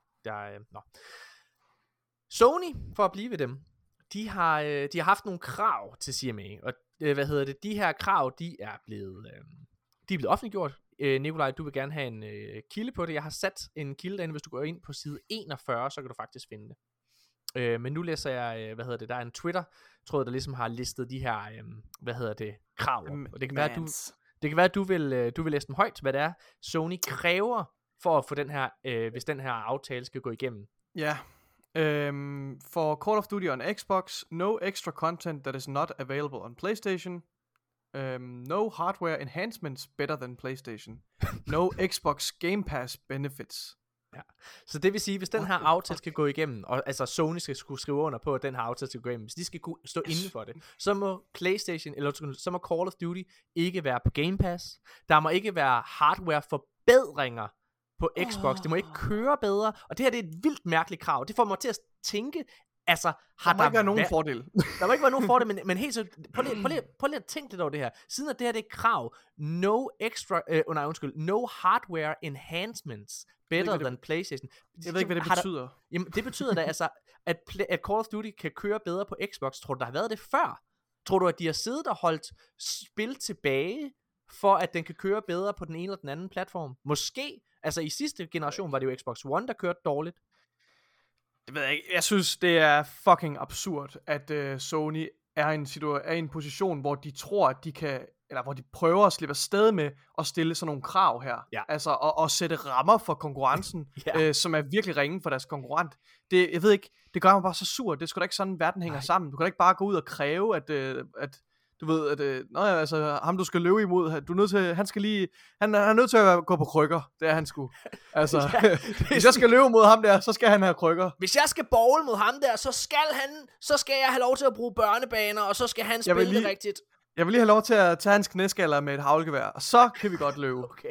Sony, for at blive ved dem, de har haft nogle krav til CMA. Og de her krav, de er blevet offentliggjort. Nikolaj, du vil gerne have en kilde på det. Jeg har sat en kilde derinde, hvis du går ind på side 41, så kan du faktisk finde det. Men nu læser jeg, der er en Twitter-tråd, der ligesom har listet de her, krav. Og det kan være, at du vil læse dem højt, hvad det er, Sony kræver for at få den her, hvis den her aftale skal gå igennem. Ja. For Call of Duty on Xbox, no extra content that is not available on PlayStation. No hardware enhancements better than PlayStation. No Xbox Game Pass benefits Ja. Så det vil sige, hvis den her aftale skal gå igennem, og altså Sony skal skulle skrive under på, at den her aftale skal gå igennem, hvis de skal kunne stå inden for det, så må PlayStation, eller så må Call of Duty ikke være på Game Pass. Der må ikke være hardware-forbedringer på Xbox. Det må ikke køre bedre. Og det her, det er et vildt mærkeligt krav. Det får mig til at tænke, altså, har der må ikke være nogen fordel. Der må ikke være nogen fordel, men helt så, prøv lige at tænke lidt over det her. Siden at det her, det er et krav, no hardware enhancements better than PlayStation. Jeg ved ikke, hvad det betyder. Jamen, det betyder da altså, at Call of Duty kan køre bedre på Xbox. Tror du, der har været det før? Tror du, at de har siddet og holdt spil tilbage, for at den kan køre bedre på den ene eller den anden platform? Måske. Altså, i sidste generation var det jo Xbox One, der kørte dårligt. Det ved jeg ikke. Jeg synes, det er fucking absurd, at Sony er i en position, hvor de tror, at de kan, eller hvor de prøver at slippe afsted med at stille sådan nogle krav her. Ja. Altså, og sætte rammer for konkurrencen, som er virkelig ringe for deres konkurrent. Jeg ved ikke, det gør mig bare så sur. Det er sgu da ikke sådan, verden hænger sammen. Du kan da ikke bare gå ud og kræve, at du ved, at altså, ham du skal løbe imod, du er nødt til, han er nødt til at gå på krykker. Det er han sgu. Altså, hvis jeg skal løbe mod ham der, så skal han have krykker. Hvis jeg skal bowle mod ham der, så skal jeg have lov til at bruge børnebaner, og så skal han spille det rigtigt. Jeg vil lige have lov til at tage hans knæskaller med et haglgevær, og så kan vi godt løbe. Okay.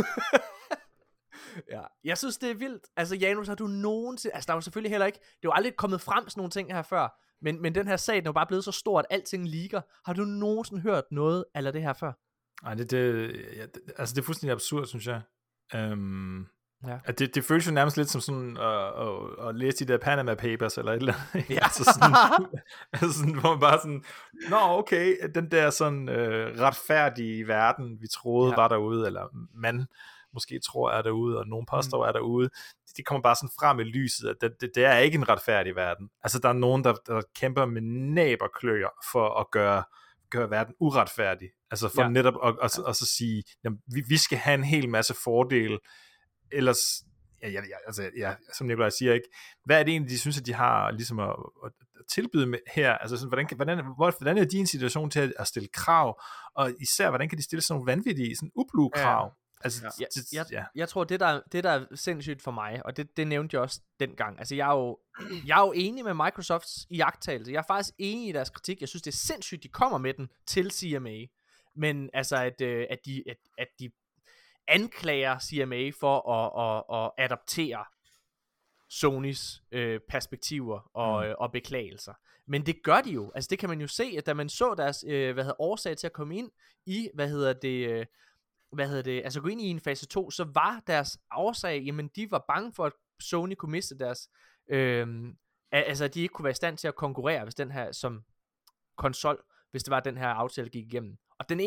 Ja, jeg synes det er vildt. Altså Janus, har du nogensinde, altså der er jo selvfølgelig heller ikke, det er jo aldrig kommet frem sådan nogle ting her før, men den her sag, den er jo bare blevet så stor, at alting leaker. Har du nogensinde hørt noget eller det her før? Nej, altså det er fuldstændig absurd, synes jeg. At det føles jo nærmest lidt som sådan at læse de der Panama Papers eller et eller andet. Ja. altså sådan, hvor man bare sådan, nå okay, den der sådan retfærdige verden, vi troede var derude, eller man måske tror er derude, og nogen påstår er derude, de kommer bare sådan frem i lyset, at det er ikke en retfærdig verden. Altså der er nogen, der kæmper med næb og kløer for at gøre verden uretfærdig. Altså for netop at så sige, jamen, vi skal have en hel masse fordele, ellers, som Nikolaj siger, ikke, hvad er det egentlig, de synes, at de har ligesom at tilbyde med her? Altså sådan, hvordan er de i en situation til at stille krav, og især, hvordan kan de stille sådan nogle vanvittige, sådan ublu krav? Altså, jeg tror, det der er sindssygt for mig, og det nævnte jeg også dengang. Altså, jeg er jo enig med Microsofts iagttagelse. Jeg er faktisk enig i deres kritik. Jeg synes, det er sindssygt, de kommer med den til CMA. Men altså, at de anklager CMA for at adaptere Sonys perspektiver og beklagelser. Men det gør de jo. Altså, det kan man jo se, at da man så deres årsag til at komme ind i, altså gå ind i en fase 2, så var deres årsag, jamen de var bange for, at Sony kunne miste deres, altså at de ikke kunne være i stand til at konkurrere, hvis den her, som konsol, hvis det var, den her aftale gik igennem. Og den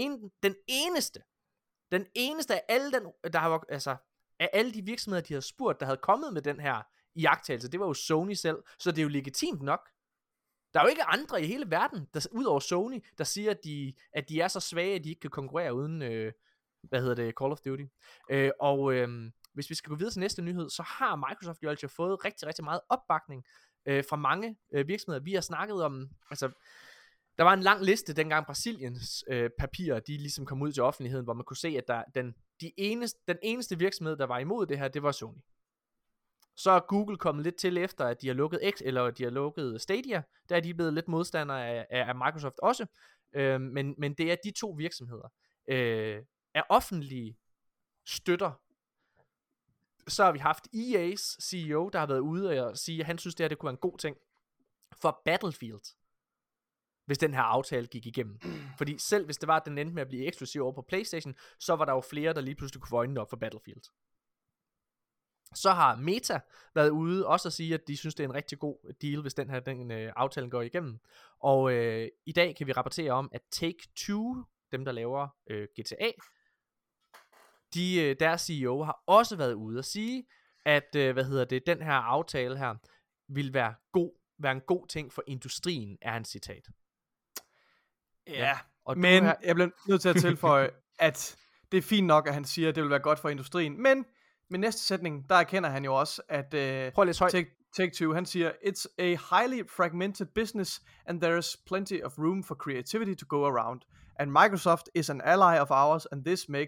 eneste af alle af alle de virksomheder, de havde spurgt, der havde kommet med den her iagttagelse, det var jo Sony selv, så det er jo legitimt nok. Der er jo ikke andre i hele verden, ud over Sony, der siger, at de er så svage, at de ikke kan konkurrere uden Call of Duty. Hvis vi skal gå videre til næste nyhed, så har Microsoft jo altså fået rigtig, rigtig meget opbakning fra mange virksomheder. Vi har snakket om, altså, der var en lang liste, dengang Brasiliens papirer, de ligesom kom ud til offentligheden, hvor man kunne se, at den eneste virksomhed, der var imod det her, det var Sony. Så er Google kommet lidt til efter, at de har lukket Stadia. Der er de blevet lidt modstandere af Microsoft også. Men det er de to virksomheder. Af offentlige støtter. Så har vi haft EA's CEO, der har været ude og sige, at han synes, det kunne være en god ting for Battlefield, hvis den her aftale gik igennem. Fordi selv hvis det var, at den endte med at blive eksklusiv over på PlayStation, så var der jo flere, der lige pludselig kunne få øjnene op for Battlefield. Så har Meta været ude også at sige, at de synes, det er en rigtig god deal, hvis den aftale går igennem. Og i dag kan vi rapportere om, at Take-Two, dem der laver GTA, deres CEO har også været ude at sige, at den her aftale her vil være en god ting for industrien, er hans citat. Ja, og men jeg bliver nødt til at tilføje, at det er fint nok, at han siger, at det vil være godt for industrien, men med næste sætning, der erkender han jo også, at Take-Two, han siger, it's a highly fragmented business, and there is plenty of room for creativity to go around. And Microsoft is an ally of ours, and this makes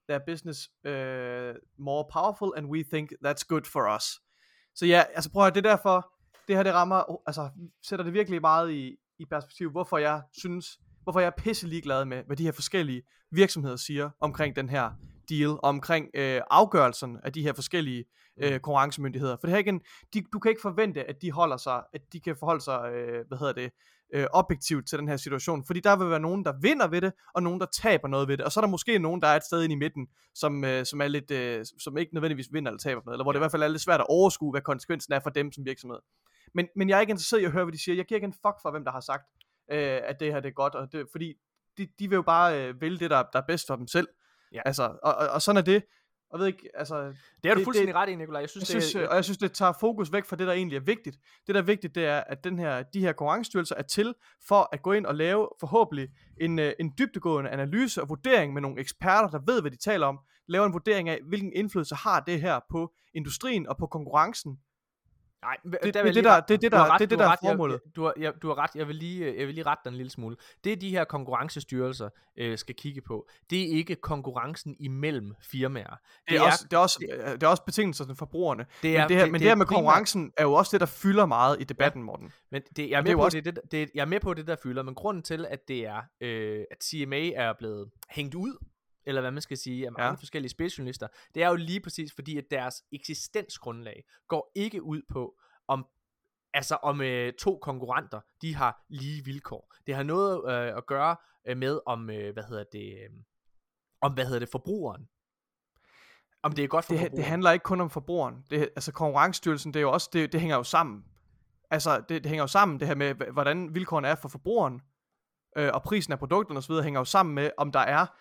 their business more powerful, and we think that's good for us. Så ja, altså prøv at det er derfor, det her det rammer, altså sætter det virkelig meget i perspektiv, hvorfor jeg er pisse ligeglad med, hvad de her forskellige virksomheder siger omkring den her deal, omkring afgørelsen af de her forskellige konkurrencemyndigheder. For det her igen, du kan ikke forvente, at de kan forholde sig, objektivt til den her situation, fordi der vil være nogen, der vinder ved det, og nogen, der taber noget ved det, og så er der måske nogen, der er et sted inde i midten, som er lidt, som ikke nødvendigvis vinder eller taber noget, eller hvor det i hvert fald er lidt svært at overskue, hvad konsekvensen er for dem som virksomhed. Men jeg er ikke interesseret i at høre, hvad de siger. Jeg giver ikke en fuck for, hvem der har sagt, at det her det er godt, og det, fordi de vil jo bare vælge det, der er bedst for dem selv. Ja. Altså, og sådan er det. Og ved ikke, altså, det er du fuldstændig ret i, Nikolaj. Jeg synes, det tager fokus væk fra det, der egentlig er vigtigt. Det, der er vigtigt, det er, at de her konkurrencestyrelser er til for at gå ind og lave forhåbentlig en dybdegående analyse og vurdering med nogle eksperter, der ved, hvad de taler om. Lave en vurdering af, hvilken indflydelse har det her på industrien og på konkurrencen. Nej, det er det, der er formålet. Du har ret. Jeg vil lige rette dig en lille smule. Det de her konkurrencestyrelser skal kigge på, det er ikke konkurrencen imellem firmaer. Det er også betingelser for forbrugerne. Men det her med konkurrencen er jo også det, der fylder meget i debatten, Morten. Men jeg er med på det, der fylder, men grunden til, at det er, at CMA er blevet hængt ud, eller hvad man skal sige, af mange forskellige spiljournalister, det er jo lige præcis fordi, at deres eksistensgrundlag går ikke ud på, om to konkurrenter, de har lige vilkår. Det har noget at gøre med, om forbrugeren. Om det er godt for forbrugeren. Det handler ikke kun om forbrugeren. Konkurrencestyrelsen, det er jo også, det hænger jo sammen. Altså, det hænger jo sammen, det her med, hvordan vilkårene er for forbrugeren, og prisen af produkterne osv. hænger jo sammen med, om der er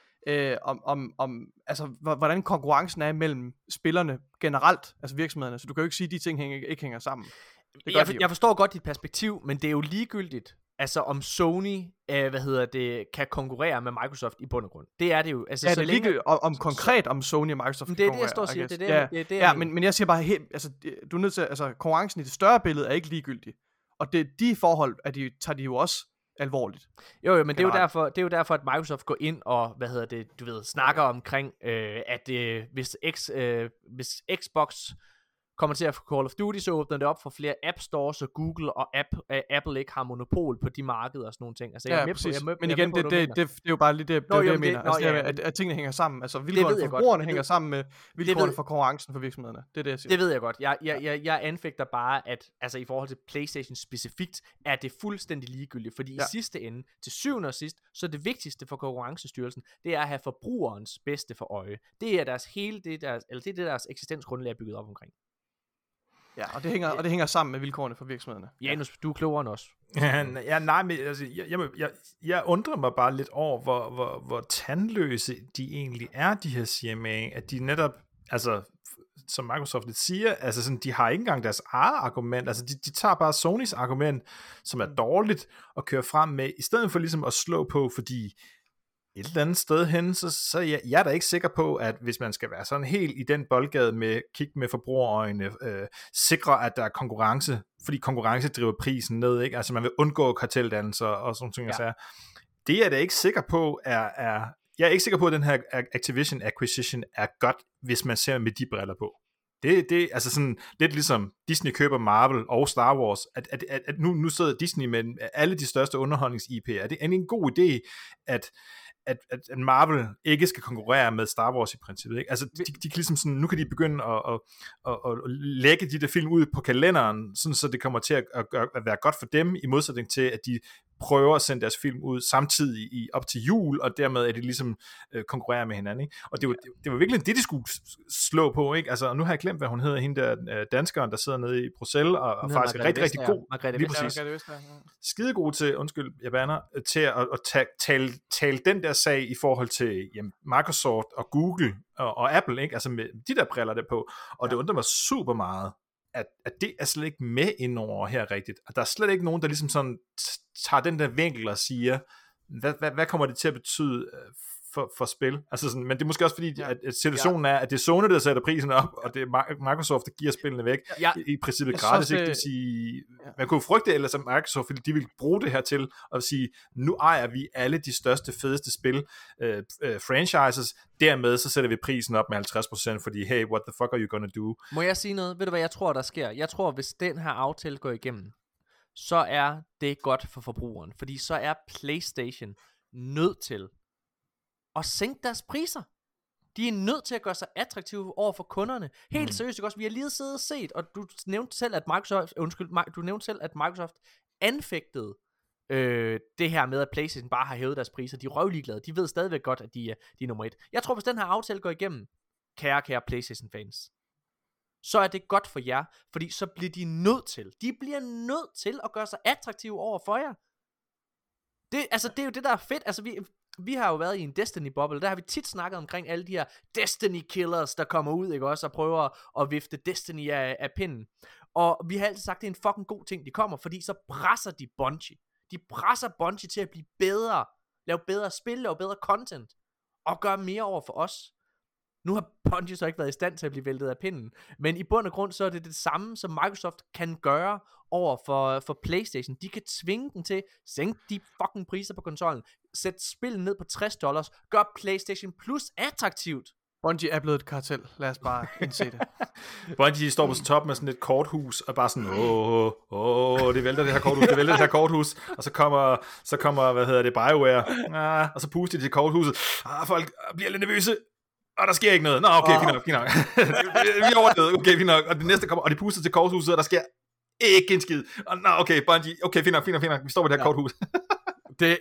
hvordan konkurrencen er mellem spillerne generelt, altså virksomhederne, så du kan jo ikke sige, at de ting ikke hænger sammen. Jeg forstår godt dit perspektiv, men det er jo ligegyldigt, altså om Sony, kan konkurrere med Microsoft i bund og grund. Det er det jo. Altså, ja, det er ligegyldigt konkret om Sony og Microsoft kan konkurrere. Det er det, jeg står og siger. Det er men jeg siger bare, du er nødt til, konkurrencen i det større billede er ikke ligegyldig. Og de forhold, tager de jo også alvorligt. Jo, men det er jo derfor, at Microsoft går ind og, snakker omkring, at hvis Xbox kommer til at få Call of Duty, så åbner det op for flere App Stores, så Google og Apple ikke har monopol på de markeder og sådan nogle ting. Altså, men igen, det er jo bare lige det, jeg mener. At tingene hænger sammen. Altså, vilkårene for forbrugerne hænger sammen med vilkårene for konkurrencen for virksomhederne. Det er det, jeg siger. Det ved jeg godt. Jeg anfægter bare, at i forhold til PlayStation specifikt, er det fuldstændig ligegyldigt, fordi i sidste ende, til syvende og sidst, så det vigtigste for Konkurrencestyrelsen, det er at have forbrugerens bedste for øje. Det er deres eksistensgrundlag er bygget op omkring. Ja, og det hænger sammen med vilkårene for virksomhederne. Janus, du er klogere end os. Jeg undrer mig bare lidt over, hvor tandløse de egentlig er, de her CMA, at de netop, altså, som Microsoft lidt siger, altså sådan, de har ikke engang deres eget argument, altså de tager bare Sonys argument, som er dårligt, og kører frem med, i stedet for ligesom at slå på, fordi et eller andet sted hen, så jeg er da ikke sikker på, at hvis man skal være sådan helt i den boldgade med kig med forbrugerøjne, sikre, at der er konkurrence, fordi konkurrence driver prisen ned, ikke? Altså man vil undgå karteldannelser og sådan ting. Ja. Det er jeg da ikke sikker på jeg er ikke sikker på, at den her Activision acquisition er godt, hvis man ser med de briller på. Det er altså sådan lidt ligesom Disney køber Marvel og Star Wars, at nu sidder Disney med alle de største underholdnings-IP'er. Er det en god idé, at Marvel ikke skal konkurrere med Star Wars i princippet, ikke? Altså de kan ligesom sådan, nu kan de begynde at lægge de der film ud på kalenderen, sådan så det kommer til at være godt for dem, i modsætning til at de prøver at sende deres film ud samtidig op til jul, og dermed er de ligesom konkurrerer med hinanden, ikke? Og det var virkelig det, de skulle slå på, ikke? Altså, og nu har jeg glemt, hvad hun hedder, hende der danskeren, der sidder nede i Bruxelles, og faktisk er rigtig god, lige præcis, skidegod til, undskyld, jeg bander, til at tale den der sag i forhold til Microsoft og Google og Apple, ikke? Altså med de der briller der på, og det undrer mig super meget, at det er slet ikke med indover her rigtigt. At der er slet ikke nogen, der ligesom sådan tager den der vinkel og siger, hvad kommer det til at betyde for spil. Altså sådan, men det er måske også fordi, at situationen er, at det er Sony, der sætter prisen op, og det er Microsoft, der giver spillene væk. I princippet gratis, ikke? Det vil sige, man kunne frygte ellers som Microsoft, fordi de vil bruge det her til at sige, nu ejer vi alle de største, fedeste spil, franchises, dermed så sætter vi prisen op med 50%, fordi hey, what the fuck are you gonna do? Må jeg sige noget? Ved du hvad jeg tror, der sker? Jeg tror, hvis den her aftale går igennem, så er det godt for forbrugeren, fordi så er PlayStation nødt til at sænke deres priser. De er nødt til at gøre sig attraktive over for kunderne. Helt seriøst, ikke også? Vi har lige siddet og set, og du nævnte selv, at Microsoft anfægtede det her med, at PlayStation bare har hævet deres priser. De er røvligeglade. De ved stadigvæk godt, at de er nummer 1. Jeg tror, hvis den her aftale går igennem, kære PlayStation-fans, så er det godt for jer, fordi så bliver de nødt til at gøre sig attraktive over for jer. Det er jo det, der er fedt. Altså, vi har jo været i en Destiny-boble, der har vi tit snakket omkring alle de her Destiny-killers, der kommer ud, ikke også, og prøver at vifte Destiny af pinden. Og vi har altid sagt, det er en fucking god ting, de kommer, fordi så presser de Bungie. De presser Bungie til at blive bedre, lave bedre spil, lave bedre content, og gøre mere over for os. Nu har Bungie så ikke været i stand til at blive væltet af pinden, men i bund og grund så er det samme, som Microsoft kan gøre over for PlayStation. De kan tvinge den til, sænke de fucking priser på konsollen, sætte spillet ned på $60, gør PlayStation Plus attraktivt. Bungie er blevet et kartel, lad os bare indse det. Bungie står på top med sådan et korthus, og bare sådan, det vælter det her korthus, og så kommer BioWare, og så puster de til korthuset, folk bliver lidt nervøse, og der sker ikke noget. Nå, okay, fint nok. Vi overlevede, okay, fint nok. Og det næste kommer, og de puster til korthuset, og der sker ikke en skid. Og nå, okay, Bungie, okay, fint nok. Vi står ved det her korthus. Det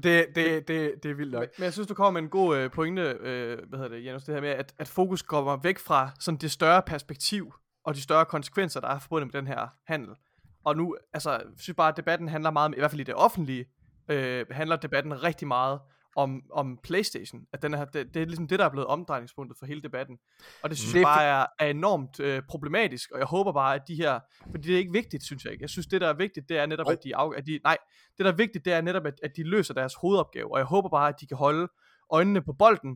er vildt nok. Men jeg synes, du kommer med en god pointe, Janus, det her med, at fokus kommer væk fra sådan det større perspektiv, og de større konsekvenser, der er forbundet med den her handel. Og nu, altså, jeg synes bare, at debatten handler meget, i hvert fald i det offentlige, handler debatten rigtig meget om PlayStation, at den her, det er ligesom det, der er blevet omdrejningspunktet for hele debatten, og det synes jeg bare er enormt problematisk, og jeg håber bare, at de her, fordi det er ikke vigtigt, synes jeg ikke. Jeg synes, det der er vigtigt, det er netop, det der er vigtigt, det er netop, at de løser deres hovedopgave, og jeg håber bare, at de kan holde øjnene på bolden,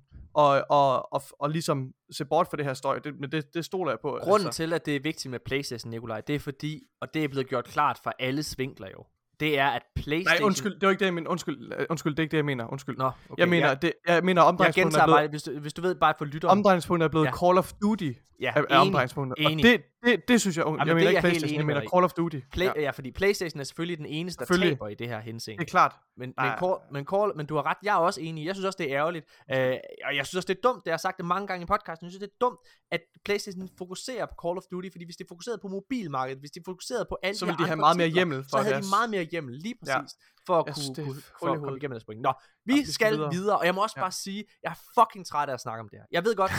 og ligesom se bort fra det her støj. Men det stoler jeg på. Grunden til, at det er vigtigt med PlayStation, Nikolaj, det er fordi, og det er blevet gjort klart fra alle vinkler jo, det er, at PlayStation... Nej, undskyld, det var ikke det, jeg mener. Undskyld, det er ikke det, jeg mener. Undskyld. Nå, okay, jeg mener omdrejningspunktet er blevet... hvis du ved, bare for lytter... Omdrejningspunktet er blevet Call of Duty. Ja, er omdrejningspunktet. Og det synes jeg... Jeg mener ikke PlayStation, jeg mener Call of Duty. Ja, fordi PlayStation er selvfølgelig den eneste, der taber i det her henseende. Det er klart. Men du har ret, jeg er også enig. Jeg synes også, det er ærgerligt. Og jeg synes også, det er dumt, det har jeg sagt det mange gange i podcasten. Jeg synes, det er dumt, at PlayStation fokuserer på Call of Duty, fordi hvis de fokuserede på mobilmarkedet, hvis de fokuserede på alle så ville de have meget mere hjemmel. Så havde de meget mere hjemmel, lige præcis, for at kunne komme igennem det spring. Nå, vi skal videre, og jeg må også bare sige, jeg er fucking træt af at snakke om det her. Jeg ved godt,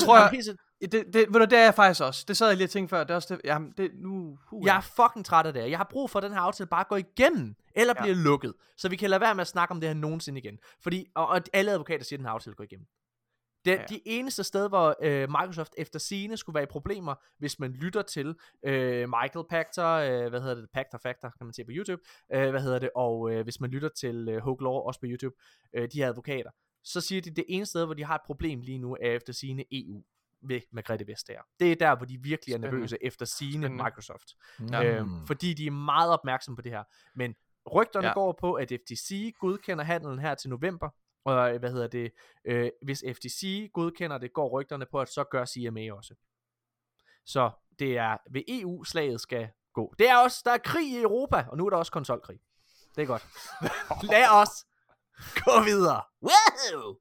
det er jeg faktisk også. Det sad jeg lige og tænkte før, det er også det, jeg er fucking træt af det her. Jeg har brug for, at den her aftale bare går igennem, eller bliver lukket, så vi kan lade være med at snakke om det her nogensinde igen. Fordi, og alle advokater siger, at den her aftale går igennem. Det er de eneste sted, hvor Microsoft efter sigende skulle være i problemer, hvis man lytter til Michael Pachter, Pachter Factor, kan man se på YouTube, og hvis man lytter til Hogue Law, også på YouTube, de her advokater, så siger de, det eneste sted, hvor de har et problem lige nu, er efter sigende EU ved Margrethe Vestager. Det er der, hvor de virkelig er nervøse efter sigende Microsoft. Fordi de er meget opmærksomme på det her. Men rygterne går på, at FTC godkender handelen her til november, og hvis FTC godkender det, går rygterne på, at så gør CMA også. Så det er ved EU-slaget skal gå. Det er også, der er krig i Europa, og nu er der også konsolkrig. Det er godt. Lad os gå videre. Wow!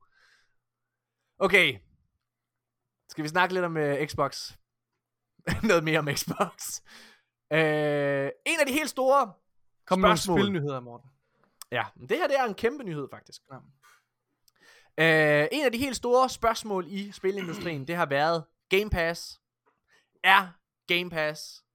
Okay. Skal vi snakke lidt om Xbox? Noget mere om Xbox. En af de helt store Kom med nogle spilnyheder, Morten. Ja, det her det er en kæmpe nyhed faktisk. Ja. En af de helt store spørgsmål i spilindustrien, det har været Game Pass. Er Game Pass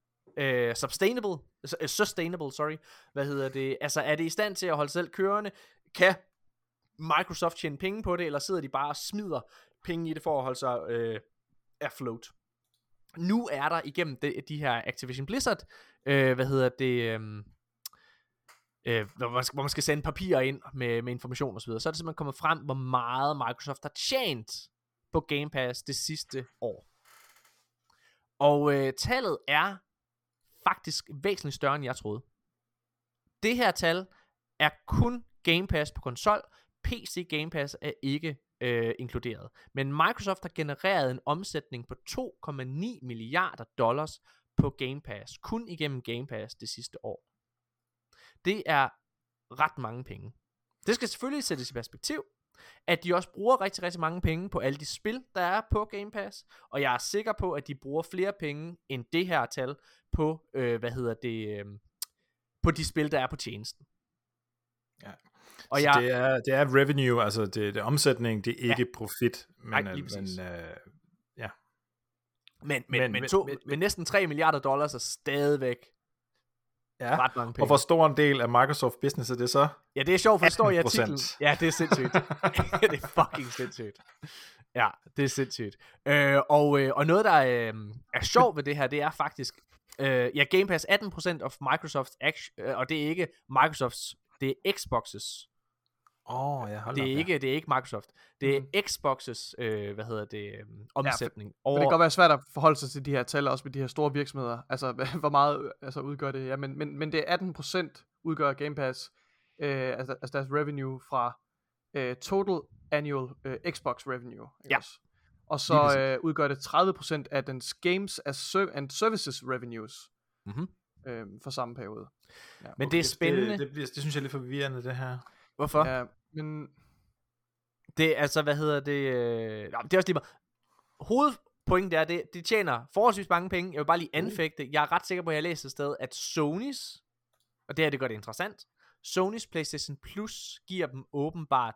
sustainable, sorry. Altså er det i stand til at holde selv kørende? Kan Microsoft tjene penge på det, eller sidder de bare og smider penge i det for at holde sig afloat? Nu er der igennem de her Activision Blizzard hvor man skal sende papirer ind med information og så videre, så er det simpelthen kommet frem, hvor meget Microsoft har tjent på Game Pass det sidste år. Og tallet er faktisk væsentligt større, end jeg troede. Det her tal er kun Game Pass på konsol. PC Game Pass er ikke inkluderet. Men Microsoft har genereret en omsætning på $2,9 milliarder på Game Pass, kun igennem Game Pass det sidste år. Det er ret mange penge. Det skal selvfølgelig sættes i perspektiv, at de også bruger rigtig, rigtig mange penge på alle de spil, der er på Game Pass, og jeg er sikker på, at de bruger flere penge end det her tal på, på de spil, der er på tjenesten. Ja. Og det er revenue, altså det er omsætning, det er ikke profit, men næsten $3 milliarder er stadigvæk ret mange penge. Og hvor stor en del af Microsoft business er det så? Ja, det er sjovt, for det står i artiklen. Ja, det er sindssygt. Det er fucking sindssygt. Ja, det er sindssygt. Og noget, der er sjovt ved det her, det er faktisk, Game Pass 18% of Microsoft's og det er ikke Microsofts, det er Xbox's. Det er ikke Microsoft. Det er Xbox's, omsætning. Ja, det kan godt være svært at forholde sig til de her tal, også med de her store virksomheder. Altså, hvor meget udgør det? Ja, men det er 18% udgør Game Pass, altså deres revenue fra total annual Xbox revenue. Ikke også? Og så udgør det 30% af dens games and services revenues for samme periode. Ja, men det er spændende. Det synes jeg er lidt forvirrende, det her. Hvorfor? Ja, men det er altså, det er også lige meget. Hovedpointen er, det de tjener forholdsvis mange penge. Jeg vil bare lige anfægte. Jeg er ret sikker på, at jeg læser et sted, at Sonys, og det her, det gør det interessant, Sonys PlayStation Plus giver dem åbenbart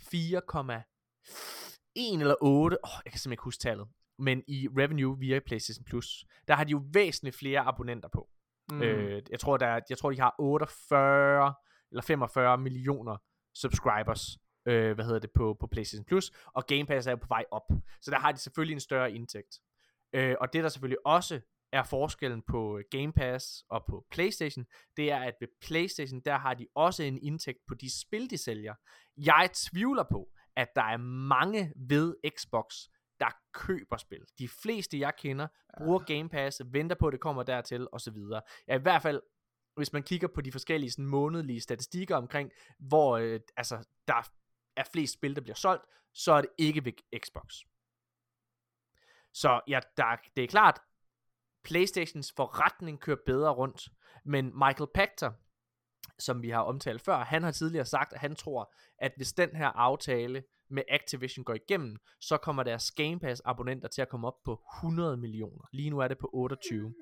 4,1 eller 8, jeg kan simpelthen ikke huske tallet, men i revenue via PlayStation Plus, der har de jo væsentligt flere abonnenter på. Jeg tror, de har 48 eller 45 millioner subscribers, på PlayStation Plus, og Game Pass er jo på vej op. Så der har de selvfølgelig en større indtægt. Og det der selvfølgelig også er forskellen på Game Pass og på PlayStation, det er, at ved PlayStation, der har de også en indtægt på de spil, de sælger. Jeg tvivler på, at der er mange ved Xbox, der køber spil. De fleste, jeg kender, bruger Game Pass, venter på, at det kommer dertil, osv. Ja, i hvert fald, hvis man kigger på de forskellige sådan, månedlige statistikker omkring, hvor der er flest spil, der bliver solgt, så er det ikke ved Xbox. Så ja, det er klart, PlayStations forretning kører bedre rundt, men Michael Pachter, som vi har omtalt før, han har tidligere sagt, at han tror, at hvis den her aftale med Activision går igennem, så kommer deres Game Pass abonnenter til at komme op på 100 millioner. Lige nu er det på 28.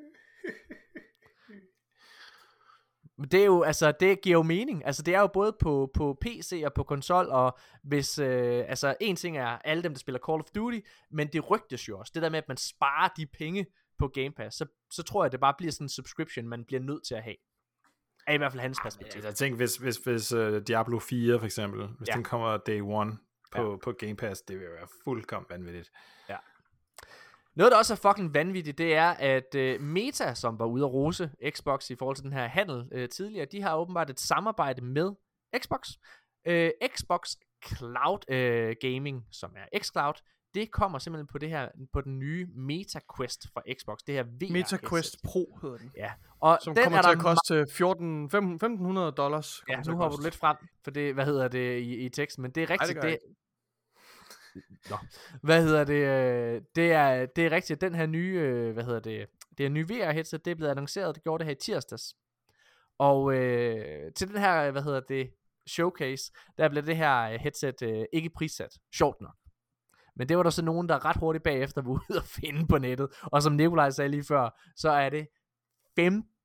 Det er jo, det giver jo mening. Altså, det er jo både på PC og på konsol, og hvis, en ting er alle dem, der spiller Call of Duty, men det rygtes jo også. Det der med, at man sparer de penge på Game Pass, så tror jeg, det bare bliver sådan en subscription, man bliver nødt til at have. Er i hvert fald hans perspektiv. Jeg tænker, hvis Diablo 4 for eksempel, hvis den kommer day one på Game Pass, det vil jo være fuldkommen vanvittigt. Ja. Noget, der også er fucking vanvittigt, det er, at Meta, som var ude at rose Xbox i forhold til den her handel tidligere, de har åbenbart et samarbejde med Xbox. Xbox Cloud Gaming, som er xCloud, det kommer simpelthen på den nye Meta Quest fra Xbox. Det her VR Meta Quest Pro hedder den. Ja. Og som den kommer til at koste $1,500. Ja, nu hopper du lidt frem for det, i teksten, men det er rigtigt. Det er rigtigt, den her nye, det er nye VR headset, det er blevet annonceret, det gjorde det her i tirsdags. Og til den her, showcase, der blev det her headset ikke prissat, sjovt nok. Men det var der så nogen, der ret hurtigt bagefter var ude at finde på nettet, og som Nikolaj sagde lige før, så er det $1,500,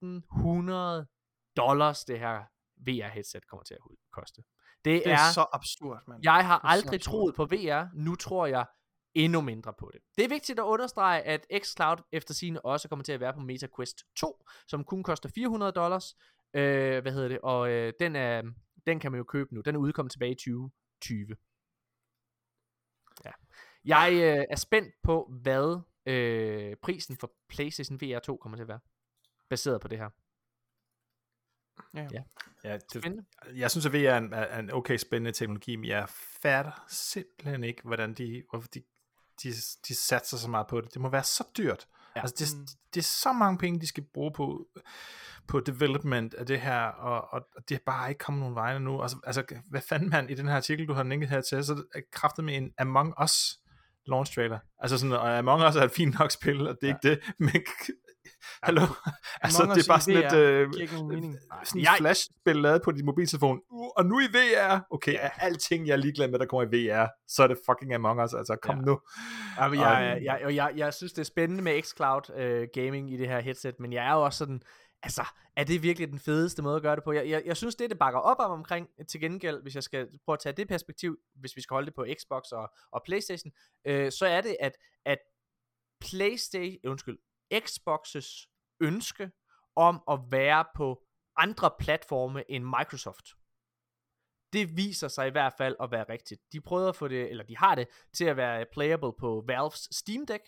det her VR headset kommer til at koste. Det er så absurd, mand. Jeg har aldrig troet på VR, nu tror jeg endnu mindre på det. Det er vigtigt at understrege, at xCloud efter sigende også kommer til at være på Meta Quest 2, som kun koster $400. Og den kan man jo købe nu. Den er udkommet tilbage i 2020. Ja. Jeg er spændt på, hvad prisen for PlayStation VR 2 kommer til at være, baseret på det her. Ja, Spændende. jeg synes, at VR er en okay spændende teknologi, men jeg fatter simpelthen ikke, hvordan hvorfor de satser så meget på det. Det må være så dyrt. Ja. Altså, det er så mange penge, de skal bruge på development af det her, og det er bare ikke kommet nogen vegne nu. Altså, hvad fanden man i den her artikel, du har linket her til, så er kraftet med en Among Us launch trailer. Altså sådan, og Among Us er et fint nok spil, og det er ikke det, men hallo, altså det er bare sådan et flash-spil lavet på din mobiltelefon, og nu i VR, okay, er alting, jeg er ligeglad med, der kommer i VR, så er det fucking Among Us, altså kom nu. Jeg synes, det er spændende med xCloud gaming i det her headset, men jeg er jo også sådan, altså, er det virkelig den fedeste måde at gøre det på? Jeg synes, det bakker op omkring, til gengæld, hvis jeg skal prøve at tage det perspektiv, hvis vi skal holde det på Xbox og PlayStation, så er det, at Xbox's ønske om at være på andre platforme end Microsoft, det viser sig i hvert fald at være rigtigt. De prøvede at få det, eller de har det, til at være playable på Valves Steam Deck.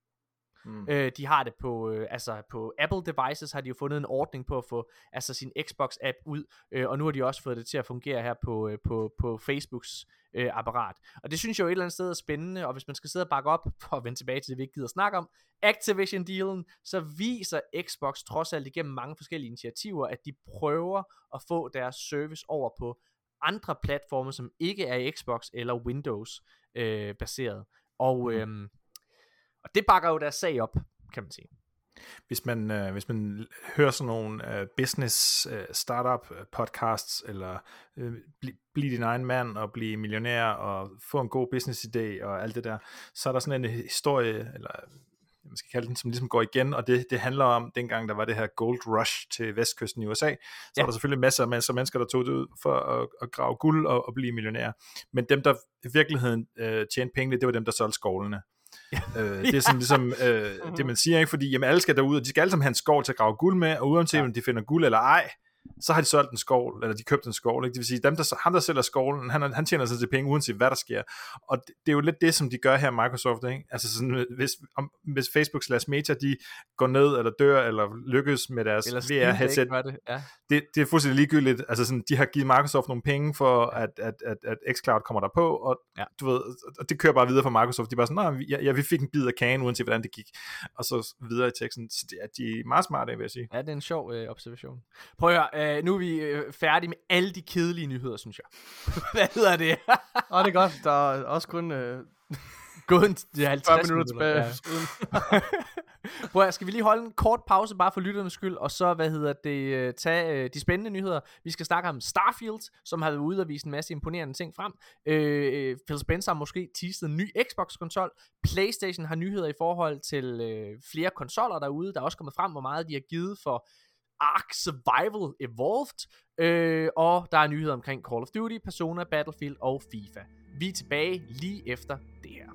De har det på Apple devices, har de jo fundet en ordning på at få sin Xbox app ud, og nu har de også fået det til at fungere her på Facebooks apparat. Og det synes jeg jo et eller andet sted er spændende, og hvis man skal sidde og bakke op, for at vende tilbage til det, vi ikke gider snakke om, Activision-dealen, så viser Xbox trods alt igennem mange forskellige initiativer, at de prøver at få deres service over på andre platforme, som ikke er Xbox eller Windows baseret. Og det bakker jo deres sag op, kan man sige. Hvis man hører sådan nogle business startup podcasts, eller blive din egen mand og blive millionær og få en god business idé og alt det der, så er der sådan en historie, eller man skal kalde den, som ligesom går igen, og det handler om, dengang der var det her gold rush til vestkysten i USA, så var der selvfølgelig masser af mennesker, der tog det ud for at grave guld og blive millionærer. Men dem, der i virkeligheden tjente pengene, det var dem, der solgte skovlene. Det er sådan ligesom det man siger, ikke? Fordi jamen, alle skal derud, og de skal alle sammen have en skål til at grave guld med, og uanset om de finder guld eller ej, så har de solgt en skål, eller de købt en skål, ikke? Det vil sige, ham der sælger skålen, han tjener sig til penge, uanset hvad der sker. Og det er jo lidt det, som de gør her i Microsoft, ikke? Altså sådan, hvis Facebook/Meta, de går ned, eller dør, eller lykkes med deres VR-headset, det er fuldstændig ligegyldigt. Altså sådan, de har givet Microsoft nogle penge for, at xCloud kommer der på, og du ved, og det kører bare videre fra Microsoft. De er bare sådan, vi fik en bid af kagen, uanset hvordan det gik. Og så videre i teksten. Så de er meget smarte, vil jeg sige. Ja, det er en sjov observation. Prøv at høre, nu er vi færdige med alle de kedelige nyheder, synes jeg. Hvad hedder det? Det er godt. Der er også kun det er 50 minutter tilbage. Ja. Prøv at, skal vi lige holde en kort pause, bare for lytternes skyld, og så, tage de spændende nyheder. Vi skal snakke om Starfield, som har været ude og vise en masse imponerende ting frem. Phil Spencer har måske teaset en ny Xbox-konsol. PlayStation har nyheder i forhold til flere konsoller derude. Der er også kommet frem, hvor meget de har givet for Ark Survival Evolved, og der er nyheder omkring Call of Duty, Persona, Battlefield og FIFA. Vi er tilbage lige efter det her.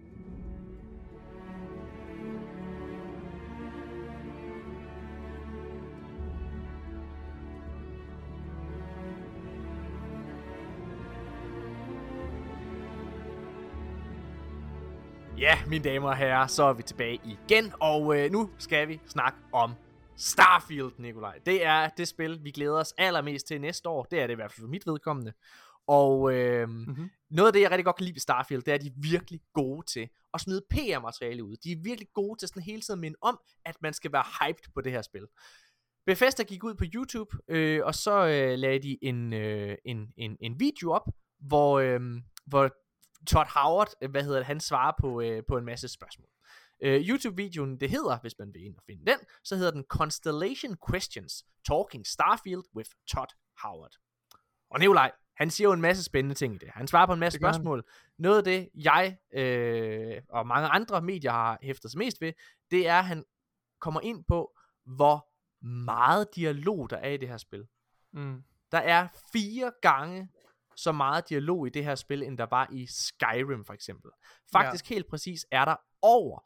Ja, mine damer og herrer, så er vi tilbage igen, og nu skal vi snakke om Starfield, Nikolaj. Det er det spil, vi glæder os allermest til næste år. Det er det i hvert fald for mit vedkommende. Og noget af det, jeg rigtig godt kan lide ved Starfield, det er, at de er virkelig gode til at smide PR-materiale ud. De er virkelig gode til sådan hele tiden minde om, at man skal være hyped på det her spil. Bethesda gik ud på YouTube, og så lagde de en video op, hvor Todd Howard, han svarer på en masse spørgsmål. YouTube-videoen, det hedder, hvis man vil ind og finde den, så hedder den Constellation Questions, Talking Starfield with Todd Howard. Og Nikolaj, han siger jo en masse spændende ting i det. Han svarer på en masse spørgsmål. Noget af det, jeg og mange andre medier har hæftet sig mest ved, det er, at han kommer ind på, hvor meget dialog der er i det her spil. Der er 4 gange så meget dialog i det her spil, end der var i Skyrim for eksempel. Faktisk helt præcis er der over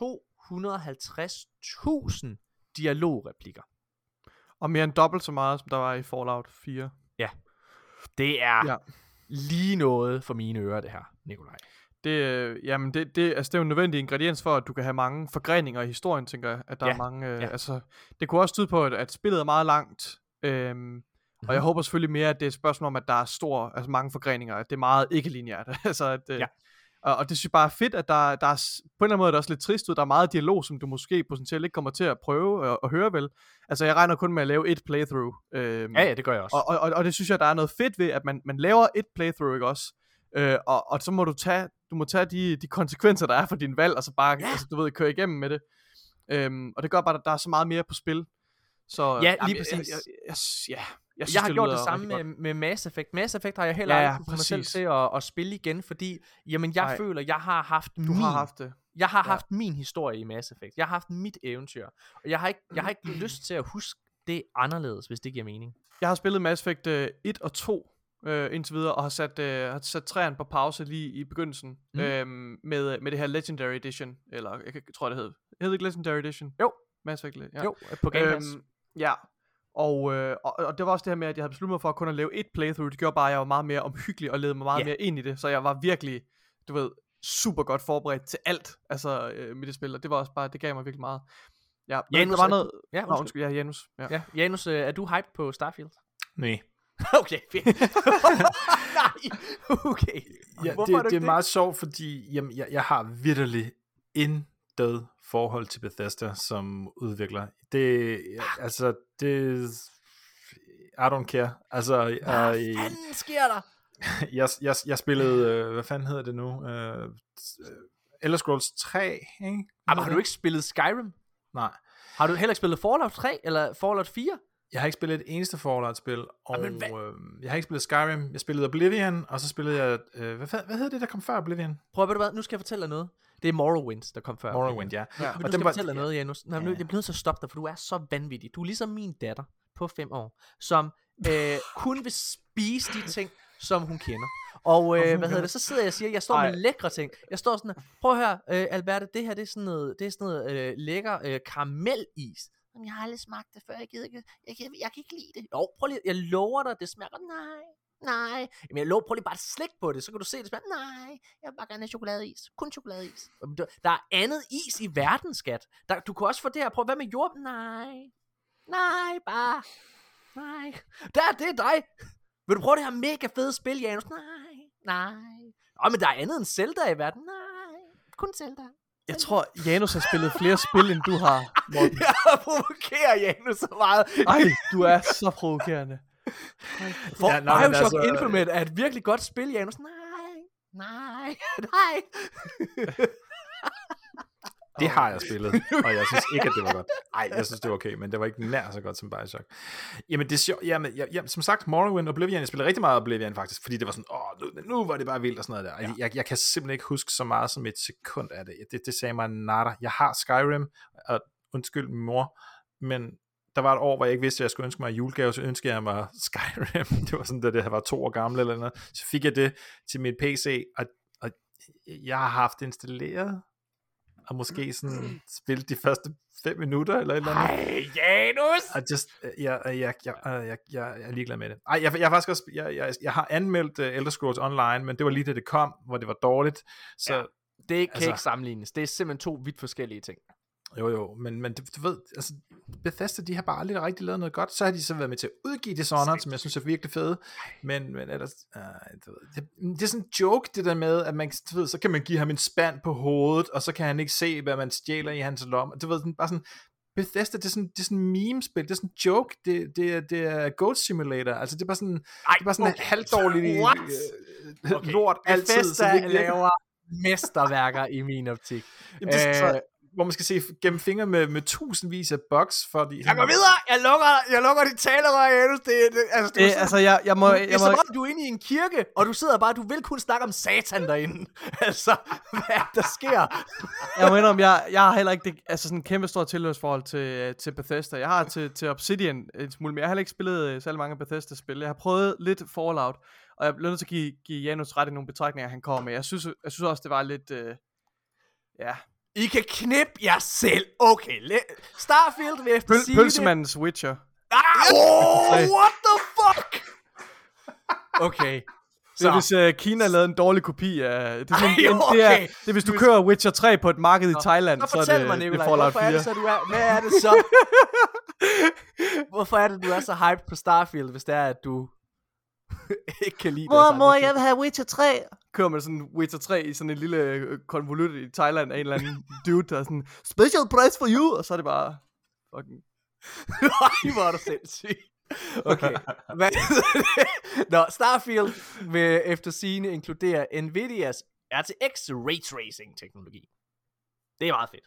250.000 dialogreplikker. Og mere end dobbelt så meget, som der var i Fallout 4. Ja. Det er lige noget for mine ører, det her, Nikolaj. Det er jo en nødvendig ingrediens for, at du kan have mange forgreninger i historien, tænker jeg. At der er mange, det kunne også tyde på, at spillet er meget langt, Og jeg håber selvfølgelig mere, at det er et spørgsmål om, at der er mange forgreninger, at det er meget ikke-lineært. Altså, at, og det synes jeg bare er fedt, at der er på en eller anden måde er det også lidt trist ud. Der er meget dialog, som du måske potentielt ikke kommer til at prøve at høre vel. Altså, jeg regner kun med at lave et playthrough. Ja, det gør jeg også. Og det synes jeg, der er noget fedt ved, at man laver et playthrough, ikke også? Og så må du må tage de konsekvenser, der er for din valg, og så bare, køre igennem med det. Og det gør bare, at der er så meget mere på spil. Så, ja, lige præcis. Jeg synes, jeg har gjort det samme med Mass Effect. Mass Effect har jeg heller aldrig fået mig selv til at spille igen, fordi jeg føler, jeg har haft jeg har haft min historie i Mass Effect. Jeg har haft mit eventyr, og jeg har ikke lyst til at huske det anderledes, hvis det giver mening. Jeg har spillet Mass Effect 1 og 2 indtil videre, og har sat 3'eren på pause lige i begyndelsen, med det her Legendary Edition, eller jeg tror det hed ikke Legendary Edition? Jo. Mass Effect, ja. Jo, på Game Pass. Ja. Og det var også det her med, at jeg havde besluttet mig for at kun at lave et playthrough. Det gjorde bare, at jeg var meget mere omhyggelig og ledte mig meget mere ind i det. Så jeg var virkelig, super godt forberedt til alt, med det spil. Og det var også bare, det gav mig virkelig meget. Ja, Janus, der var noget... Janus. Ja. Janus, er du hyped på Starfield? Nej. Okay, fedt. Nej, okay. Ja, det er meget sjovt, fordi jeg har vitterlig intet forhold til Bethesda som udvikler. Det I don't care. Altså, hvad fanden sker der? jeg spillede, hvad fanden hedder det nu? Elder Scrolls 3, ikke? Har du ikke spillet Skyrim? Nej. Har du heller ikke spillet Fallout 3 eller Fallout 4? Jeg har ikke spillet et eneste Fallout-spil, og jeg har ikke spillet Skyrim. Jeg spillede Oblivion, og så spillede jeg, hvad hedder det, der kom før Oblivion? Prøv at hvad, nu skal jeg fortælle dig noget. Det er Morrowind, der kom før. Morrowind, ja. Og du skal fortælle dig noget, Janus. Jeg bliver nødt til at stoppe dig, for du er så vanvittig. Du er ligesom min datter på 5 år, som kun vil spise de ting, som hun kender. Og så sidder jeg og siger, jeg står med lækre ting. Jeg står sådan her, prøv at høre, Alberte, det her det er sådan noget lækker karamelis. Men jeg har aldrig smagt det før, jeg kan ikke lide det. Jo, prøv lige, jeg lover dig, det smager nej. Jamen jeg lover, prøv lige bare at slikke på det, så kan du se, det smager, nej, jeg vil bare gerne have chokoladeis. Kun chokoladeis. Der er andet is i verden, skat. Du kan også få det her, prøv, hvad med jord? Nej, bare. Nej. Det er dig. Vil du prøve det her mega fede spil, Janus? Nej. Men der er andet end Zelda i verden. Nej, kun Zelda. Jeg tror, Janus har spillet flere spil, end du har, Morten. Jeg provokerer Janus så meget. Ej, du er så provokerende. Bioshock Infinite er et virkelig godt spil, Janus. Nej. Det har jeg spillet, og jeg synes ikke, at det var godt. Nej, jeg synes, det var okay, men det var ikke nær så godt som Bioshock. Jamen, det er sjovt. Jamen, som sagt, Morrowind og Oblivion, jeg spillede rigtig meget Oblivion faktisk, fordi det var sådan, nu var det bare vildt og sådan noget der. Jeg kan simpelthen ikke huske så meget som et sekund af det. Det sagde mig nada. Jeg har Skyrim, og undskyld min mor, men der var et år, hvor jeg ikke vidste, at jeg skulle ønske mig en julegave, så ønskede jeg mig Skyrim. Det var sådan, da det var 2 år gammel eller noget. Så fik jeg det til mit PC, og jeg har haft det installeret, og måske sådan spille de første 5 minutter eller et eller andet. Ej, Janus! Jeg er ligeglad med det. Ej, jeg har faktisk også, jeg har anmeldt Elder Scrolls Online, men det var lige da det kom, hvor det var dårligt. Så, ja, det kan ikke sammenlignes. Det er simpelthen 2 vidt forskellige ting. Jo, men du ved, altså Bethesda, de har bare aldrig rigtig lavet noget godt. Så har de så været med til at udgive Dishonored, som jeg synes er virkelig fede. Men ellers, det er sådan en joke, det der med, at man, du ved, så kan man give ham en spand på hovedet, og så kan han ikke se, hvad man stjæler i hans lomme. Du ved, bare sådan, Bethesda, det er sådan en meme-spil, det er sådan en joke, det er Goat Simulator, altså det er bare sådan, det er bare sådan en halvdårlig lort altid. Bethesda laver mesterværker i min optik. Jamen, hvor man skal se gennem fingre med tusindvis af bugs, fordi... Jeg går videre! Jeg lukker dit talerør, Janus. Jeg må... Det er som om, du er inde i en kirke, og du sidder bare, du vil kun snakke om satan derinde. Altså, hvad der sker? Jeg må indrømme, jeg har heller ikke sådan en kæmpe stor tilhørsforhold til Bethesda. Jeg har til Obsidian en smule, men jeg har heller ikke spillet særlig mange Bethesda-spil. Jeg har prøvet lidt Fallout, og jeg bliver nødt til at give Janus ret i nogle betragtninger, han kommer med. Jeg synes også, det var lidt... I kan knippe jer selv. Okay, Starfield vil efter sige Pølsemandens Witcher. What the fuck? Okay. Det er hvis Kina lavede en dårlig kopi af... Det er, sådan, okay. det er hvis du kører Witcher 3 på et marked i Thailand, så er det, mig, Nikolaj, det Fallout 4. Hvorfor er det så, du er... Hvad er det så? Hvorfor er det, du er så hyped på Starfield, hvis det er, at du ikke kan lide det? Mor, jeg vil have Witcher 3. Kører man sådan Witcher 3 i sådan en lille konvolut i Thailand af en eller anden dude, der er sådan, special price for you, og så er det bare fucking... Nej, hvor er du sindssyg. Okay. Nå, Starfield vil efter sigende inkludere Nvidias RTX Ray Tracing teknologi. Det er meget fedt.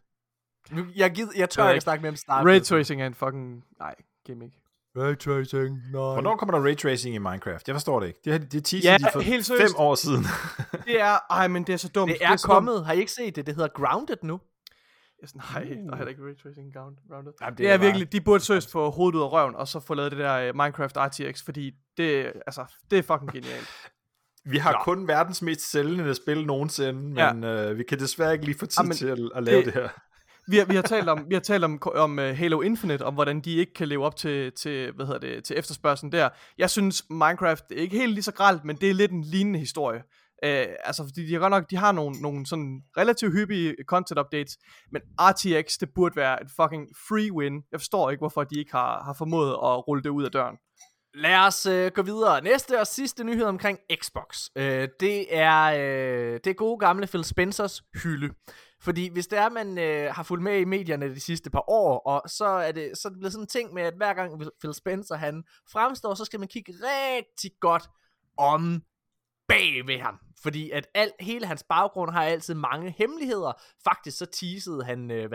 Jeg tør ikke snakke mere om Starfield. Ray Tracing er en fucking... Nej, gimmick. Ray Tracing, nej. Hvornår kommer der Ray Tracing i Minecraft? Jeg forstår det ikke. Det teaser de for helt 5 år siden. Det er... Ej, men det er så dumt. Det er kommet. Har I ikke set det? Det hedder Grounded nu. Nej, der er heller ikke Ray Tracing Grounded. Jamen, det er virkelig... De burde søges få hovedet ud af røven, og så få lavet det der Minecraft RTX, fordi det er fucking genialt. Vi har kun verdens mest sælgende spil nogensinde, men vi kan desværre ikke lige få tid til at lave det her. Vi har talt om Halo Infinite, om hvordan de ikke kan leve op til til efterspørgselen der. Jeg synes Minecraft er ikke helt lige så grelt, men det er lidt en lignende historie. Fordi de har nogle sådan relativt hyppige content updates, men RTX, det burde være et fucking free win. Jeg forstår ikke, hvorfor de ikke har formået at rulle det ud af døren. Lad os gå videre. Næste og sidste nyhed omkring Xbox. Det er gode gamle Phil Spencers hylde. Fordi hvis det er, man har fulgt med i medierne de sidste par år, og så er det blevet sådan en ting med, at hver gang Phil Spencer han fremstår, så skal man kigge rigtig godt om bag ved ham. Fordi at hele hans baggrund har altid mange hemmeligheder. Faktisk så teasede han,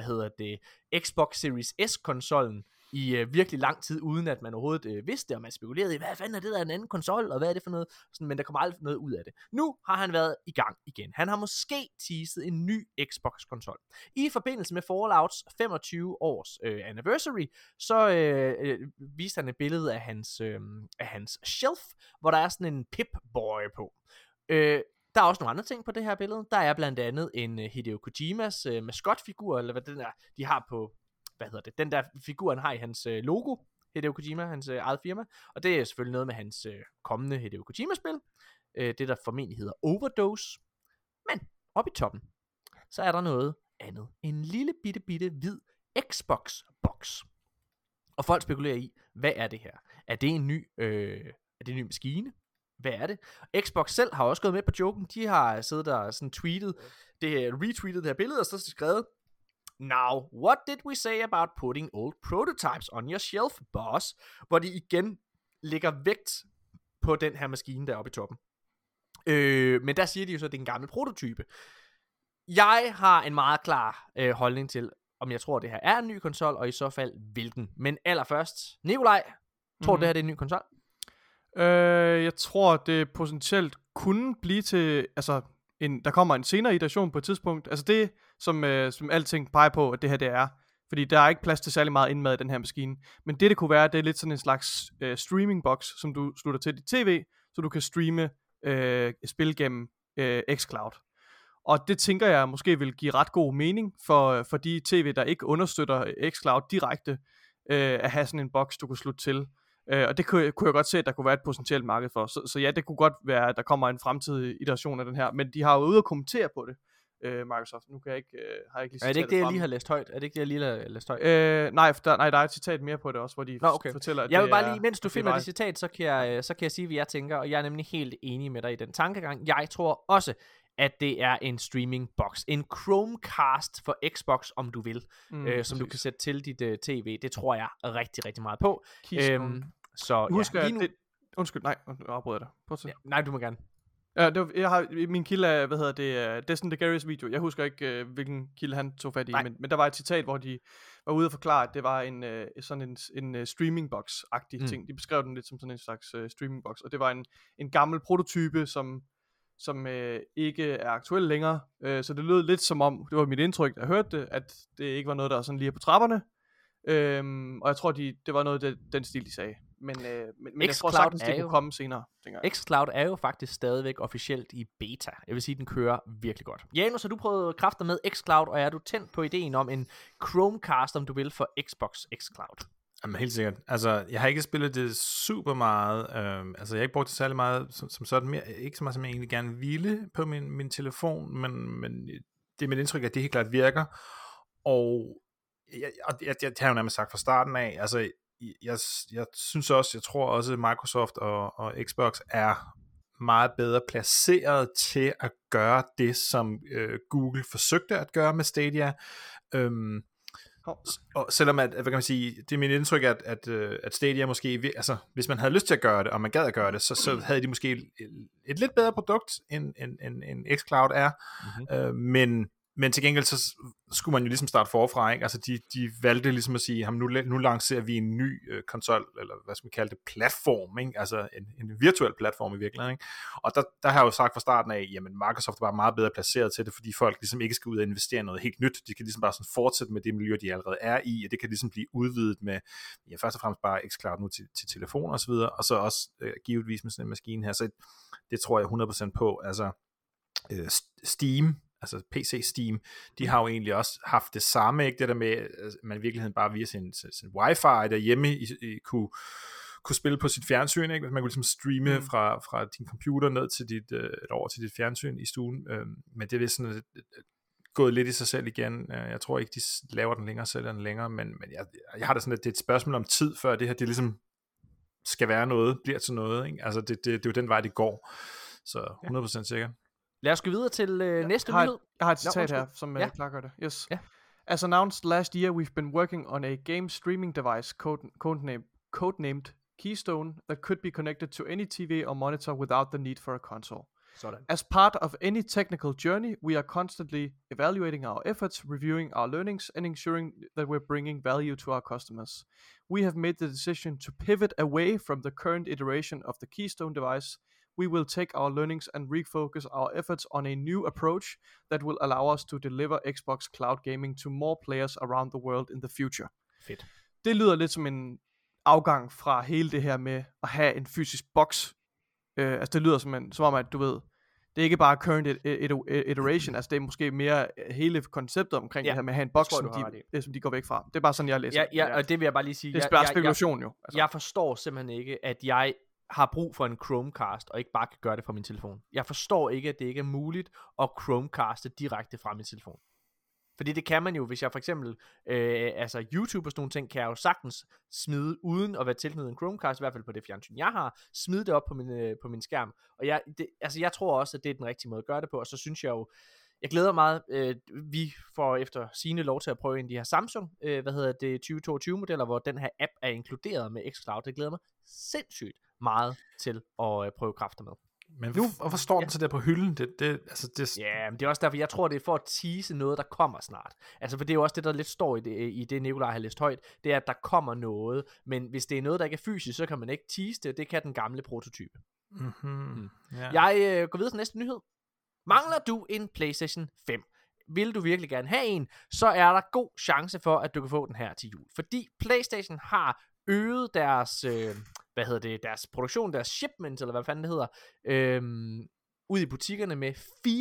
Xbox Series S-konsollen i virkelig lang tid, uden at man overhovedet vidste, og man spekulerede i, hvad fanden er det der en anden konsol, og hvad er det for noget, sådan, men der kommer aldrig noget ud af det. Nu har han været i gang igen. Han har måske teaset en ny Xbox-konsol. I forbindelse med Fallouts 25 års anniversary, så viste han et billede af hans shelf, hvor der er sådan en Pip-Boy på. Der er også nogle andre ting på det her billede. Der er blandt andet en Hideo Kojimas maskotfigur, eller hvad den er, de har på, den der figur, han har i hans logo, Hideo Kojima, hans eget firma. Og det er selvfølgelig noget med hans kommende Hideo Kojima-spil. Det der formentlig hedder Overdose. Men oppe i toppen, så er der noget andet. En lille bitte hvid Xbox-boks. Og folk spekulerer i, hvad er det her? Er det en ny ny maskine? Hvad er det? Xbox selv har også gået med på joken. De har siddet der sådan retweetet det her billede, og så skrevet: Now, what did we say about putting old prototypes on your shelf, boss? Hvor de igen lægger vægt på den her maskine deroppe i toppen. Men der siger de jo så, at det er en gammel prototype. Jeg har en meget klar holdning til, om jeg tror, det her er en ny konsol, og i så fald hvilken. Men allerførst, Nikolaj, tror du, det her det er en ny konsol? Jeg tror, det potentielt kunne blive til, altså, der kommer en senere iteration på et tidspunkt. Altså det, som alting peger på, at det her det er. Fordi der er ikke plads til særlig meget indmad i den her maskine. Men det kunne være, det er lidt sådan en slags streaming-box, som du slutter til dit tv, så du kan streame spil gennem xCloud. Og det tænker jeg måske vil give ret god mening for de tv, der ikke understøtter xCloud direkte, at have sådan en box, du kan slutte til. Og det kunne jeg godt se, at der kunne være et potentielt marked for. Så ja, det kunne godt være, at der kommer en fremtidig iteration af den her. Men de har jo ude at kommentere på det, Microsoft. Nu kan jeg ikke, har jeg ikke lige er det ikke det, jeg lige har læst højt? Er det ikke det, jeg lige har læst højt? Nej, der er et citat mere på det også, hvor de fortæller, at jeg vil bare lige, mens du finder det citat, så kan jeg sige, hvad jeg tænker. Og jeg er nemlig helt enig med dig i den tankegang. Jeg tror også, at det er en streaming box. En Chromecast for Xbox, om du vil. Som du kan sætte til dit tv. Det tror jeg rigtig, rigtig meget på. Så husker lige nu... Undskyld, nej, nu afbryder jeg dig. Prøv at se. Nej, du må gerne. Jeg har min kilde af, Destin DeGarys video. Jeg husker ikke, hvilken kilde han tog fat i, men der var et citat, hvor de var ude at forklare, at det var en streaming-box-agtig ting. De beskrev den lidt som sådan en slags streaming-box, og det var en gammel prototype, som ikke er aktuel længere. Så det lød lidt som om, det var mit indtryk, da jeg hørte det, at det ikke var noget, der var sådan lige på trapperne. Og jeg tror, det var noget af den stil, de sagde. Men jeg tror sagtens, det kunne komme senere, tænker jeg. xCloud er jo faktisk stadigvæk officielt i beta. Jeg vil sige, den kører virkelig godt. Janus, har du prøvet kræfter med xCloud, og er du tændt på ideen om en Chromecast, om du vil, for Xbox xCloud? Jamen helt sikkert. Altså, jeg har ikke spillet det super meget. Altså, jeg har ikke brugt det særlig meget som sådan mere. Ikke så meget, som jeg egentlig gerne ville på min telefon, men det er mit indtryk, at det helt klart virker. Og jeg har jo nærmest sagt fra starten af, altså, jeg synes også, jeg tror også, at Microsoft og Xbox er meget bedre placeret til at gøre det, som Google forsøgte at gøre med Stadia. Og selvom at, hvad kan man sige, det er mit indtryk, at Stadia måske, altså hvis man havde lyst til at gøre det, og man gad at gøre det, så havde de måske et lidt bedre produkt, end xCloud er, men til gengæld så skulle man jo ligesom starte forfra, ikke? Altså de valgte ligesom at sige, nu lancerer vi en ny konsol, eller hvad skal man kalde det, platform, ikke? Altså en virtuel platform i virkeligheden, ikke? Og der har jeg jo sagt fra starten af, jamen Microsoft er bare meget bedre placeret til det, fordi folk ligesom ikke skal ud og investere noget helt nyt, de kan ligesom bare sådan fortsætte med det miljø, de allerede er i, og det kan ligesom blive udvidet med, ja, først og fremmest bare xCloud nu til telefoner og så videre, og så også givetvis med sådan en maskine her, så det tror jeg 100% på, altså Steam, altså PC Steam, de har jo egentlig også haft det samme, ikke? Det der med, at man i virkeligheden bare via sin wifi derhjemme kunne spille på sit fjernsyn, ikke? Man kunne ligesom streame fra din computer ned til over til dit fjernsyn i stuen, men det er vist sådan gået lidt i sig selv igen. Jeg tror ikke, de laver den længere, sælger den længere, men jeg har det sådan, at det er et spørgsmål om tid, før det her, det ligesom skal være noget, bliver til noget, ikke? Altså det er jo den vej, det går, så 100% sikker. Lad os gå videre til næste nyhed. Jeg har et citat her, som klargør det. Yes. Yeah. As announced last year, we've been working on a game streaming device codenamed Keystone that could be connected to any TV or monitor without the need for a console. Sådan. As part of any technical journey, we are constantly evaluating our efforts, reviewing our learnings, and ensuring that we're bringing value to our customers. We have made the decision to pivot away from the current iteration of the Keystone device. We will take our learnings and refocus our efforts on a new approach that will allow us to deliver Xbox Cloud Gaming to more players around the world in the future. Fedt. Det lyder lidt som en afgang fra hele det her med at have en fysisk boks. Altså det lyder som om, at du ved, det er ikke bare current iteration, altså det er måske mere hele konceptet omkring det her med at have en boks, som de går væk fra. Det er bare sådan, jeg læser. Ja, og det vil jeg bare lige sige. Det er bare spekulation jo. Altså. Jeg forstår simpelthen ikke, at jeg har brug for en Chromecast, og ikke bare kan gøre det fra min telefon. Jeg forstår ikke, at det ikke er muligt at Chromecaste direkte fra min telefon. Fordi det kan man jo, hvis jeg for eksempel, altså YouTube og sådan nogle ting, kan jeg jo sagtens smide, uden at være tilknyttet en Chromecast, i hvert fald på det fjernsyn, jeg har, smide det op på min skærm. Og jeg tror også, at det er den rigtige måde at gøre det på, og så synes jeg jo, jeg glæder meget, vi får efter sigende lov til at prøve en af de her Samsung, 2022-modeller, hvor den her app er inkluderet med xCloud. Det glæder mig sindssygt meget til at prøve kræfter med. Men hvorfor står den så der på hylden? Ja, men det er også derfor, jeg tror, det er for at tease noget, der kommer snart. Altså, for det er jo også det, der lidt står i det Nikolaj har læst højt, det er, at der kommer noget, men hvis det er noget, der ikke er fysisk, så kan man ikke tease det. Det kan den gamle prototype. Yeah. Jeg går videre til næste nyhed. Mangler du en PlayStation 5? Vil du virkelig gerne have en, så er der god chance for, at du kan få den her til jul. Fordi PlayStation har øget deres, deres produktion, deres shipment, eller hvad fanden det hedder, ud i butikkerne med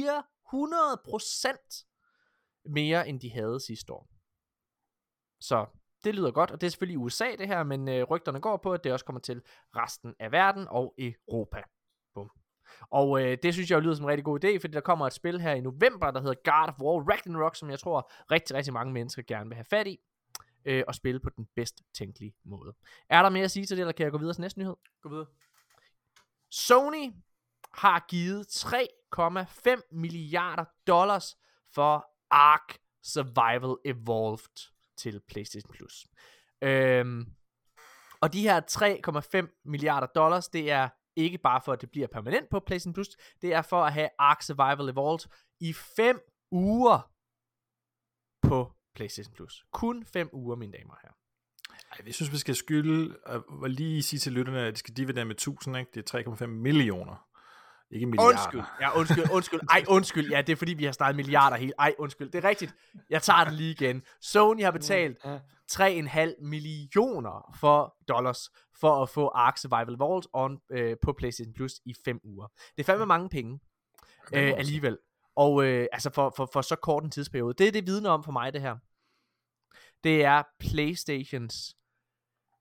400% mere, end de havde sidste år. Så det lyder godt, og det er selvfølgelig i USA det her, men rygterne går på, at det også kommer til resten af verden og Europa. Bum. Og det synes jeg jo lyder som en rigtig god idé, fordi der kommer et spil her i november, der hedder God of War Ragnarok, som jeg tror rigtig, rigtig mange mennesker gerne vil have fat i, og spille på den bedst tænkelige måde. Er der mere at sige til det, eller kan jeg gå videre til næste nyhed? Gå videre. Sony har givet $3,5 milliarder for Ark Survival Evolved til PlayStation Plus. Og de her $3,5 milliarder, det er ikke bare for, at det bliver permanent på PlayStation Plus, det er for at have Ark Survival Evolved i 5 uger på PlayStation Plus. Kun 5 uger, mine damer og herrer. Jeg synes, vi skal skylde og lige sige til lytterne, at de skal dividere med 1000, ikke? Det er 3,5 millioner. Ikke milliarder. Undskyld. Ja, det er fordi, vi har startet milliarder helt. Undskyld. Det er rigtigt. Jeg tager det lige igen. Sony har betalt 3,5 millioner dollars for at få Ark Survival Evolved på PlayStation Plus i 5 uger. Det er fandme mange penge alligevel. Og altså for så kort en tidsperiode. Det vidner om for mig, det her. Det er PlayStations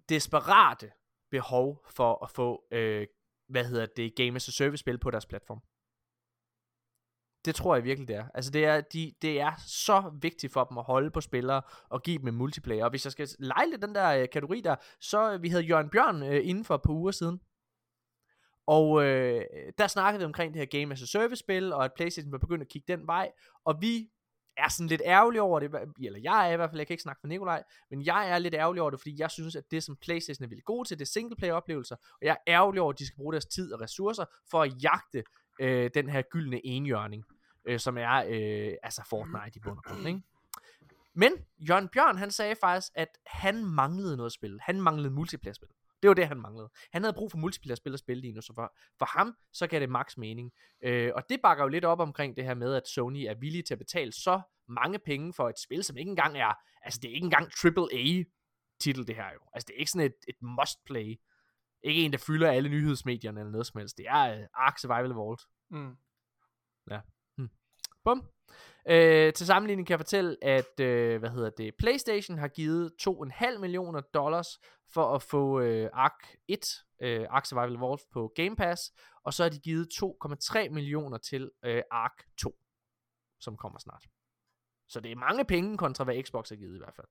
desperate behov for at få, Game as a Service spil på deres platform. Det tror jeg virkelig, det er. Altså, det er så vigtigt for dem at holde på spillere og give dem en multiplayer. Og hvis jeg skal lege lidt den der kategori der, så vi havde Jørgen Bjørn inden for et par uger siden. Og der snakkede vi omkring det her Game as a Service spil, og at PlayStation var begyndt at kigge den vej. Og vi er sådan lidt ærgerlige over det, eller jeg er i hvert fald, jeg kan ikke snakke for Nikolaj, men jeg er lidt ærgerlig over det, fordi jeg synes, at det som PlayStation er vildt gode til, det er singleplayer oplevelser, og jeg er ærgerlig over, at de skal bruge deres tid og ressourcer for at jagte den her gyldne enhjørning, som er altså Fortnite i bund og grund, ikke? Men Jørgen Bjørn, han sagde faktisk, at han manglede noget spil. Han manglede multiplayer-spil. Det var det, han manglede. Han havde brug for multiplayer-spil at spille lige nu, så for ham, så gav det max mening. Og det bakker jo lidt op omkring det her med, at Sony er villig til at betale så mange penge for et spil, som ikke engang er, altså det er ikke engang AAA-titel det her jo. Altså det er ikke sådan et must-play. Ikke en, der fylder alle nyhedsmedierne eller noget som helst. Det er Ark Survival Evolved. Ja. Bum. Til sammenligning kan jeg fortælle, at PlayStation har givet $2,5 millioner for at få Ark 1, Ark Survival Evolved på Game Pass, og så har de givet 2,3 millioner til Ark 2, som kommer snart. Så det er mange penge kontra hvad Xbox har givet i hvert fald.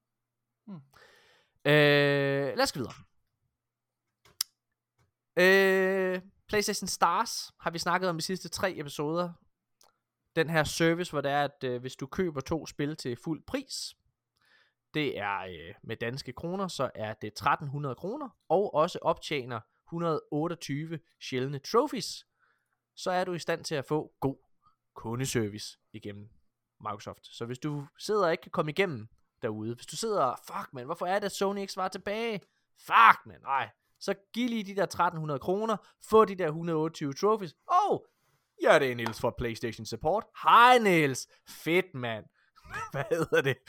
Lad os gå videre. PlayStation Stars har vi snakket om de sidste 3 episoder. Den her service, hvor det er, at hvis du køber 2 spil til fuld pris, det er med danske kroner, så er det 1.300 kroner, og også optjener 128 sjældne trophies, så er du i stand til at få god kundeservice igennem Microsoft. Så hvis du sidder og ikke kan komme igennem derude, hvis du sidder og, fuck man, hvorfor er det, at Sony ikke svarer tilbage? Fuck man, nej. Så giv lige de der 1.300 kroner, få de der 128 trophies, og ja, det er Niels fra PlayStation Support. Hej Niels, fedt mand. Hvad hedder det?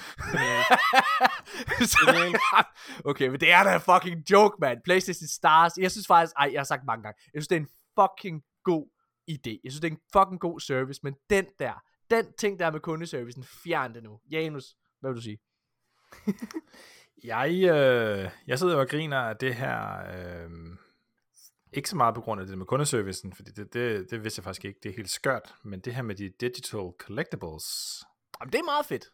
Okay, men det er da en fucking joke, man. PlayStation Stars, jeg synes faktisk, jeg har sagt mange gange, jeg synes det er en fucking god idé. Jeg synes det er en fucking god service, men den ting der med kundeservicen, fjern det nu. Janus, hvad vil du sige? Jeg sidder og griner af det her, ikke så meget på grund af det med kundeservicen, fordi det vidste jeg faktisk ikke, det er helt skørt, men det her med de digital collectibles. Jamen, det er meget fedt.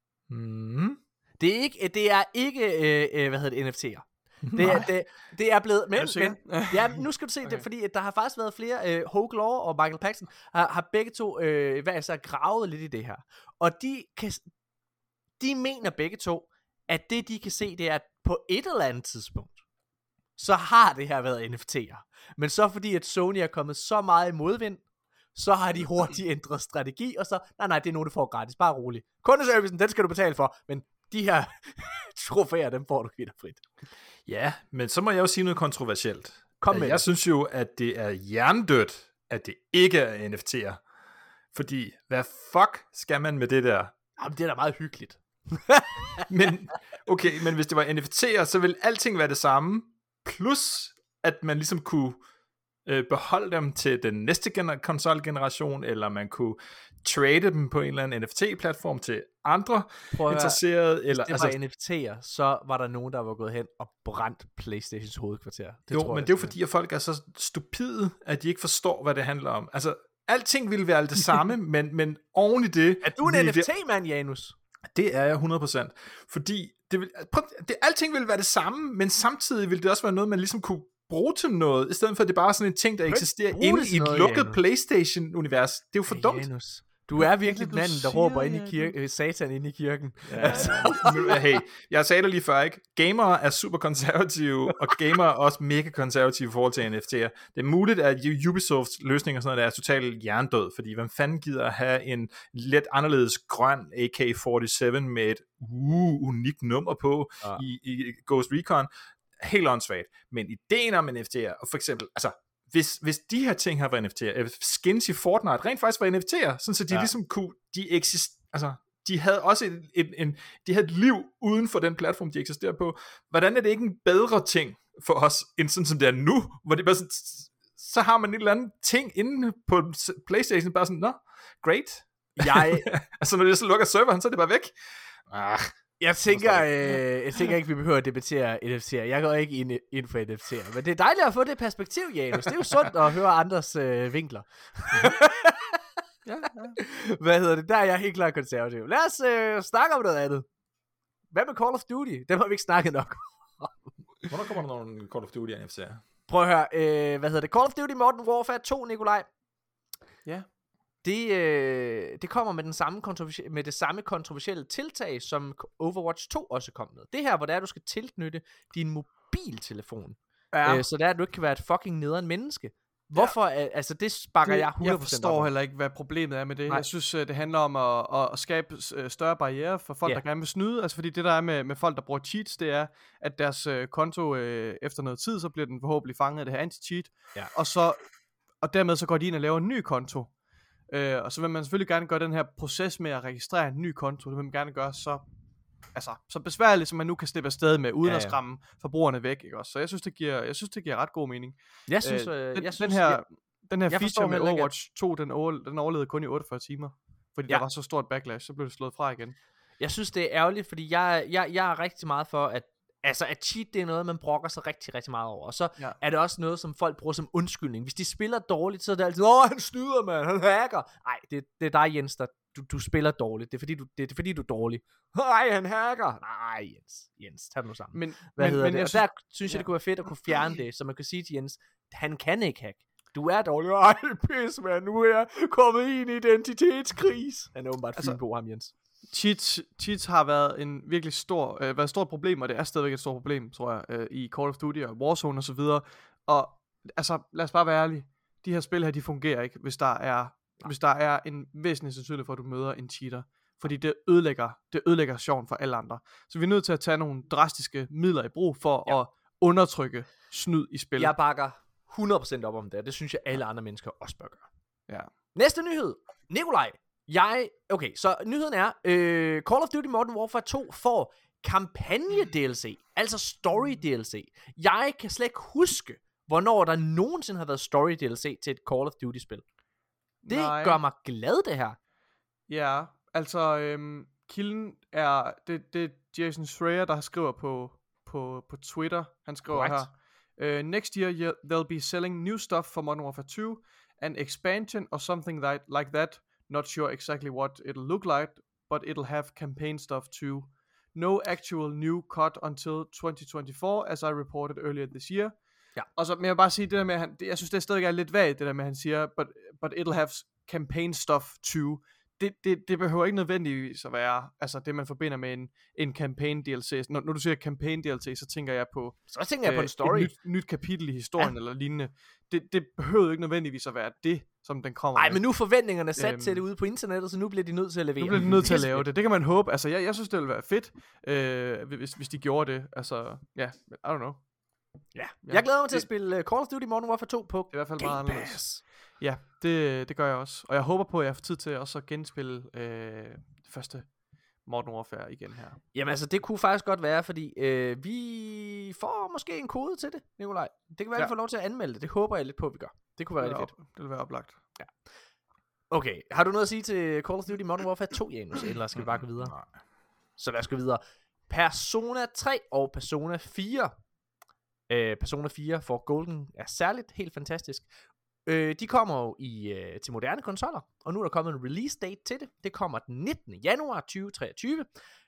Det er ikke NFT'er. Det er blevet, men ja, nu skal du se det, fordi der har faktisk været flere, Hogue Law og Michael Paxton har begge to gravet lidt i det her, og de mener begge to, at det de kan se, det er, at på et eller andet tidspunkt, så har det her været NFT'er. Men så fordi at Sony er kommet så meget i modvind, så har de hurtigt ændret strategi, og så, nej, det er nogen, du får gratis, bare rolig. Kundeservicen, den skal du betale for, men de her trofæer, dem får du kvitterfrit. Ja, men så må jeg jo sige noget kontroversielt. Kom med. Jeg synes jo, at det er hjernedødt, at det ikke er NFT'er. Fordi, hvad fuck skal man med det der? Jamen, det er da meget hyggeligt. men hvis det var NFT'er, så ville alting være det samme, plus at man ligesom kunne beholde dem til den næste konsolgeneration, eller man kunne trade dem på en eller anden NFT-platform til andre interesserede. Eller, hvis det var NFT'er, så var der nogen, der var gået hen og brændt PlayStations hovedkvarter. Men det er jo fordi, at folk er så stupide, at de ikke forstår, hvad det handler om. Altså, alting ville være det samme, men oven i det... Er du en NFT-mand, Janus? Det er jeg 100%. Fordi alting ville være det samme, men samtidig ville det også være noget, man ligesom kunne bruge til noget, i stedet for at det bare er sådan en ting, der eksisterer inde i et lukket PlayStation-univers. Det er jo for dumt. Janus. Du er virkelig manden, der råber ind i Satan ind i kirken. Ja, altså. Hey, jeg sagde det lige før, ikke? Gamere er super konservative, og gamere er også mega konservative i forhold til NFT'er. Det er muligt, at Ubisofts løsning og sådan noget, der er totalt hjernedød, fordi hvem fanden gider at have en lidt anderledes grøn AK-47 med et unikt nummer på i Ghost Recon? Helt åndssvagt. Men ideen om NFT'er, og for eksempel, altså, hvis de her ting har været NFT'er, skins i Fortnite rent faktisk var NFT'er, sådan så de ligesom kunne, de havde også de havde et liv uden for den platform, de eksisterer på. Hvordan er det ikke en bedre ting for os, end sådan som det er nu, hvor det bare sådan, så har man et eller andet ting inde på PlayStation, bare sådan, great. Altså når det så lukker serveren, så er det bare væk. Jeg tænker ikke, vi behøver at debattere NFT'er. Jeg går ikke ind for NFT'er. Men det er dejligt at få det perspektiv, Janus. Det er jo sundt at høre andres vinkler. Ja. Hvad hedder det? Der er jeg helt klart konservativ. Lad os snakke om noget andet. Hvad med Call of Duty? Dem har vi ikke snakket nok om. Hvornår kommer der nogle Call of Duty NFT'er? Prøv at høre. Hvad hedder det? Call of Duty Modern Warfare 2, Nikolaj. Ja. Det kommer med det samme kontroversielle tiltag, som Overwatch 2 også kom med. Det her, hvor det er, du skal tilknytte din mobiltelefon. Ja. Så det er, at du ikke kan være et fucking nederen menneske. Hvorfor? Altså, det sparker jeg 100% Jeg forstår heller ikke, hvad problemet er med det. Nej. Jeg synes, det handler om at skabe større barriere for folk, der gerne vil snyde. Altså, fordi det, der er med folk, der bruger cheats, det er, at deres konto efter noget tid, så bliver den forhåbentlig fanget af det her anti-cheat. Ja. Og dermed så går de ind og laver en ny konto. Og så vil man selvfølgelig gerne gøre den her proces med at registrere en ny konto. Det vil man gerne gøre så besværligt, som man nu kan slippe afsted med, uden at skræmme forbrugerne væk, ikke også? Så jeg synes, det giver ret god mening. Den her feature med Overwatch 2, den overlevede kun i 48 timer, fordi der var så stort backlash, så blev det slået fra igen. Jeg synes, det er ærgerligt, fordi jeg er rigtig meget for, at cheat, det er noget, man brokker sig rigtig, rigtig meget over. Og så er det også noget, som folk bruger som undskyldning. Hvis de spiller dårligt, så er det altid, han snyder, man, han hacker. Nej, det er dig, Jens, der du spiller dårligt. Det er fordi, du er dårlig. Nej, han hacker. Nej, Jens, tag det nu sammen. Men der synes jeg, det kunne være fedt at kunne fjerne det, så man kan sige til Jens, han kan ikke hacke. Du er dårlig. Ej, pis, man. Nu er jeg kommet i en identitetskris. Han er åbenbart fynbo, ham, Jens. Cheats har været en virkelig et stort problem, og det er stadigvæk et stort problem, tror jeg, i Call of Duty og Warzone og så videre. Og altså, lad os bare være ærlige. De her spil her, de fungerer ikke, hvis der er en væsentlig sandsynlighed for, at du møder en cheater. Fordi det ødelægger sjoven for alle andre. Så vi er nødt til at tage nogle drastiske midler i brug for at undertrykke snyd i spil. Jeg bakker 100% op om det. Det synes jeg, alle andre mennesker også bør gøre. Ja. Næste nyhed. Nikolaj. Så nyheden er, Call of Duty Modern Warfare 2 får kampagne-DLC, altså story-DLC. Jeg kan slet ikke huske, hvornår der nogensinde har været story-DLC til et Call of Duty-spil. Det gør mig glad, det her. Ja, altså, kilden er, det er Jason Schreier, der skriver på Twitter. Han skriver her, next year they'll be selling new stuff for Modern Warfare 2, an expansion or something like that. Not sure exactly what it'll look like, but it'll have campaign stuff too. No actual new cut until 2024, as I reported earlier this year. Ja. Og så, men jeg vil bare sige, det der med, jeg synes, det stadig er lidt vagt, det der med, han siger, but it'll have campaign stuff too. Det behøver ikke nødvendigvis at være, altså det man forbinder med en campaign DLC. Når du siger campaign DLC, så tænker jeg på en story. Et nyt kapitel i historien eller lignende. Det behøver ikke nødvendigvis at være det, som den kommer med. Men nu er forventningerne sat til det ude på internettet, så nu bliver de nødt til at levere. Nu bliver de nødt til at lave det. Det kan man håbe. Altså jeg synes det ville være fedt, hvis de gjorde det. Altså I don't know. Ja. Jeg glæder mig til at spille Call of Duty Modern Warfare 2 på i hvert fald meget anderledes. Ja, det gør jeg også. Og jeg håber på, at jeg får tid til også at genspille det første Modern Warfare igen her. Jamen altså, det kunne faktisk godt være, fordi vi får måske en kode til det, Nikolaj. Det kan være, at vi får lov til at anmelde det. Det håber jeg lidt på, at vi gør. Det kunne være rigtig fedt. Det vil være oplagt. Ja. Okay, har du noget at sige til Call of Duty Modern Warfare 2, Janus? Eller skal vi bare gå videre? Nej. Så lad os gå videre. Persona 3 og Persona 4. Persona 4 for Golden er særligt helt fantastisk. De kommer jo til moderne konsoller, og nu er der kommet en release date til det. Det kommer den 19. januar 2023.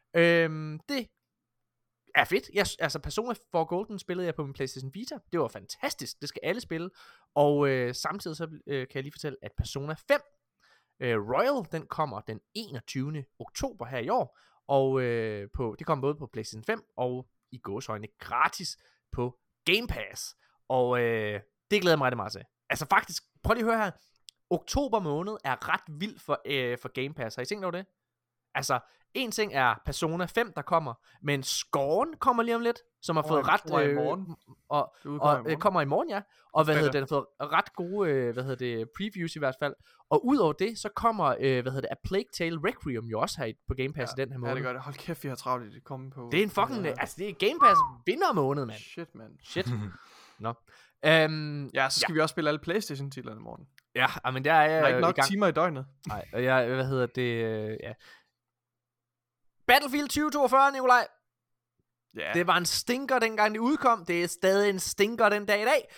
Det er fedt. Altså Persona 4 Golden spillede jeg på min PlayStation Vita. Det var fantastisk. Det skal alle spille. Og samtidig så kan jeg lige fortælle, at Persona 5 Royal, den kommer den 21. oktober her i år. Og det kommer både på PlayStation 5 og i gåseøjne gratis på Game Pass. Og det glæder mig rigtig meget til. Altså faktisk, prøv lige at høre her. Oktober måned er ret vild for Game Pass. Har I tænkt over det? Altså, en ting er Persona 5, der kommer, men Scorn kommer lige om lidt, som har fået ret... i morgen. Og kommer i morgen, ja. Og den har fået ret gode, previews i hvert fald. Og udover det, så kommer, A Plague Tale Requiem jo også her på Game Pass i den her måned. Ja, det gør det. Hold kæft, vi har travlt i det komme på. Det er en fucking... Altså, det er Game Pass vinder måned, mand. Shit. Nå. Ja, så skal vi også spille alle PlayStation-titlerne i morgen. Ja, men der er ikke nok timer i døgnet. Nej, og ja. Battlefield 2042, Nikolaj. Ja. Det var en stinker, dengang det udkom. Det er stadig en stinker den dag i dag.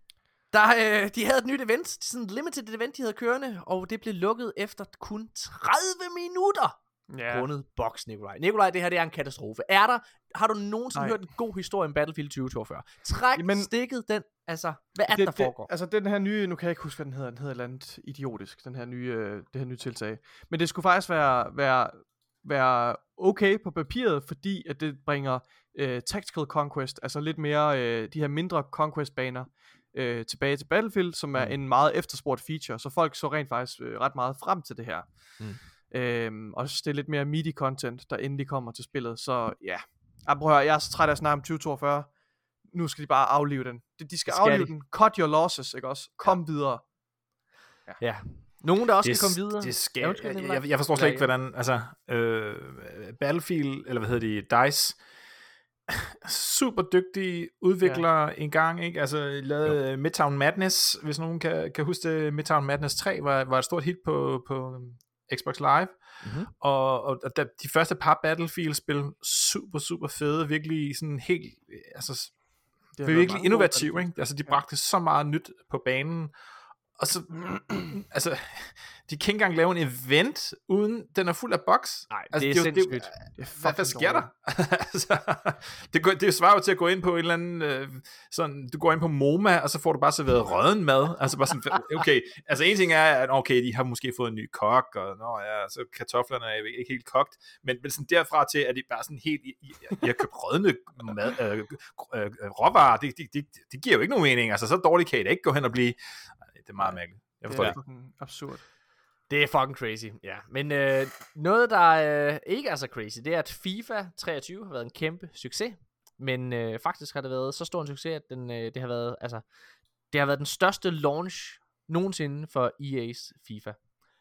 De havde et nyt event, sådan et limited event, de havde kørende, og det blev lukket efter kun 30 minutter. Grundet boks, Nikolaj. Nikolaj, det her det er en katastrofe. Har du nogensinde hørt en god historie om Battlefield 2042? Træk stikket den, altså, hvad er der foregår? Altså, den her nye, nu kan jeg ikke huske, hvad den hedder. Den hedder et eller andet idiotisk, det her nye tiltag. Men det skulle faktisk være okay på papiret, fordi at det bringer tactical conquest, altså lidt mere de her mindre conquest-baner, tilbage til Battlefield, som er en meget efterspurgt feature, så folk så rent faktisk ret meget frem til det her. Og det er lidt mere meaty content, der endelig kommer til spillet, så ja. Prøv at høre, jeg er så træt af at snakke om 2042. Nu skal de bare aflive den. De skal aflive den. Cut your losses, ikke også? Kom videre. Ja. Nogen, der også skal komme videre. Det skal, jeg forstår slet ikke, hvordan, altså, Battlefield, eller hvad hedder de, DICE, super dygtige udviklere en gang, ikke? Altså, lavede Midtown Madness, hvis nogen kan huske det. Midtown Madness 3 var et stort hit på Xbox Live, og de første par Battlefield-spil, super fede, virkelig sådan helt, altså, virkelig innovativ, ikke? Altså, de bragte så meget nyt på banen, og så, altså, de kan ikke engang lave en event, uden den er fuld af bugs. Nej, altså, det er sindssygt. Hvad sker der? Altså, det svarer jo til at gå ind på en eller anden, sådan, du går ind på MoMA, og så får du bare serveret rødden mad. Altså bare sådan, okay, altså en ting er, at okay, de har måske fået en ny kok, og så kartoflerne er ikke helt kogt, men sådan derfra til, at det bare sådan helt, jeg har købt rødne mad, råvarer, det giver jo ikke nogen mening. Altså så dårligt kan det ikke gå hen og blive. Det er meget mærkeligt. Jeg forstår det. Det er absurd. Det er fucking crazy, ja. Men noget, der ikke er så crazy, det er, at FIFA 23 har været en kæmpe succes. Men faktisk har det været så stor en succes, at det har været den største launch nogensinde for EA's FIFA.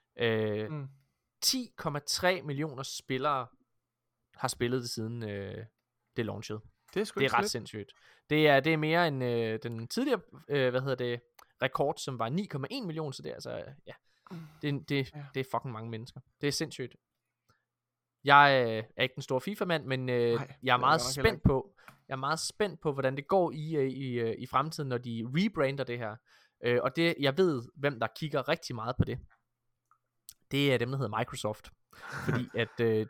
10,3 millioner spillere har spillet det siden det launchede. Det er ret sindssygt. Det er mere end den tidligere, rekord, som var 9,1 millioner, så det er altså, det er fucking mange mennesker. Det er sindssygt. Jeg er ikke den store FIFA-mand, men jeg er meget spændt på, hvordan det går i fremtiden, når de rebrander det her. Og jeg ved, hvem der kigger rigtig meget på det. Det er dem, der hedder Microsoft. Fordi at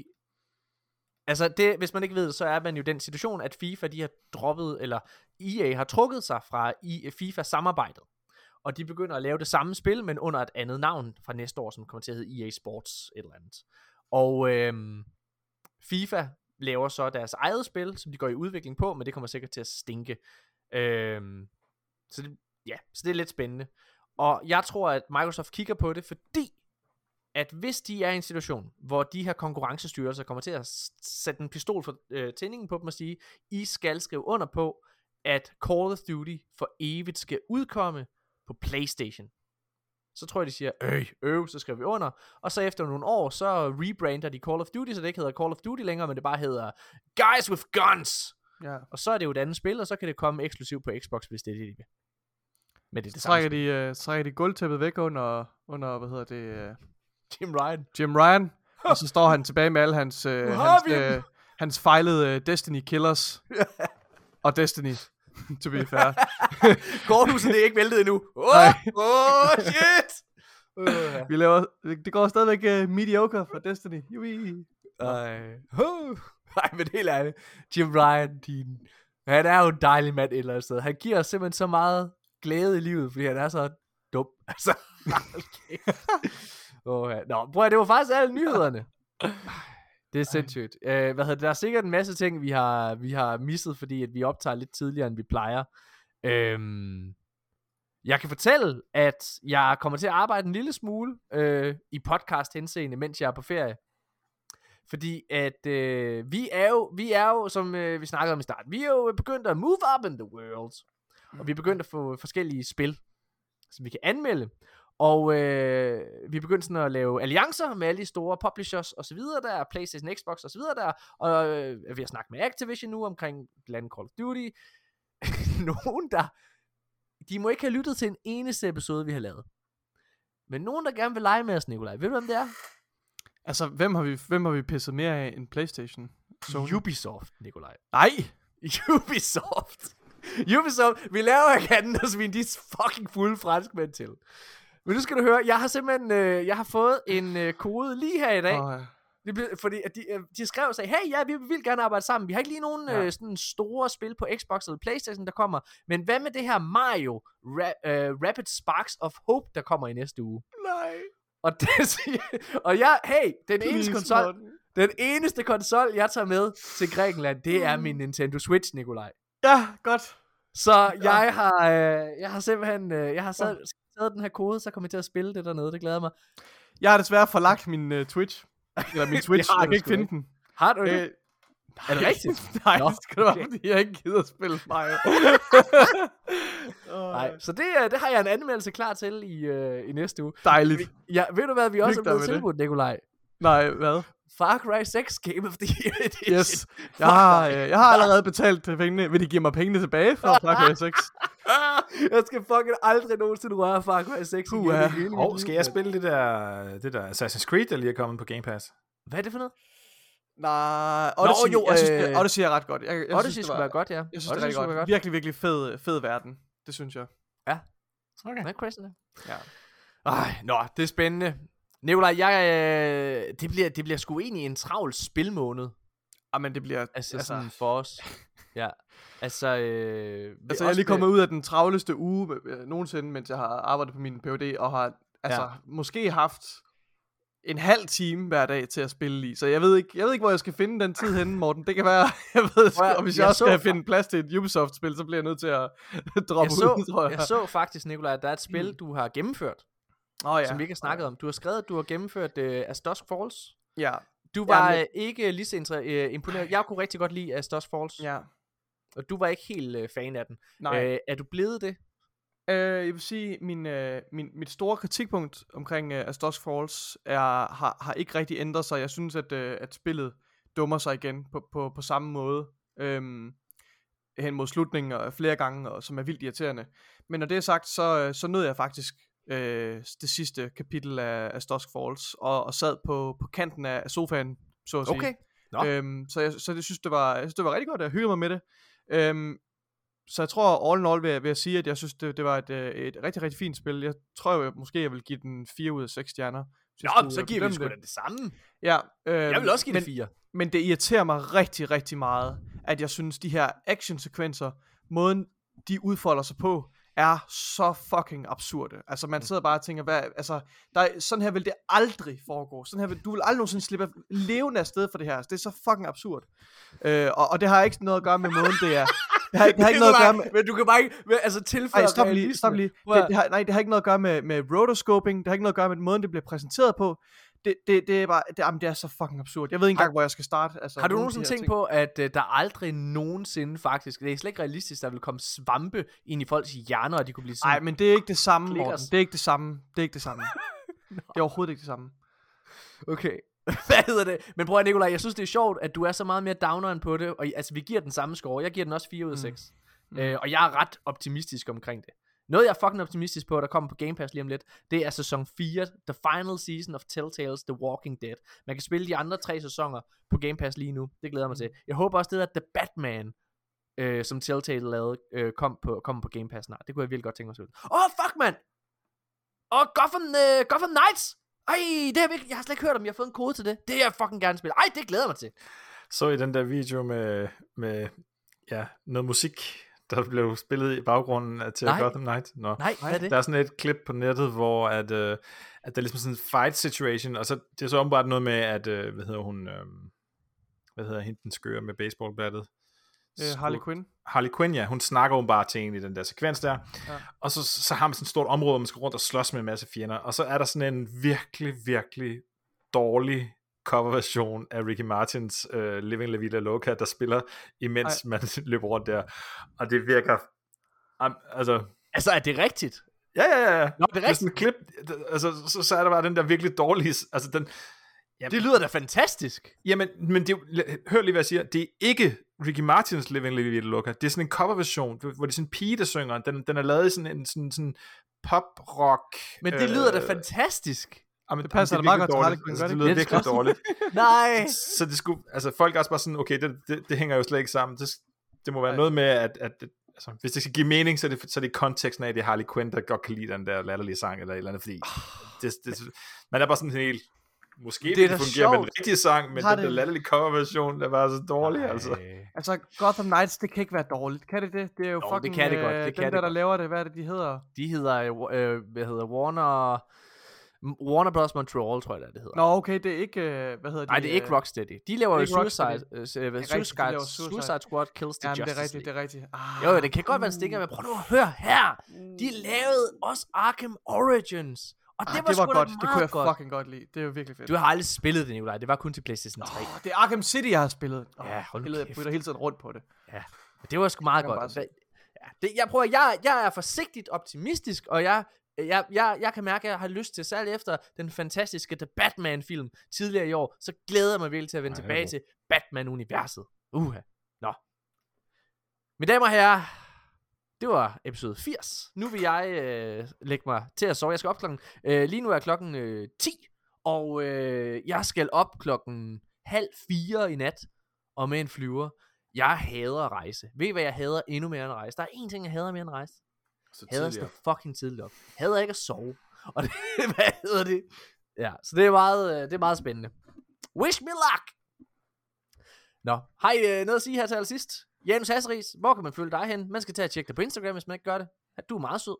hvis man ikke ved, så er man jo den situation, at FIFA, de har droppet, eller EA har trukket sig fra FIFA-samarbejdet. Og de begynder at lave det samme spil, men under et andet navn fra næste år, som kommer til at hedde EA Sports et eller andet. Og FIFA laver så deres eget spil, som de går i udvikling på, men det kommer sikkert til at stinke. Så det er lidt spændende. Og jeg tror, at Microsoft kigger på det, fordi at hvis de er i en situation, hvor de her konkurrencestyrelser kommer til at sætte en pistol for tændingen på dem og sige, I skal skrive under på, at Call of Duty for evigt skal udkomme på PlayStation. Så tror jeg, de siger, så skriver vi under. Og så efter nogle år, så rebrander de Call of Duty, så det ikke hedder Call of Duty længere, men det bare hedder Guys with Guns. Ja. Og så er det jo et andet spil, og så kan det komme eksklusivt på Xbox, hvis det er det, de vil. Men det er det samme. Trækker de gulvtæppet væk under Jim Ryan. Og så står han tilbage med alle hans fejlede Destiny Killers. Og Destiny, to be fair. Gårdhuset er ikke væltet endnu. Shit! Det går stadigvæk mediocre for Destiny. Nej, men helt ærligt. Jim Ryan, han er jo en dejlig mand et eller andet sted. Han giver os simpelthen så meget glæde i livet, fordi han er så dum. Altså, Nå, bror, det var faktisk alle nyhederne. Det er sindssygt. Der er sikkert en masse ting, vi har misset, fordi at vi optager lidt tidligere, end vi plejer. Jeg kan fortælle, at jeg kommer til at arbejde en lille smule i podcast henseende, mens jeg er på ferie. Fordi at vi er jo, som vi snakkede om i starten, vi er jo begyndt at move up in the world. Og vi er begyndt at få forskellige spil, som vi kan anmelde. Og vi begyndte sådan at lave alliancer med alle de store publishers og så videre der, PlayStation, Xbox og så videre der, og vi har snakket med Activision nu omkring blandt andet Call of Duty. Nogen de må ikke have lyttet til en eneste episode, vi har lavet. Men nogen, der gerne vil lege med os, Nikolaj. Ved du, hvem det er? Altså, hvem har vi pisset mere af end PlayStation? Sony? Ubisoft, Nikolaj. Nej! Ubisoft, vi laver ikke andet at svine de fucking fulde franskmænd til. Men nu skal du høre, jeg har simpelthen jeg har fået en kode lige her i dag. Fordi at de skrev og sagde, hey, ja, vi vil gerne arbejde sammen. Vi har ikke lige nogen sådan store spil på Xbox eller PlayStation, der kommer. Men hvad med det her Mario Rapid Sparks of Hope, der kommer i næste uge? Nej. Og den eneste konsol, jeg tager med til Grækenland, det er min Nintendo Switch, Nikolaj. Ja, godt. Så jeg har simpelthen taget den her kode, så kommer jeg til at spille det dernede. Det glæder mig. Jeg har desværre forlagt min Twitch. Eller min Twitch, jeg kan ikke finde den. Har du det? Er det rigtigt? Nej, det skal det være, fordi jeg ikke gider at spille Mario. Nej, så det har jeg en anmeldelse klar til i næste uge. Dejligt. Ja, ved du hvad, vi også er blevet tilbudt, Nikolaj? Nej, hvad? Far Cry 6 Game of the Year Edition. Yes. Jeg har allerede betalt pengene. Vil de give mig pengene tilbage for Far Cry 6? Jeg skal fucking aldrig nogensinde røre Far Cry 6 igen. Skal jeg spille det der Assassin's Creed, der lige er kommet på Game Pass? Hvad er det for noget? Nej, Odyssey er ret godt. Odyssey skulle være godt, ja. Jeg synes, det er rigtig godt. Virkelig, virkelig fed verden. Det synes jeg. Ja. Okay. Det er crazy, det. Ja. Det er spændende. Nikolaj, det bliver sgu egentlig en travl spilmåned. Men det bliver... Altså sådan for os. Ja. Altså, jeg er lige kommet ud af den travleste uge nogensinde, mens jeg har arbejdet på min PhD, og har måske haft en halv time hver dag til at spille i. Så jeg ved ikke, hvor jeg skal finde den tid henne, Morten. Det kan være, og hvis jeg også skal finde plads til et Ubisoft-spil, så bliver jeg nødt til at droppe ud, tror jeg. Jeg så faktisk, Nikolaj, at der er et spil, du har gennemført, som vi ikke har snakket om. Du har skrevet, at du har gennemført As Dusk Falls. Ja. Du var ikke lige så imponeret. Jeg kunne rigtig godt lide As Dusk Falls. Ja. Og du var ikke helt fan af den. Nej. Er du blevet det? Jeg vil sige, mit store kritikpunkt omkring As Dusk Falls har ikke rigtig ændret sig. Jeg synes, at spillet dummer sig igen på samme måde hen mod slutningen og flere gange, og som er vildt irriterende. Men når det er sagt, så nød jeg faktisk det sidste kapitel af As Dusk Falls og sad på kanten af sofaen, så at sige. Okay. Så jeg synes, det var rigtig godt, at jeg hyggede mig med det. Så jeg tror all in all vil jeg sige, at jeg synes det var et rigtig, rigtig fint spil. Jeg tror jeg vil give den 4 ud af 6 stjerner. Så giver vi sgu da det samme. Ja, jeg vil også give det 4. Men det irriterer mig rigtig, rigtig meget, at jeg synes de her actionsekvenser, måden de udfolder sig på, er så fucking absurde. Altså man sidder bare og tænker, sådan her vil det aldrig foregå. Du vil aldrig nogensinde slippe levende afsted for det her. Det er så fucking absurd. Og det har ikke noget at gøre med måden det er. Det har ikke noget at gøre med... Men du kan bare ikke tilføje... Nej, stop lige. Det har ikke noget at gøre med rotoscoping. Det har ikke noget at gøre med måden, det bliver præsenteret på. Det er bare... det er så fucking absurd. Jeg ved ikke engang, hvor jeg skal starte. Altså, har du nogensinde tænkt på, at der aldrig nogensinde faktisk... Det er slet ikke realistisk, der vil komme svampe ind i folks hjerner, og de kunne blive sådan... Nej, men det er ikke det samme, Morten. Det er ikke det samme. Det er overhovedet ikke det samme. Okay. Hvad hedder det? Men prøv at, Nikolaj, jeg synes det er sjovt, at du er så meget mere downeren på det. Og altså, vi giver den samme score. Jeg giver den også 4 ud af 6. Og jeg er ret optimistisk omkring det. Noget jeg er fucking optimistisk på, der kommer på Game Pass lige om lidt, det er sæson 4, The Final Season of Telltale's The Walking Dead. Man kan spille de andre 3 sæsoner på Game Pass lige nu. Det glæder mig til. Jeg håber også, det der The Batman, som Telltale lavede, kommer på Game Pass snart. Det kunne jeg virkelig godt tænke mig at spille. Fuck, man! Gotham Knights! Ej, det har jeg har slet ikke hørt om. Jeg har fået en kode til det. Det er jeg fucking gerne spille. Ej, det glæder mig til. Så i den der video med noget musik, der blev spillet i baggrunden til Gotham Knights. Nej, hvad er det? Der er sådan et klip på nettet, hvor at der er ligesom sådan en fight situation, og så det er så åbenbart noget med, at hvad hedder hende den skøre med baseballbattet? Harley Quinn, ja. Hun snakker jo bare til en i den der sekvens der. Ja. Og så har man sådan et stort område, hvor man skal rundt og slås med en masse fjender. Og så er der sådan en virkelig, virkelig dårlig coverversion af Ricky Martins Living La Vida Loca, der spiller, imens man løber rundt der. Og det virker... Altså, er det rigtigt? Ja. Nå, det er rigtigt. Sådan en klip, altså, så er der bare den der virkelig dårlige... Altså, den... Jamen, det lyder da fantastisk. Jamen, men hør lige, hvad jeg siger. Det er ikke Ricky Martins Living La Vida Loca. Det er sådan en coverversion, hvor det er sådan en pige, der synger. Den er lavet i sådan en sådan pop-rock... Men det lyder da fantastisk. Jamen, Det passer da meget godt til Harley Quinn, gør det det ikke? lyder virkelig dårligt. Nej! Så det skulle, altså folk er også bare sådan, okay, det hænger jo slet ikke sammen. Det må være noget med, at altså, hvis det skal give mening, så er det konteksten af, at det er Harley Quinn, der godt kan lide den der latterlige sang, eller et eller andet, fordi man er bare sådan helt, måske det fungerer sjovt med den rigtige sang, men den der latterlige coverversion, der var så dårlig, altså. Altså, Gotham Knights, det kan ikke være dårligt, kan det det? Det er jo fucking, det kan det godt, det kan dem der laver det, hvad er det, de hedder? De hedder Warner Bros. Montreal, tror jeg, det hedder. Nå, okay, det er ikke, hvad hedder de? Nej, det er ikke Rocksteady. De laver jo Suicide Squad Kills the Justice League. Det er rigtigt. Jo, det kan godt være en stikker, men prøv nu at høre her. De lavede også Arkham Origins. Og det var sgu godt. Da det kunne jeg fucking godt lide. Det er jo virkelig fedt. Du har aldrig spillet det, Nikolaj. Det var kun til PlayStation 3. Det er Arkham City, jeg har spillet. Ja, hold nu kæft. Jeg putter hele tiden rundt på det. Ja, det var sgu meget godt. Jeg er forsigtigt optimistisk, og jeg kan mærke, at jeg har lyst til, særligt efter den fantastiske The Batman-film tidligere i år, så glæder jeg mig virkelig til at vende tilbage til Batman-universet. Nå. Mine damer og herrer, det var episode 80. Nu vil jeg lægge mig til at sove. Jeg skal op klokken. Lige nu er klokken 10, og jeg skal op klokken 3:30 i nat, og med en flyver. Jeg hader at rejse. Ved I, hvad jeg hader endnu mere end at rejse? Der er én ting, jeg hader mere end at rejse. Hader at stå fucking tidligt op. Hader ikke at sove. Og det, hvad hedder det? Ja, så det er meget spændende. Wish me luck! Nå, har I noget at sige her til allersidst? Janus Hasseris, hvor kan man følge dig hen? Man skal tage og tjekke dig på Instagram, hvis man ikke gør det. Du er meget sød.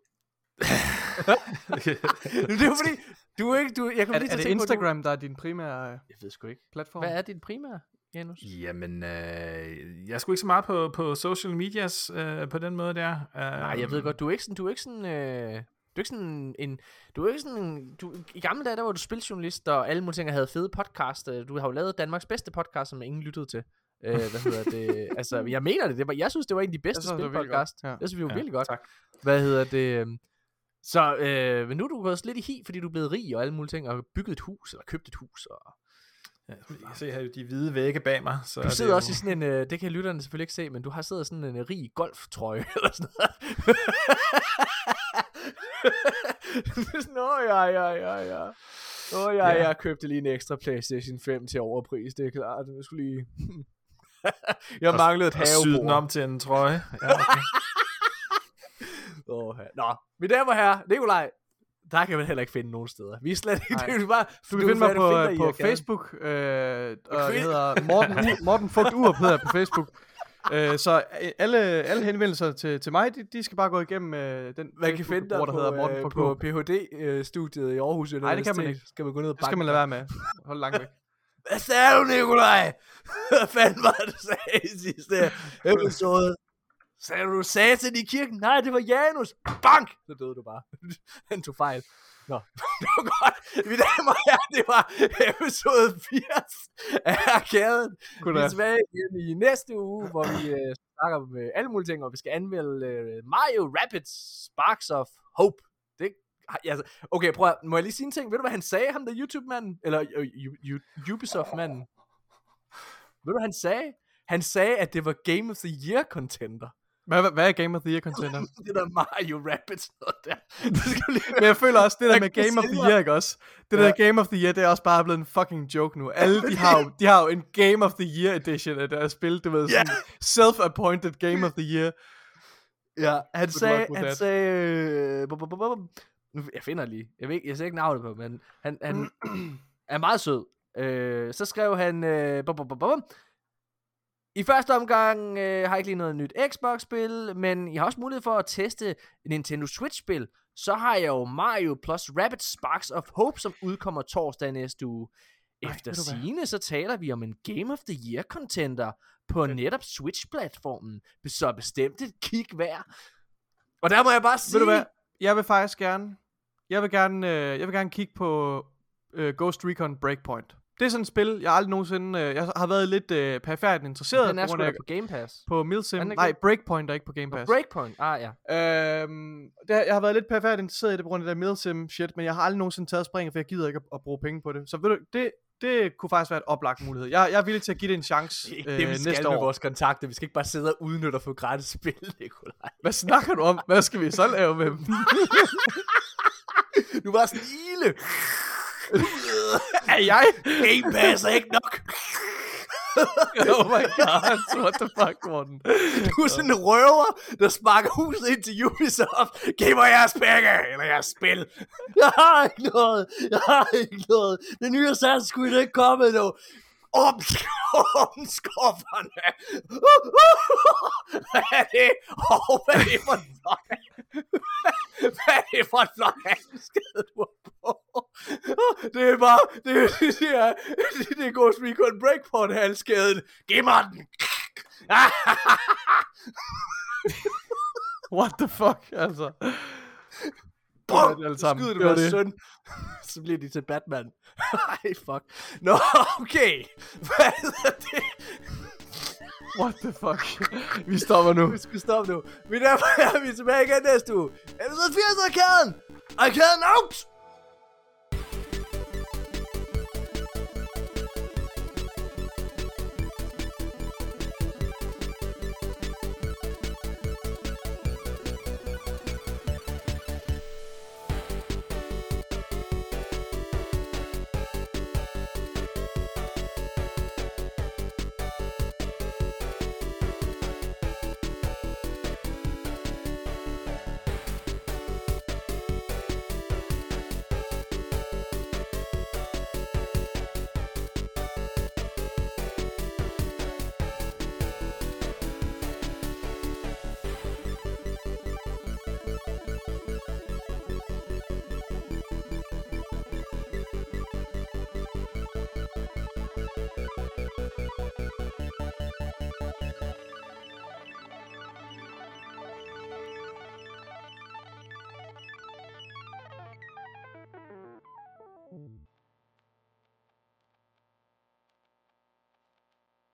Det er jo fordi, er det Instagram, der er din primære jeg ved sgu ikke. Platform? Hvad er din primære, Janus? Jamen, jeg er sgu ikke så meget på social medias på den måde der. Nej, jeg ved godt, du er ikke sådan i gamle dage, der var du spiljournalist, og alle mulige ting havde fede podcast. Du har jo lavet Danmarks bedste podcast, som ingen lyttede til. Hvad hedder det? Altså, jeg mener det. Jeg synes, det var en af de bedste spilpodcast. Ja. Det synes vi var virkelig godt. Tak. Hvad hedder det? Så, men nu er du gået lidt i hi, fordi du er blevet rig og alle mulige ting, og bygget et hus, eller købt et hus. Og jeg kan se her de hvide vægge bag mig. Så du sidder også i sådan en, det kan lytterne selvfølgelig ikke se, men du har siddet sådan en rig golftrøje, eller sådan noget. Jeg købte lige en ekstra PlayStation 5 til overpris, det er klart. Jeg skulle lige... jeg manglede et havebord. Syede den om til en trøje. Ja, okay. Nå, mine damer og herrer, Nikolaj, der kan man heller ikke finde nogen steder. Vi er slet ikke... Det er bare, du kan finde mig på Facebook, og jeg hedder Morten Fugt Urup hedder på Facebook. Så alle henvendelser til mig, de skal bare gå igennem den. Man kan finde dig på PhD-studiet i Aarhus Universitet. Nej, det kan man ikke. Skal man gå ned og det skal man lade være med. Hold langt væk. Hvad sagde du, Nikolaj? Hvad fanden var det, du sagde i sidste episode? Sagde du satan i kirken? Nej, det var Janus. Bank! Så døde du bare. Han tog fejl. Nå, det var godt. Mine damer og herrer, det var episode 80 af Arkaden. Vi er tilbage igen i næste uge, hvor vi snakker om alle mulige ting, og vi skal anmelde Mario Rabbids Sparks of Hope. Det, altså, okay, prøv at, må jeg lige sige en ting? Ved du, hvad han sagde, ham der YouTube-manden? Eller Ubisoft-manden? Ved du, hvad han sagde? Han sagde, at det var Game of the Year contender. Hvad er Game of the Year contender? Det der Mario Rabbids noget der. Men jeg føler også, det der med Game of the Year, ikke også? Det der Game of the Year, det er også bare blevet en fucking joke nu. Alle, de har jo en Game of the Year edition af deres spil, du ved, sådan self-appointed Game of the Year. Ja, han sagde, jeg finder lige, jeg ser ikke navnet på, men han er meget sød. Så skrev han, i første omgang har jeg ikke lige noget nyt Xbox-spil, men jeg har også mulighed for at teste Nintendo Switch-spil. Så har jeg jo Mario plus Rabbids Sparks of Hope, som udkommer torsdag næste uge. Efter sigende, så taler vi om en Game of the Year contender på netop Switch-platformen. Så bestemt et kig værd. Og der må jeg bare sige... Ved du hvad? Jeg vil faktisk gerne... Jeg vil gerne kigge på Ghost Recon Breakpoint. Det er sådan et spil, jeg aldrig nogensinde... jeg har været lidt perifært interesseret. Den er sgu da på Game Pass. På Milsim. Nej, Breakpoint er ikke på Game Pass. Breakpoint, ja. Jeg har været lidt perifært interesseret i det på grund af det Milsim shit, men jeg har aldrig nogensinde taget springet, for jeg gider ikke at bruge penge på det. Så ved du, det kunne faktisk være et oplagt mulighed. Jeg er villig til at give det en chance næste år. Det vi skal med vores kontakter. Vi skal ikke bare sidde og udnytte og få gratis spil, Nikolaj. Hvad snakker du om? Hvad skal vi så lave med dem? Du var sådan ile. Er jeg? Game Pass er ikke nok. Oh my god, what the fuck, Morten? Du er sådan en røver, der sparker huset ind til Ubisoft. Giv mig jeres penge, eller jeres spil. Jeg har ikke noget. Den nye Assassin's Creed er ikke kommet nu. Åbn skufferne. Hvad er det? Hvad er det for en løg? Hvad er det for en løgskade, du har på? Det er bare, det er Ghost Recon Breakpoint halskæden. Giv mig den. What the fuck, altså. Bum! Det Skyder du deres søn. Så bliver de til Batman. Ej, fuck. Nå, okay. Hvad er det? What the fuck? Vi stopper nu. Vi skal stoppe nu. Men derfor er vi tilbage igen næste uge. Episode 80 af Arkaden. Arkaden out!